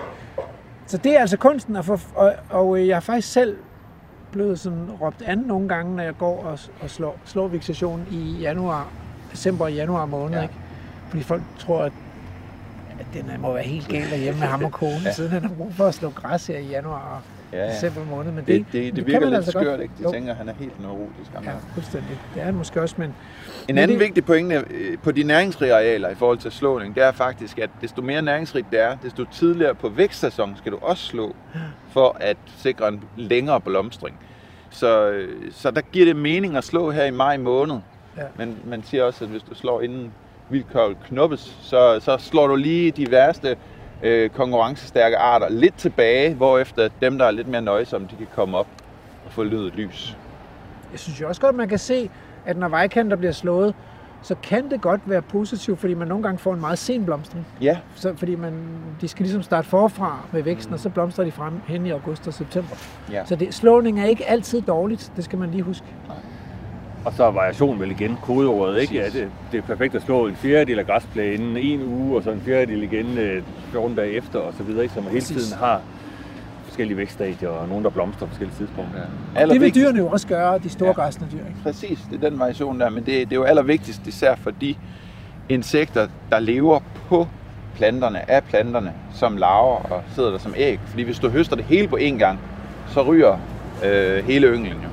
[SPEAKER 1] Så det er altså kunsten at få, og jeg har faktisk selv blevet sådan råbt an nogle gange, når jeg går og slår vegetationen i december og januar måned, ikke? Fordi folk tror, at den må være helt gal derhjemme med ham og konen, siden han har brug for at slå græs her i januar og december måned. Men
[SPEAKER 6] det virker lidt
[SPEAKER 1] altså
[SPEAKER 6] skørt, ikke? De tænker, at han er helt neurotisk.
[SPEAKER 1] Ja, fuldstændig. Det er han måske også, men...
[SPEAKER 6] En anden vigtig pointe på de næringsrige arealer i forhold til slåning, det er faktisk, at desto mere næringsrigt det er, desto tidligere på vækstsæson skal du også slå, for at sikre en længere blomstring. Så der giver det mening at slå her i maj måned. Ja. Men man siger også, at hvis du slår inden vildkørvel knuppes, så slår du lige de værste konkurrencestærke arter lidt tilbage, hvorefter dem, der er lidt mere nøjsomme, de kan komme op og få lydet lys.
[SPEAKER 1] Jeg synes jo også godt, man kan se, at når vejkanter bliver slået, så kan det godt være positivt, fordi man nogle gange får en meget sen blomstring.
[SPEAKER 6] Ja.
[SPEAKER 1] Så, fordi de skal ligesom starte forfra med væksten, og så blomstrer de frem hen i august og september. Ja. Så slåning er ikke altid dårligt, det skal man lige huske.
[SPEAKER 6] Nej.
[SPEAKER 7] Og så er variation vel igen kodeordet, ikke? Ja, det er perfekt at slå en fjerdedel af græsplænen en uge, og så en fjerdedel igen 14 dage efter, og så videre, ikke? Så man hele tiden har forskellige vækststadier, og nogen, der blomstrer på forskellige tidspunkter.
[SPEAKER 1] Ja. Det vil dyrene jo også gøre, de store græsne dyr, ikke?
[SPEAKER 6] Præcis, det er den variation der, men det er jo allervigtigst, især for de insekter, der lever på planterne, af planterne, som larver og sidder der som æg. Fordi hvis du høster det hele på én gang, så ryger hele ynglen jo.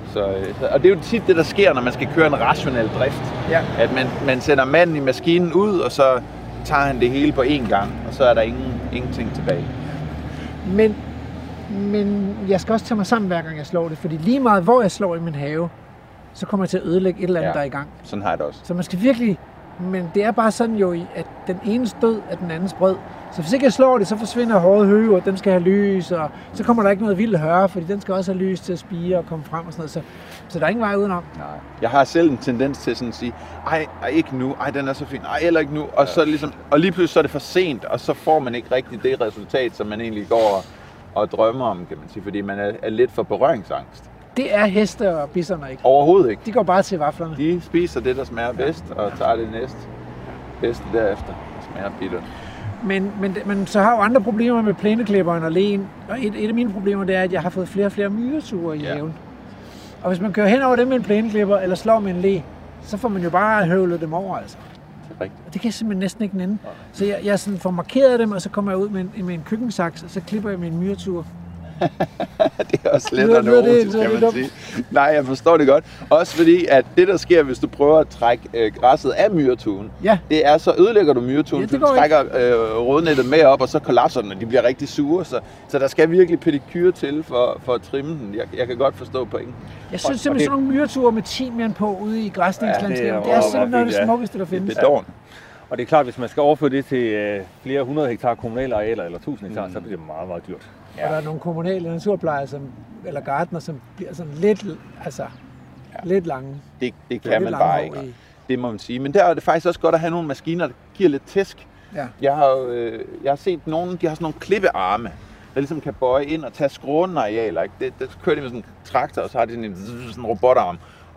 [SPEAKER 6] Og det er jo tit det, der sker, når man skal køre en rationel drift. Ja. At man sætter manden i maskinen ud, og så tager han det hele på én gang, og så er der ingenting tilbage.
[SPEAKER 1] Men jeg skal også tage mig sammen, hver gang jeg slår det, fordi lige meget hvor jeg slår i min have, så kommer jeg til at ødelægge et eller andet, der er i gang.
[SPEAKER 6] Sådan har jeg det også.
[SPEAKER 1] Så man skal virkelig... Men det er bare sådan jo, at den enes død er den andens brød. Så hvis ikke jeg slår det, så forsvinder håret høge, og den skal have lys, og så kommer der ikke noget vildt høre, fordi den skal også have lys til at spire og komme frem og sådan noget. Så der er ingen vej udenom.
[SPEAKER 6] Nej. Jeg har selv en tendens til sådan at sige, ej, ikke nu, ej, den er så fin, ej, heller ikke nu. Og, så ligesom, og lige pludselig så er det for sent, og så får man ikke rigtig det resultat, som man egentlig går og drømmer om, kan man sige, fordi man er lidt for berøringsangst.
[SPEAKER 1] Det er heste og bisserne ikke.
[SPEAKER 6] Overhovedet ikke.
[SPEAKER 1] De går bare til vaflerne.
[SPEAKER 6] De spiser det, der smager bedst, og tager det bedste derefter, der smager bittert.
[SPEAKER 1] Men så har jeg jo andre problemer med plæneklipperen og len. Og et af mine problemer, det er, at jeg har fået flere og flere myreture i haven. Og hvis man kører hen over dem med en plæneklipper, eller slår med en le, så får man jo bare høvlet dem over, altså.
[SPEAKER 6] Det er rigtigt.
[SPEAKER 1] Og det kan jeg simpelthen næsten ikke nænde. Så jeg sådan får markeret dem, og så kommer jeg ud med en køkkensaks, og så klipper jeg med en myretur.
[SPEAKER 6] Det er også let og neurotisk, kan man sige. Nej, jeg forstår det godt. Også fordi, at det der sker, hvis du prøver at trække græsset af myretuen, det er, så ødelægger du myretuen, du trækker rodnettet med op, og så kollapser den, og de bliver rigtig sure. Så der skal virkelig pedikyre til for at trimme den. Jeg kan godt forstå pointen.
[SPEAKER 1] Jeg synes simpelthen sådan nogle myreture med timian på ude i græsningslandskabet, det er simpelthen noget af det smukkeste, der findes.
[SPEAKER 6] Det er dårligt.
[SPEAKER 7] Og det er klart, hvis man skal overføre det til flere 100 hektar kommunale arealer eller 1000 hektar, så bliver det meget, meget dyrt.
[SPEAKER 1] Ja. Og der er nogle kommunale naturplejere eller gartner, som bliver sådan lidt lange.
[SPEAKER 6] Det kan man bare ikke. Det må man sige. Men der er det faktisk også godt at have nogle maskiner, der giver lidt tæsk. Ja. Jeg har set nogen, de har sådan nogle klippearme, der ligesom kan bøje ind og tage skrånearealer. Der kører de med sådan en traktor, og så har de sådan en robotarm.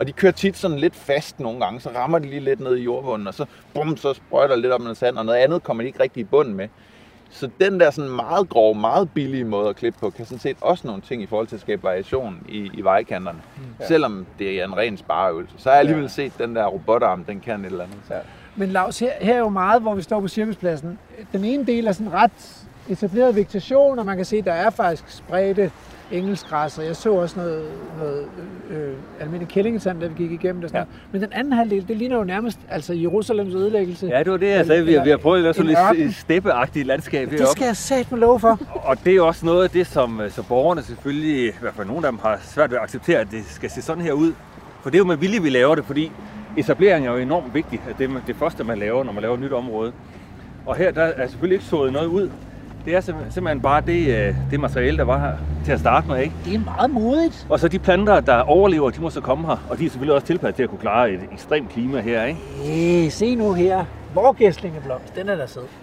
[SPEAKER 6] Og de kører tit sådan lidt fast nogle gange, så rammer de lige lidt ned i jordbunden, og så, bum, så sprøjter lidt op med noget sand, og noget andet kommer de ikke rigtig i bunden med. Så den der sådan meget grove, meget billige måde at klippe på, kan sådan set også nogle ting i forhold til at skabe variation i vejkanterne. Ja. Selvom det er en ren spareøvelse. Så har jeg alligevel set den der robotarm, den kan et eller andet. Ja.
[SPEAKER 1] Men Laus, her er jo meget, hvor vi står på cirkuspladsen. Den ene del er sådan ret etableret vegetation, og man kan se, at der er faktisk spredte engelskgræsser. Jeg så også noget almindelig kællingetand, da vi gik igennem det. Ja. Men den anden halvdel, det ligner jo nærmest altså Jerusalems ødelæggelse.
[SPEAKER 7] Ja, det var det, jeg sagde. Vi har prøvet at lave sådan et steppeagtigt landskab heroppe.
[SPEAKER 1] Det skal jeg satme love for.
[SPEAKER 7] Og det er også noget af det, som så borgerne selvfølgelig, i hvert fald nogle af dem, har svært ved at acceptere, at det skal se sådan her ud. For det er jo med vilje, vi laver det, fordi etablering er jo enormt vigtigt. Det er det første, man laver, når man laver et nyt område. Og her der er selvfølgelig ikke sået noget ud. Det er simpelthen bare det materiale, der var her til at starte med, ikke?
[SPEAKER 1] Det er meget modigt.
[SPEAKER 7] Og så de planter, der overlever, de må så komme her. Og de er selvfølgelig også tilpasset til at kunne klare et ekstremt klima her, ikke?
[SPEAKER 1] Se nu her. Vorgæslingeblomst, den er der sød.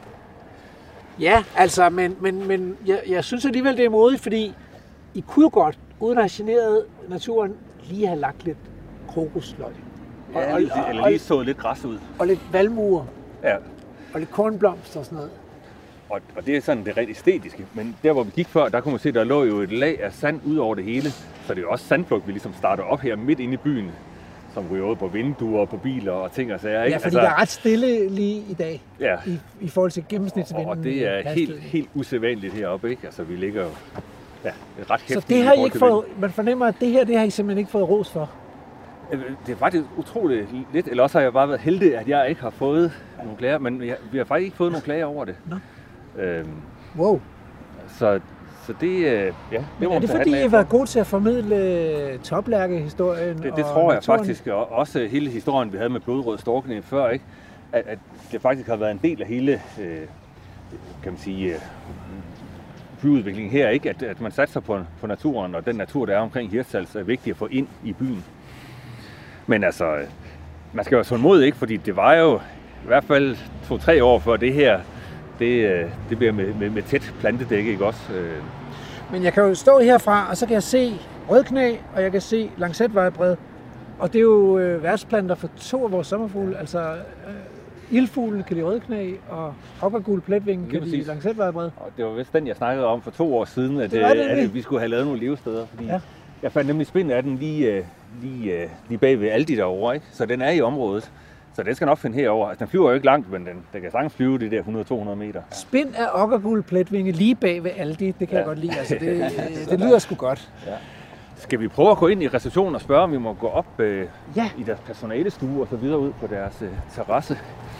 [SPEAKER 1] Ja, altså, men jeg synes alligevel, det er modigt, fordi I kunne godt, uden at have generet naturen, lige have lagt lidt krokusløg.
[SPEAKER 7] Ja, eller lige sået lidt græs ud.
[SPEAKER 1] Og lidt valmuer.
[SPEAKER 7] Ja.
[SPEAKER 1] Og lidt kornblomster og sådan noget.
[SPEAKER 7] Og det er sådan det rent æstetiske. Men der, hvor vi gik før, der kunne man se, der lå jo et lag af sand ud over det hele. Så det er jo også sandflugt, vi ligesom starter op her midt inde i byen, som ryger ud på vinduer og på biler og ting og sager.
[SPEAKER 1] Ja, fordi der er ret stille lige i dag,
[SPEAKER 7] ja.
[SPEAKER 1] i forhold til gennemsnitsvinden.
[SPEAKER 7] Og det er helt usædvanligt heroppe, ikke? Altså, vi ligger jo et ret hæftigt.
[SPEAKER 1] Så det har I ikke fået, man fornemmer, at det har I simpelthen ikke fået ros for?
[SPEAKER 7] Det er faktisk utroligt lidt, eller også har jeg bare været heldig, at jeg ikke har fået nogle klager, men vi har faktisk ikke fået nogle klager over det.
[SPEAKER 1] Nå. Wow.
[SPEAKER 7] Så det, ja.
[SPEAKER 1] Men er det fordi, I har været gode til at formidle toplærkehistorien?
[SPEAKER 7] Det tror jeg faktisk, og også hele historien, vi havde med blodrød storkning før, ikke? At det faktisk har været en del af hele, kan man sige, byudviklingen her, ikke? At man satser på naturen, og den natur, der er omkring Hirtshals, er vigtig at få ind i byen. Men altså, man skal jo være tålmodig, ikke? Fordi det var jo i hvert fald 2-3 år før det her, det bliver med tæt plantedække, ikke også?
[SPEAKER 1] Men jeg kan jo stå herfra, og så kan jeg se rødknæ, og jeg kan se lancetvejdbred. Og det er jo værtsplanter for 2 af vores sommerfugle, altså ildfuglen kan lide rødknæ, og okkergul pletvinge kan lide lancetvejdbred.
[SPEAKER 7] Og det var vist den, jeg snakkede om for 2 år siden, at vi skulle have lavet nogle levesteder, fordi jeg fandt nemlig spind af den lige bag ved Aldi derovre, ikke? Så den er i området. Så den skal nok finde herover. Altså, den flyver jo ikke langt, men den kan sagtens flyve de der 100-200 meter.
[SPEAKER 1] Spind af okkergul pletvinge lige bag ved Aldi, det kan jeg godt lide. Altså, det lyder sgu godt. Ja.
[SPEAKER 7] Skal vi prøve at gå ind i receptionen og spørge, om vi må gå op i deres personalestue og så videre ud på deres terrasse?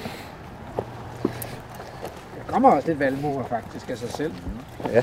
[SPEAKER 1] Der kommer også lidt valmuer faktisk af sig selv.
[SPEAKER 7] Ja.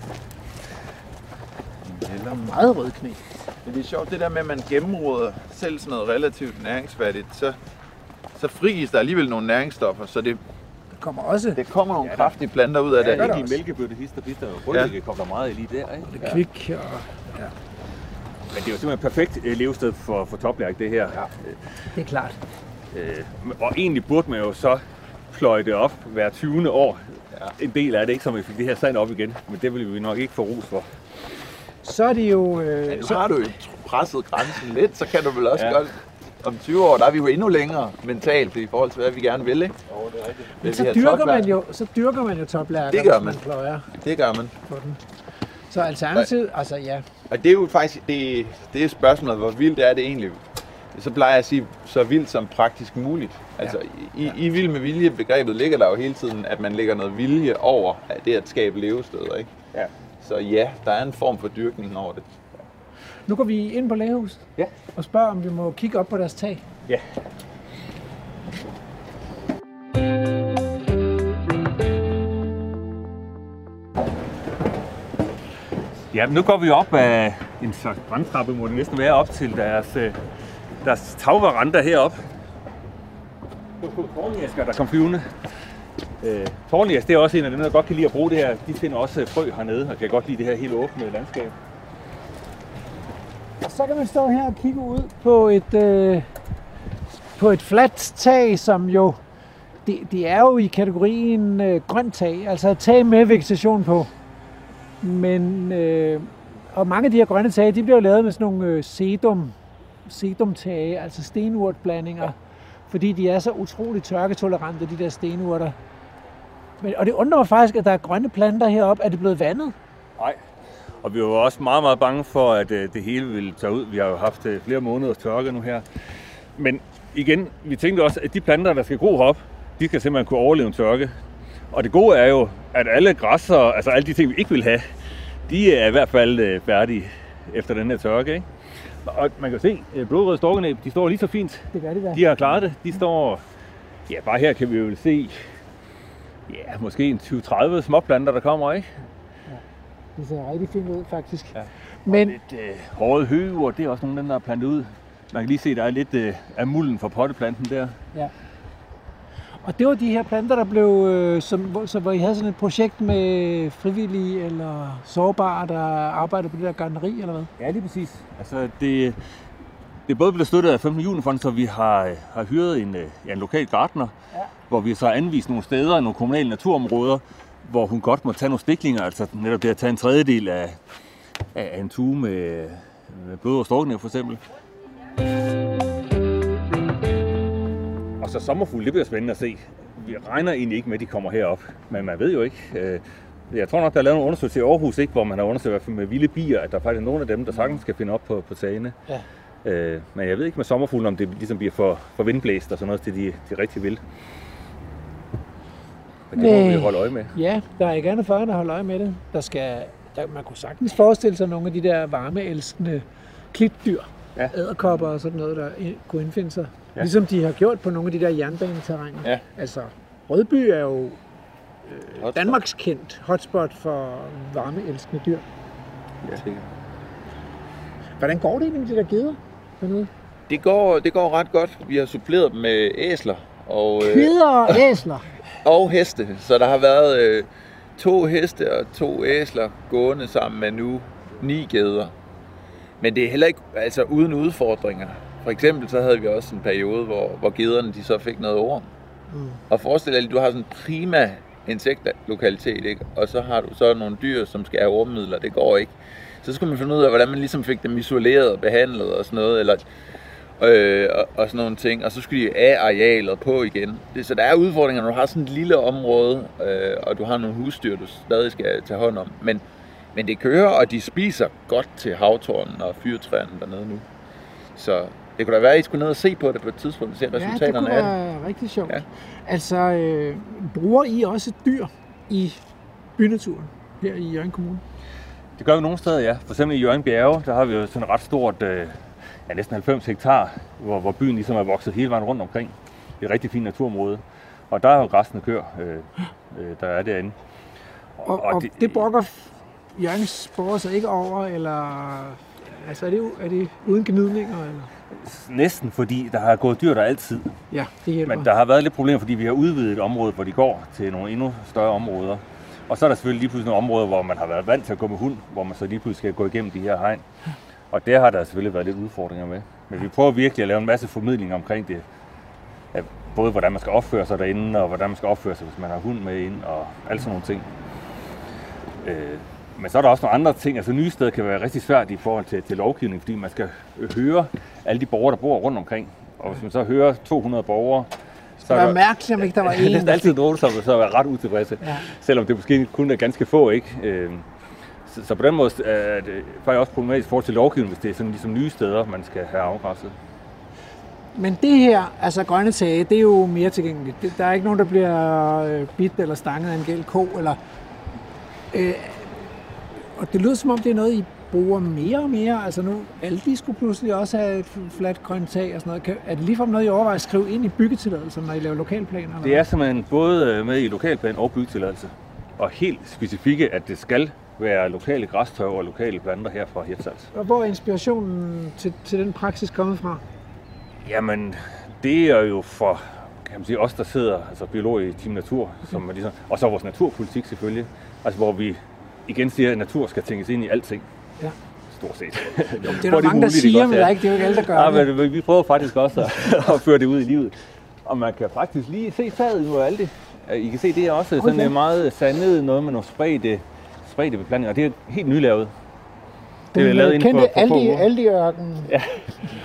[SPEAKER 1] Eller meget rødknæ.
[SPEAKER 6] Men det er sjovt, det der med, at man gennemråder selv sådan noget relativt næringsfattigt, så frigives der alligevel nogle næringsstoffer, så det kommer nogle kraftige planter ud af det.
[SPEAKER 7] Ja, de mælkebøtte, hister og rødlægge kommer meget lige der, ikke?
[SPEAKER 1] Det er kvik og... Ja.
[SPEAKER 7] Men det er jo simpelthen et perfekt levested for toplærk, det her. Ja.
[SPEAKER 1] Det er klart.
[SPEAKER 7] Og egentlig burde man jo så pløje det op hver 20. år. Ja. En del af det, ikke, som vi fik det her sand op igen, men det vil vi nok ikke få ros for.
[SPEAKER 1] Så er det jo...
[SPEAKER 6] så har du jo presset grænsen lidt, så kan du vel også godt... Om 20 år, der er vi jo endnu længere mentalt i forhold til, hvad vi gerne vil, ikke?
[SPEAKER 1] Det er rigtigt. Men så dyrker man jo toplærker,
[SPEAKER 6] det gør man.
[SPEAKER 1] Pløjer.
[SPEAKER 6] Det gør man.
[SPEAKER 1] Så alternativet, altså ja.
[SPEAKER 6] Og det er jo faktisk, det er spørgsmålet, hvor vildt er det egentlig? Så plejer jeg at sige, så vildt som praktisk muligt. Altså, i vild med vilje begrebet ligger der jo hele tiden, at man lægger noget vilje over det at skabe levesteder, ikke? Ja. Så ja, der er en form for dyrkning over det.
[SPEAKER 1] Nu går vi ind på lægehuset og spørger, om vi må kigge op på deres tag.
[SPEAKER 7] Ja. Ja, nu går vi op af en slags brandtrappe, må det næsten være, op til deres tagveranda heroppe. Tårnjæsker, der kom flyvende. Tårnjæs, det er også en af dem, der godt kan lide at bruge det her. De finder også frø hernede og kan godt lide det her helt åbne landskab.
[SPEAKER 1] Og så kan man stå her og kigge ud på et fladt tag, som jo, det er jo i kategorien grønt tag, altså et tag med vegetation på. Men, og mange af de her grønne tag, de bliver jo lavet med sådan nogle sedum sedumtage, altså stenurtblandinger, fordi de er så utroligt tørketolerante, de der stenurter. Og det undrer mig faktisk, at der er grønne planter heroppe. Er det blevet vandet?
[SPEAKER 7] Nej. Og vi var også meget, meget bange for, at det hele ville tage ud. Vi har jo haft flere måneders tørke nu her. Men igen, vi tænkte også, at de planter, der skal gro herop, de skal simpelthen kunne overleve en tørke. Og det gode er jo, at alle græsser, altså alle de ting, vi ikke vil have, de er i hvert fald færdige efter den her tørke, ikke? Og man kan se, blodrøde storkenæb, de står lige så fint.
[SPEAKER 1] Det gør de da.
[SPEAKER 7] De har klaret det. De står, ja, bare her kan vi jo se, ja, måske en 20-30 småplanter, der kommer, ikke?
[SPEAKER 1] Ja, det ser rigtig fint ud, faktisk.
[SPEAKER 7] Ja.
[SPEAKER 1] Men
[SPEAKER 7] lidt hårde høgeurt, det er også nogle af dem, der er plantet ud. Man kan lige se, der er lidt af mulden fra potteplanten der.
[SPEAKER 1] Ja. Og det var de her planter, der blev, hvor I havde sådan et projekt med frivillige eller sårbare, der arbejdede på det der gartneri, eller hvad?
[SPEAKER 7] Ja, lige præcis. Altså, det er både blevet støttet af 15. juni-fonden, så vi har hyret en lokal gartner, hvor vi så har anvist nogle steder, nogle kommunale naturområder, hvor hun godt må tage nogle stiklinger, altså netop det at tage en tredjedel af en tue med blod og storkenæb for eksempel. Og så sommerfugle, det bliver spændende at se. Vi regner egentlig ikke med, at de kommer herop, men man ved jo ikke. Jeg tror nok, der er lavet nogle undersøgelser i Aarhus, ikke, hvor man har undersøgt med vilde bier, at der faktisk er nogle af dem, der sagtens skal finde op på tagene. Ja. Men jeg ved ikke med sommerfugle, om det ligesom bliver for vindblæst og sådan noget til de rigtig vilde. Men det må vi holde øje med.
[SPEAKER 1] Ja, der er ikke andet for at holde øje med det. Man kunne sagtens forestille sig nogle af de der varmeelskende klitdyr, edderkopper og sådan noget, der kunne indfinde sig. Ja. Ligesom de har gjort på nogle af de der jernbaneterræner. Ja. Altså, Rødby er jo Danmarks kendt hotspot for varmeelskende dyr.
[SPEAKER 6] Ja.
[SPEAKER 1] Hvordan går det egentlig med de der geder?
[SPEAKER 6] Det går ret godt. Vi har suppleret dem med æsler.
[SPEAKER 1] Geder og æsler?
[SPEAKER 6] Og heste. Så der har været 2 heste og 2 æsler gående sammen med nu 9 geder. Men det er heller ikke uden udfordringer. For eksempel så havde vi også en periode, hvor gederne de så fik noget orm. Og forestil dig, at du har sådan en prima insektlokalitet, ikke? Og så har du så nogle dyr, som skal have ormmidler. Det går ikke. Så skulle man finde ud af, hvordan man ligesom fik dem isoleret og behandlet og sådan noget, eller og sådan nogle ting. Og så skulle de af arealet på igen. Så der er udfordringer, når du har sådan et lille område, og du har nogle husdyr, du stadig skal tage hånd om. Men det kører, og de spiser godt til havtornen og fyrtræerne dernede nu. Så det kunne da være, at I skulle ned og se på det på et tidspunkt, og se resultaterne af det.
[SPEAKER 1] Ja, det kunne være rigtig sjovt. Ja. Altså, bruger I også dyr i bynaturen her i Hjørring Kommune?
[SPEAKER 7] Det gør vi nogle steder, ja. For eksempel i Hjørring Bjerge, der har vi jo sådan et ret stort, næsten 90 hektar, hvor byen ligesom er vokset hele vejen rundt omkring. Det er et rigtig fint naturområde. Og der er jo græsne køer, der er derinde.
[SPEAKER 1] Og det brokker Hjørrings borgere sig ikke over, eller altså er det uden gnidninger, eller?
[SPEAKER 7] Næsten, fordi der har gået dyr der altid.
[SPEAKER 1] Ja, det hjælper.
[SPEAKER 7] Men der har været lidt problemer, fordi vi har udvidet et område, hvor de går til nogle endnu større områder. Og så er der selvfølgelig lige pludselig nogle områder, hvor man har været vant til at gå med hund, hvor man så lige pludselig skal gå igennem de her hegn. Og der har der selvfølgelig været lidt udfordringer med. Men vi prøver virkelig at lave en masse formidling omkring det. Både hvordan man skal opføre sig derinde, og hvordan man skal opføre sig, hvis man har hund med ind, og alle sådan nogle ting. Men så er der også nogle andre ting. Altså nye steder kan være rigtig svært i forhold til lovgivning, fordi man skal høre alle de borgere, der bor rundt omkring. Og hvis man så hører 200 borgere,
[SPEAKER 1] så er det mærkeligt, om ikke der var en.
[SPEAKER 7] Det er altid nogen, som så er ret utilfredse, selvom det måske kun er ganske få, ikke? Så på den måde er det faktisk også problematisk i forhold til lovgivning, hvis det er sådan ligesom nye steder, man skal have afgræsset. Men
[SPEAKER 1] det her, altså grønne tage, det er jo mere tilgængeligt. Der er ikke nogen, der bliver bidt eller stanget af en gæld ko, eller... Og det lyder som om, det er noget, I bruger mere og mere. Altså nu, Aldi skulle pludselig også have et fladt grønt tag og sådan noget. Er det ligefrem noget, I overvejer at skrive ind i byggetilladelser, når I laver lokalplaner? Eller?
[SPEAKER 7] Det er simpelthen både med i lokalplan og byggetilladelse. Og helt specifikke, at det skal være lokale græstørv og lokale planter her fra Hirtshals.
[SPEAKER 1] Og hvor er inspirationen til den praksis kommet fra?
[SPEAKER 7] Jamen, det er jo for, kan man sige, os, der sidder, altså biologer i Team Natur, som er ligesom, og så vores naturpolitik selvfølgelig, altså hvor vi igen siger, at natur skal tænkes ind i alting. Ja. Stort set.
[SPEAKER 1] Det er der mange, der siger, men det er jo ikke alle, der gør det.
[SPEAKER 7] Men vi prøver faktisk også at føre det ud i livet. Og man kan faktisk lige se taget nu af alt det. I kan se, det er også sådan en meget sandet noget med nogle spredte beplantninger. Det er helt nylavet.
[SPEAKER 1] Det er lavet inden for Aldi-ørken.
[SPEAKER 7] Ja.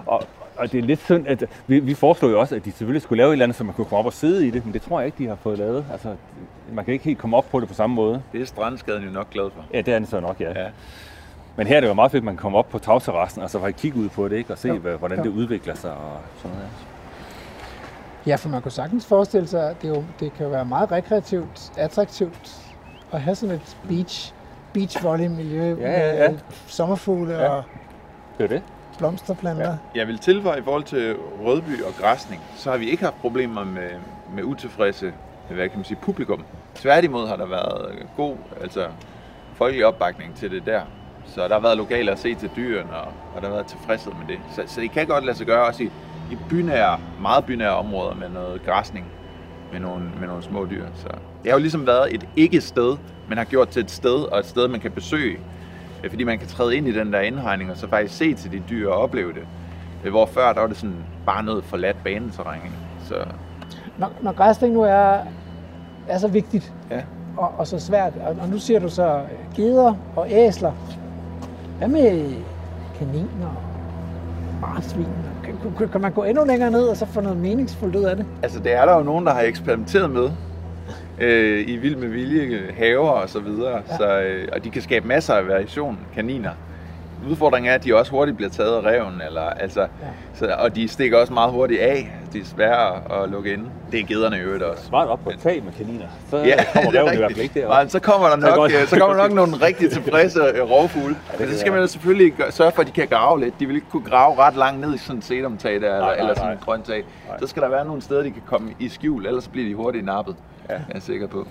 [SPEAKER 7] Og det er lidt synd, at vi foreslog jo også, at de selvfølgelig skulle lave et eller andet, så man kunne komme op og sidde i det, men det tror jeg ikke, de har fået lavet. Altså, man kan ikke helt komme op på det på samme måde.
[SPEAKER 6] Det er Strandskaden jo nok glad for.
[SPEAKER 7] Ja, det er den så nok, ja. Men her er det jo meget fedt, at man kan komme op på tagterrassen, og så bare kigge ud på det, ikke? Og se, hvordan det udvikler sig og sådan noget.
[SPEAKER 1] Ja, for man kunne sagtens forestille sig, at det kan være meget rekreativt, attraktivt at have sådan et beach volley miljø med sommerfugle og
[SPEAKER 7] det er det.
[SPEAKER 1] blomsterplanter.
[SPEAKER 6] Ja. Jeg vil tilføje i forhold til Rødby og græsning, så har vi ikke haft problemer med utilfredse, hvad kan man sige, publikum. Tværtimod har der været god, folkelig opbakning til det der. Så der har været lokale at se til dyrene, og der har været tilfredshed med det. Så det kan godt lade sig gøre også i meget bynære områder med noget græsning, med nogle små dyr. Så det har jo ligesom været et ikke-sted, man har gjort til et sted, og et sted, man kan besøge. Fordi man kan træde ind i den der indhegning, og så faktisk se til de dyr og opleve det. Hvor før, der var det sådan bare noget forladt baneterræn. Så
[SPEAKER 1] Når græsning nu er så vigtigt
[SPEAKER 6] ja.
[SPEAKER 1] og så svært, og nu siger du så geder og æsler. Hvad med kaniner og marsvin? Kan man gå endnu længere ned og så få noget meningsfuldt ud af det?
[SPEAKER 6] Altså, det er der jo nogen, der har eksperimenteret med i Vild med Vilje, haver og så videre. Ja. Og de kan skabe masser af variation, kaniner. Udfordringen er, at de også hurtigt bliver taget af ræven, og de stikker også meget hurtigt af. De er svære at lukke inde. Det er gederne i øvrigt også.
[SPEAKER 7] Bare op på et tag med kaniner, så kommer ræven i hvert fald ikke deroppe.
[SPEAKER 6] Så kommer der nok nogle rigtig tilfredse rovfugle. Men så skal man jo selvfølgelig sørge for, at de kan grave lidt. De vil ikke kunne grave ret langt ned i sådan et sedumtag eller sådan et grønt tag. Så skal der være nogle steder, de kan komme i skjul, ellers bliver de hurtigt nappet. Ja. Jeg er sikker på.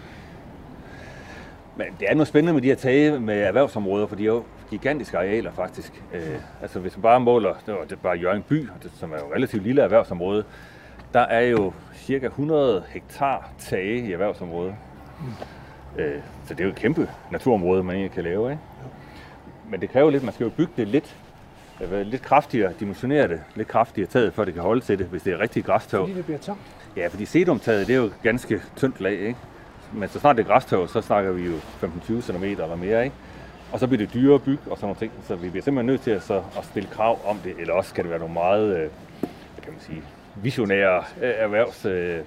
[SPEAKER 7] Men det er noget spændende med de her tage med erhvervsområder, for de er jo gigantiske arealer faktisk. Altså hvis man bare måler, det er bare Hjørring by, som er jo relativt lille erhvervsområde, der er jo cirka 100 hektar tage i erhvervsområdet. Så det er jo et kæmpe naturområde, man egentlig kan lave, ikke? Men det kræver lidt, man skal jo bygge det lidt kraftigere, dimensionere det lidt kraftigere taget, for det kan holde til det, hvis det er rigtig græstørv.
[SPEAKER 1] Fordi det bliver tomt?
[SPEAKER 7] Ja, fordi sedumtaget, det er jo et ganske tyndt lag, ikke? Men så snart det er græstørv, så snakker vi jo 15-20 cm eller mere, ikke? Og så bliver det dyrere at bygge og sådan nogle ting, så vi bliver simpelthen nødt til at stille krav om det, eller også kan det være nogle meget, hvad kan man sige, visionære erhvervsejere.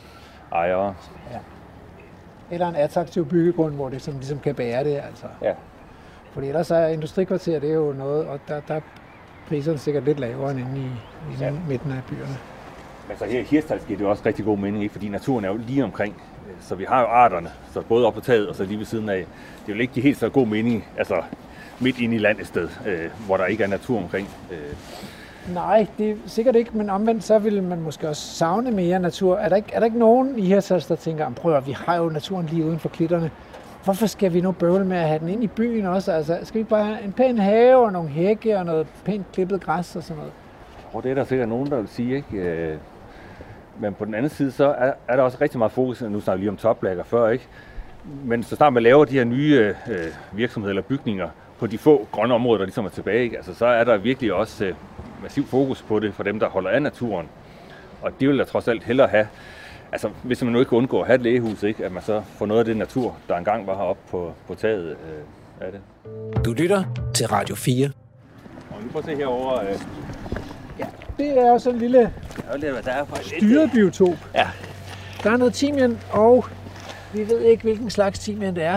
[SPEAKER 1] Ja. Eller en attraktiv byggegrund, hvor det som ligesom kan bære det, altså.
[SPEAKER 7] Ja.
[SPEAKER 1] Fordi ellers er industrikvarter, det er jo noget, og der er priserne sikkert lidt lavere end inde i midten af byerne.
[SPEAKER 7] Men så her i Hirtshals giver det jo også rigtig god mening, ikke? Fordi naturen er jo lige omkring. Så vi har jo arterne, så både op på taget og så lige ved siden af. Det vil ikke give helt så god mening, altså midt inde i landet et sted, hvor der ikke er natur omkring.
[SPEAKER 1] Nej, det er sikkert ikke, men omvendt så vil man måske også savne mere natur. Er der ikke nogen i Hirtshals, der tænker, prøv at vi har jo naturen lige uden for klitterne. Hvorfor skal vi nu bøvle med at have den ind i byen også? Altså, skal vi ikke bare have en pæn have og nogle hække og noget pænt klippet græs og sådan noget?
[SPEAKER 7] Og det er der sikkert nogen, der vil sige, ikke? Men på den anden side, så er der også rigtig meget fokus, nu snakker vi lige om toplægger før, ikke? Men så snart man laver de her nye virksomheder eller bygninger på de få grønne områder, der ligesom er tilbage, ikke? Altså, så er der virkelig også massiv fokus på det for dem, der holder af naturen. Og det vil der trods alt hellere have. Altså, hvis man nu ikke undgår at have et lægehus, ikke? At man så får noget af det natur, der engang var heroppe på taget af det.
[SPEAKER 5] Du lytter til Radio 4.
[SPEAKER 7] Og vi prøver at se herovre.
[SPEAKER 1] Ja, det er jo sådan en lille styret biotop.
[SPEAKER 7] Ja.
[SPEAKER 1] Der er noget timian, og vi ved ikke, hvilken slags timian det er.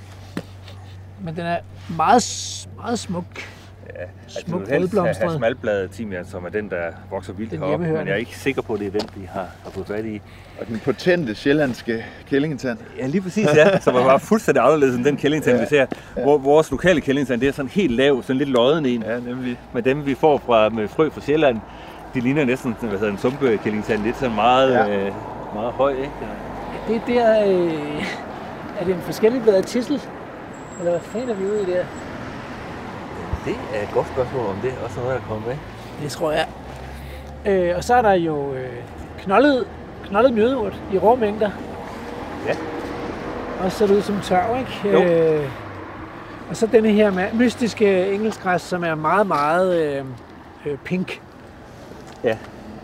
[SPEAKER 1] Men den er meget, meget smuk.
[SPEAKER 7] Ja, smuk rødblomstret. Have smalbladet timian, som er den, der vokser vildt heroppe. Men jeg er ikke sikker på, at det er den, vi har fået fat i.
[SPEAKER 6] Og den potente sjællandske kællingetand.
[SPEAKER 7] Ja, lige præcis, ja. Som var fuldstændig anderledes end den kællingetand, vi ser. Vores lokale kællingetand, det er sådan helt lav, sådan lidt lodden en.
[SPEAKER 6] Ja, nemlig.
[SPEAKER 7] Men dem, vi får med frø fra Sjælland, de ligner næsten en sumpekællingetand. Lidt sådan meget høj, ikke?
[SPEAKER 1] Ja, det der, er det en forskellig bladet tissel? Eller hvad fanden er vi ude i der?
[SPEAKER 7] Det er et godt spørgsmål, om det er også noget, der kommer med.
[SPEAKER 1] Det tror jeg. Og så er der jo knoldet mjødeurt i rå mængder.
[SPEAKER 7] Ja.
[SPEAKER 1] Og så ser det ud som tørv, ikke? Og så denne her mystiske engelskgræs, som er meget, meget pink.
[SPEAKER 7] Ja.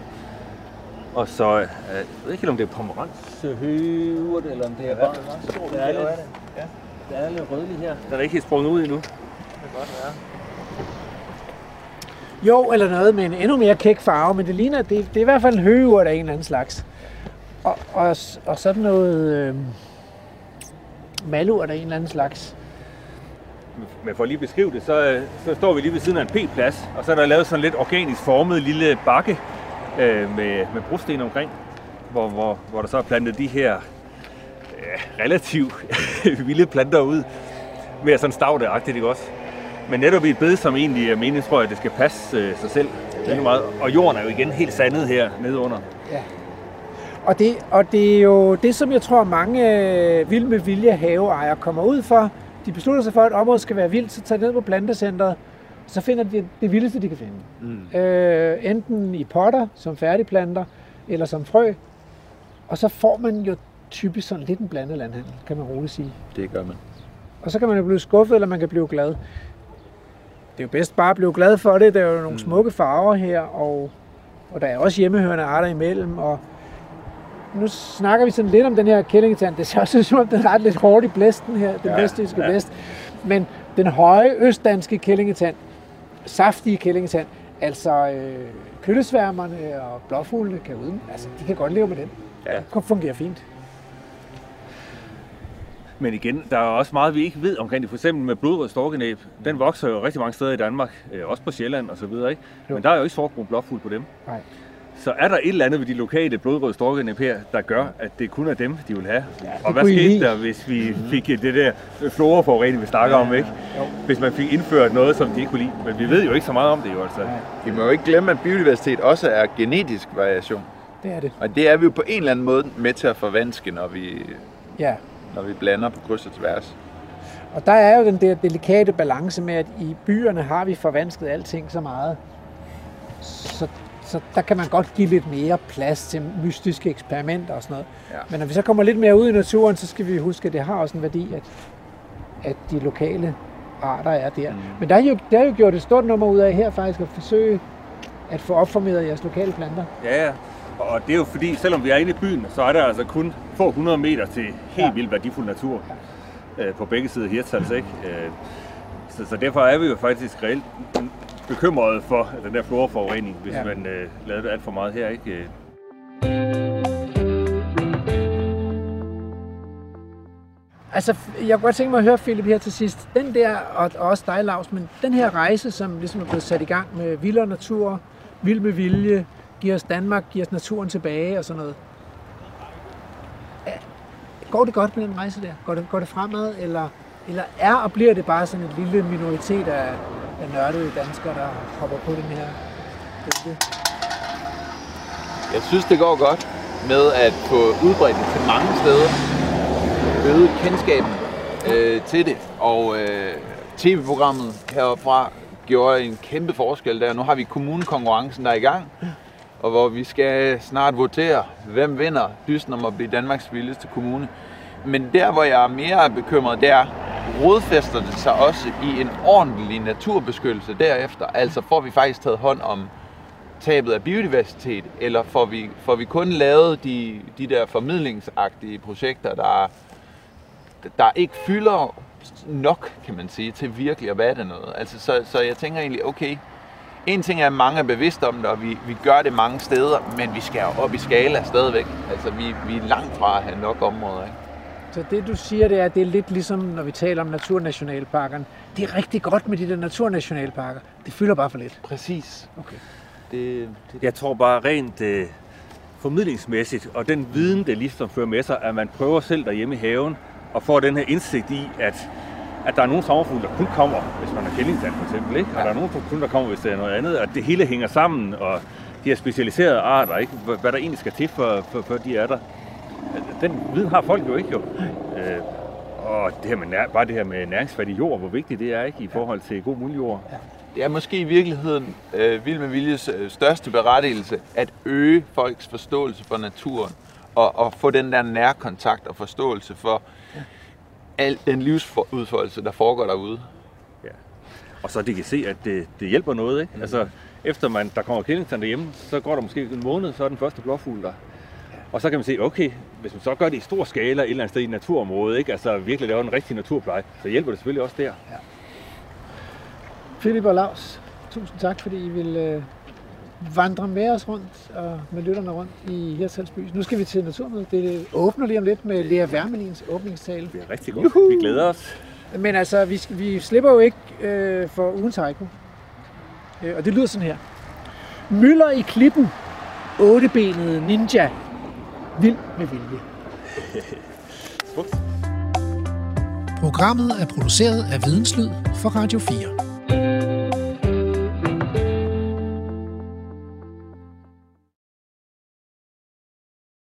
[SPEAKER 7] Og så, jeg ved ikke om det er pomeranshøvert, eller om det er bare stort. Der er lidt rødlig her. Den er ikke helt sprunget ud endnu. Det kan godt være.
[SPEAKER 1] Jo, eller noget med en endnu mere kæk farve, men det ligner, det er i hvert fald en høgeurt af en eller anden slags. Og sådan noget malurt af en eller anden slags.
[SPEAKER 7] Men for at lige beskrive det, så står vi lige ved siden af en P-plads, og så er der lavet sådan lidt organisk formet lille bakke med brosten omkring, hvor der så er plantet de her relativt vilde planter ud, mere sådan stavteagtigt, ikke også? Men netop i et bed, som egentlig er meningen, tror jeg, at det skal passe sig selv. Ja. Meget. Og jorden er jo igen helt sandet her nede under.
[SPEAKER 1] Ja. Og det er jo det, som jeg tror, mange vild med vilje haveejere kommer ud for. De beslutter sig for, at et område skal være vildt, så tager de ned på plantecentret, så finder de det vildeste, de kan finde. Enten i potter, som færdigplanter, eller som frø. Og så får man jo typisk sådan lidt en blandet landhandel, kan man roligt sige.
[SPEAKER 6] Det gør man.
[SPEAKER 1] Og så kan man jo blive skuffet, eller man kan blive glad. Det er jo bedst bare at blive glad for det. Der er jo nogle smukke farver her, og der er også hjemmehørende arter imellem. Og nu snakker vi sådan lidt om den her kællingetand. Det ser også som om, den er ret lidt hårdt i blæsten her, den vestjyske blæst. Men den høje østdanske kællingetand, saftige kællingetand, altså køllesværmerne og blåfuglene kan uden, altså de kan godt leve med den. Ja. Det fungerer fint.
[SPEAKER 7] Men igen, der er også meget, vi ikke ved omkring det. For eksempel med blodrød storkenæb. Den vokser jo rigtig mange steder i Danmark, også på Sjælland og så videre, ikke? Men der er jo ikke sortbrun blåfugl på dem. Nej. Så er der et eller andet ved de lokale blodrøde storkenæb her, der gør, at det kun er dem, de vil have. Ja, og hvad skete der, hvis vi fik det der floraforurening, vi snakker om, ikke? Hvis man fik indført noget, som de ikke kunne lide. Men vi ved jo ikke så meget om det jo, altså.
[SPEAKER 6] Vi må jo ikke glemme, at biodiversitet også er genetisk variation.
[SPEAKER 1] Det er det.
[SPEAKER 6] Og det er vi jo på en eller anden måde med til at forvanske, når vi blander på kryds og tværs.
[SPEAKER 1] Og der er jo den der delikate balance med, at i byerne har vi forvansket alting så meget. Så der kan man godt give lidt mere plads til mystiske eksperimenter og sådan noget. Ja. Men når vi så kommer lidt mere ud i naturen, så skal vi huske, at det har også en værdi, at de lokale arter er der. Men der er jo gjort et stort nummer ud af her faktisk at forsøge at få opformeret jeres lokale planter.
[SPEAKER 7] Ja. Og det er jo fordi, selvom vi er inde i byen, så er der altså kun få 100 meter til helt vildt værdifuld natur på begge sider af Hirtshals, ikke? Så derfor er vi jo faktisk reelt bekymrede for den der floraforurening, hvis man lavede det alt for meget her, ikke?
[SPEAKER 1] Altså, jeg kunne godt tænke mig at høre, Philip, her til sidst. Den der, og også dig, Laus, men den her rejse, som ligesom er blevet sat i gang med vildere natur, vild med vilje, giver os Danmark, giver os naturen tilbage og sådan noget. Går det godt med den rejse der? Går det fremad, eller er og bliver det bare sådan en lille minoritet af nørdede danskere, der hopper på den her bølge?
[SPEAKER 6] Jeg synes, det går godt med at få udbredt det til mange steder. Øget kendskaben til det. Og tv-programmet heroppefra gjorde en kæmpe forskel der. Nu har vi kommunekonkurrencen, der er i gang. Og hvor vi skal snart votere, hvem vinder dysten om at blive Danmarks vildeste kommune. Men der, hvor jeg er mere bekymret, der rodfæster det sig også i en ordentlig naturbeskyttelse derefter. Altså får vi faktisk taget hånd om tabet af biodiversitet, eller får vi kun lavet de der formidlingsagtige projekter, der ikke fylder nok, kan man sige, til virkelig at være det noget. Altså, så jeg tænker egentlig, okay, en ting er, at mange er bevidste om det, og vi gør det mange steder, men vi skal op i skala stadigvæk. Altså, vi er langt fra at have nok områder, ikke?
[SPEAKER 1] Så det, du siger, det er lidt ligesom, når vi taler om naturnationalparkerne. Det er rigtig godt med de der naturnationalparker. Det fylder bare for lidt.
[SPEAKER 6] Præcis.
[SPEAKER 1] Okay.
[SPEAKER 7] Jeg tror bare rent formidlingsmæssigt, og den viden, det ligesom fører med sig, at man prøver selv derhjemme i haven, og får den her indsigt i, at der er nogle sommerfugle, der kun kommer, hvis man har kællingetand for eksempel, ikke? Og der er nogle fugle, der kommer, hvis det er noget andet, at det hele hænger sammen, og de her specialiserede arter, ikke? Hvad der egentlig skal til, for de er der. Den viden har folk jo ikke, jo. Og det her med bare det her med næringsfattig jord, hvor vigtigt det er, ikke, i forhold til god muldjord. Ja.
[SPEAKER 6] Det er måske i virkeligheden Vild med Viljes største berettigelse at øge folks forståelse for naturen og få den der nærkontakt og forståelse for al den livsudfoldelse, der foregår derude.
[SPEAKER 7] Ja. Og så de kan se, at det hjælper noget, ikke? Altså, efter der kommer kællingetand derhjemme, så går der måske en måned, så er den første blåfugl der. Og så kan man se, okay, hvis man så gør det i stor skala et eller andet sted i naturområdet, ikke? Altså virkelig laver en rigtig naturpleje, så hjælper det selvfølgelig også der. Ja.
[SPEAKER 1] Philip og Laus, Tusind tak, fordi I vil vandre med os rundt og med lytterne rundt i Hirtshals by. Nu skal vi til Naturmødet. Det åbner lige om lidt med Lea Wermelins åbningstale.
[SPEAKER 7] Det er rigtig godt. Vi glæder os.
[SPEAKER 1] Men altså, vi slipper jo ikke for ugens haiku. Og det lyder sådan her. Møller i klippen, 8-benede ninja, vild med vilje.
[SPEAKER 5] Programmet er produceret af Videnslyd for Radio 4.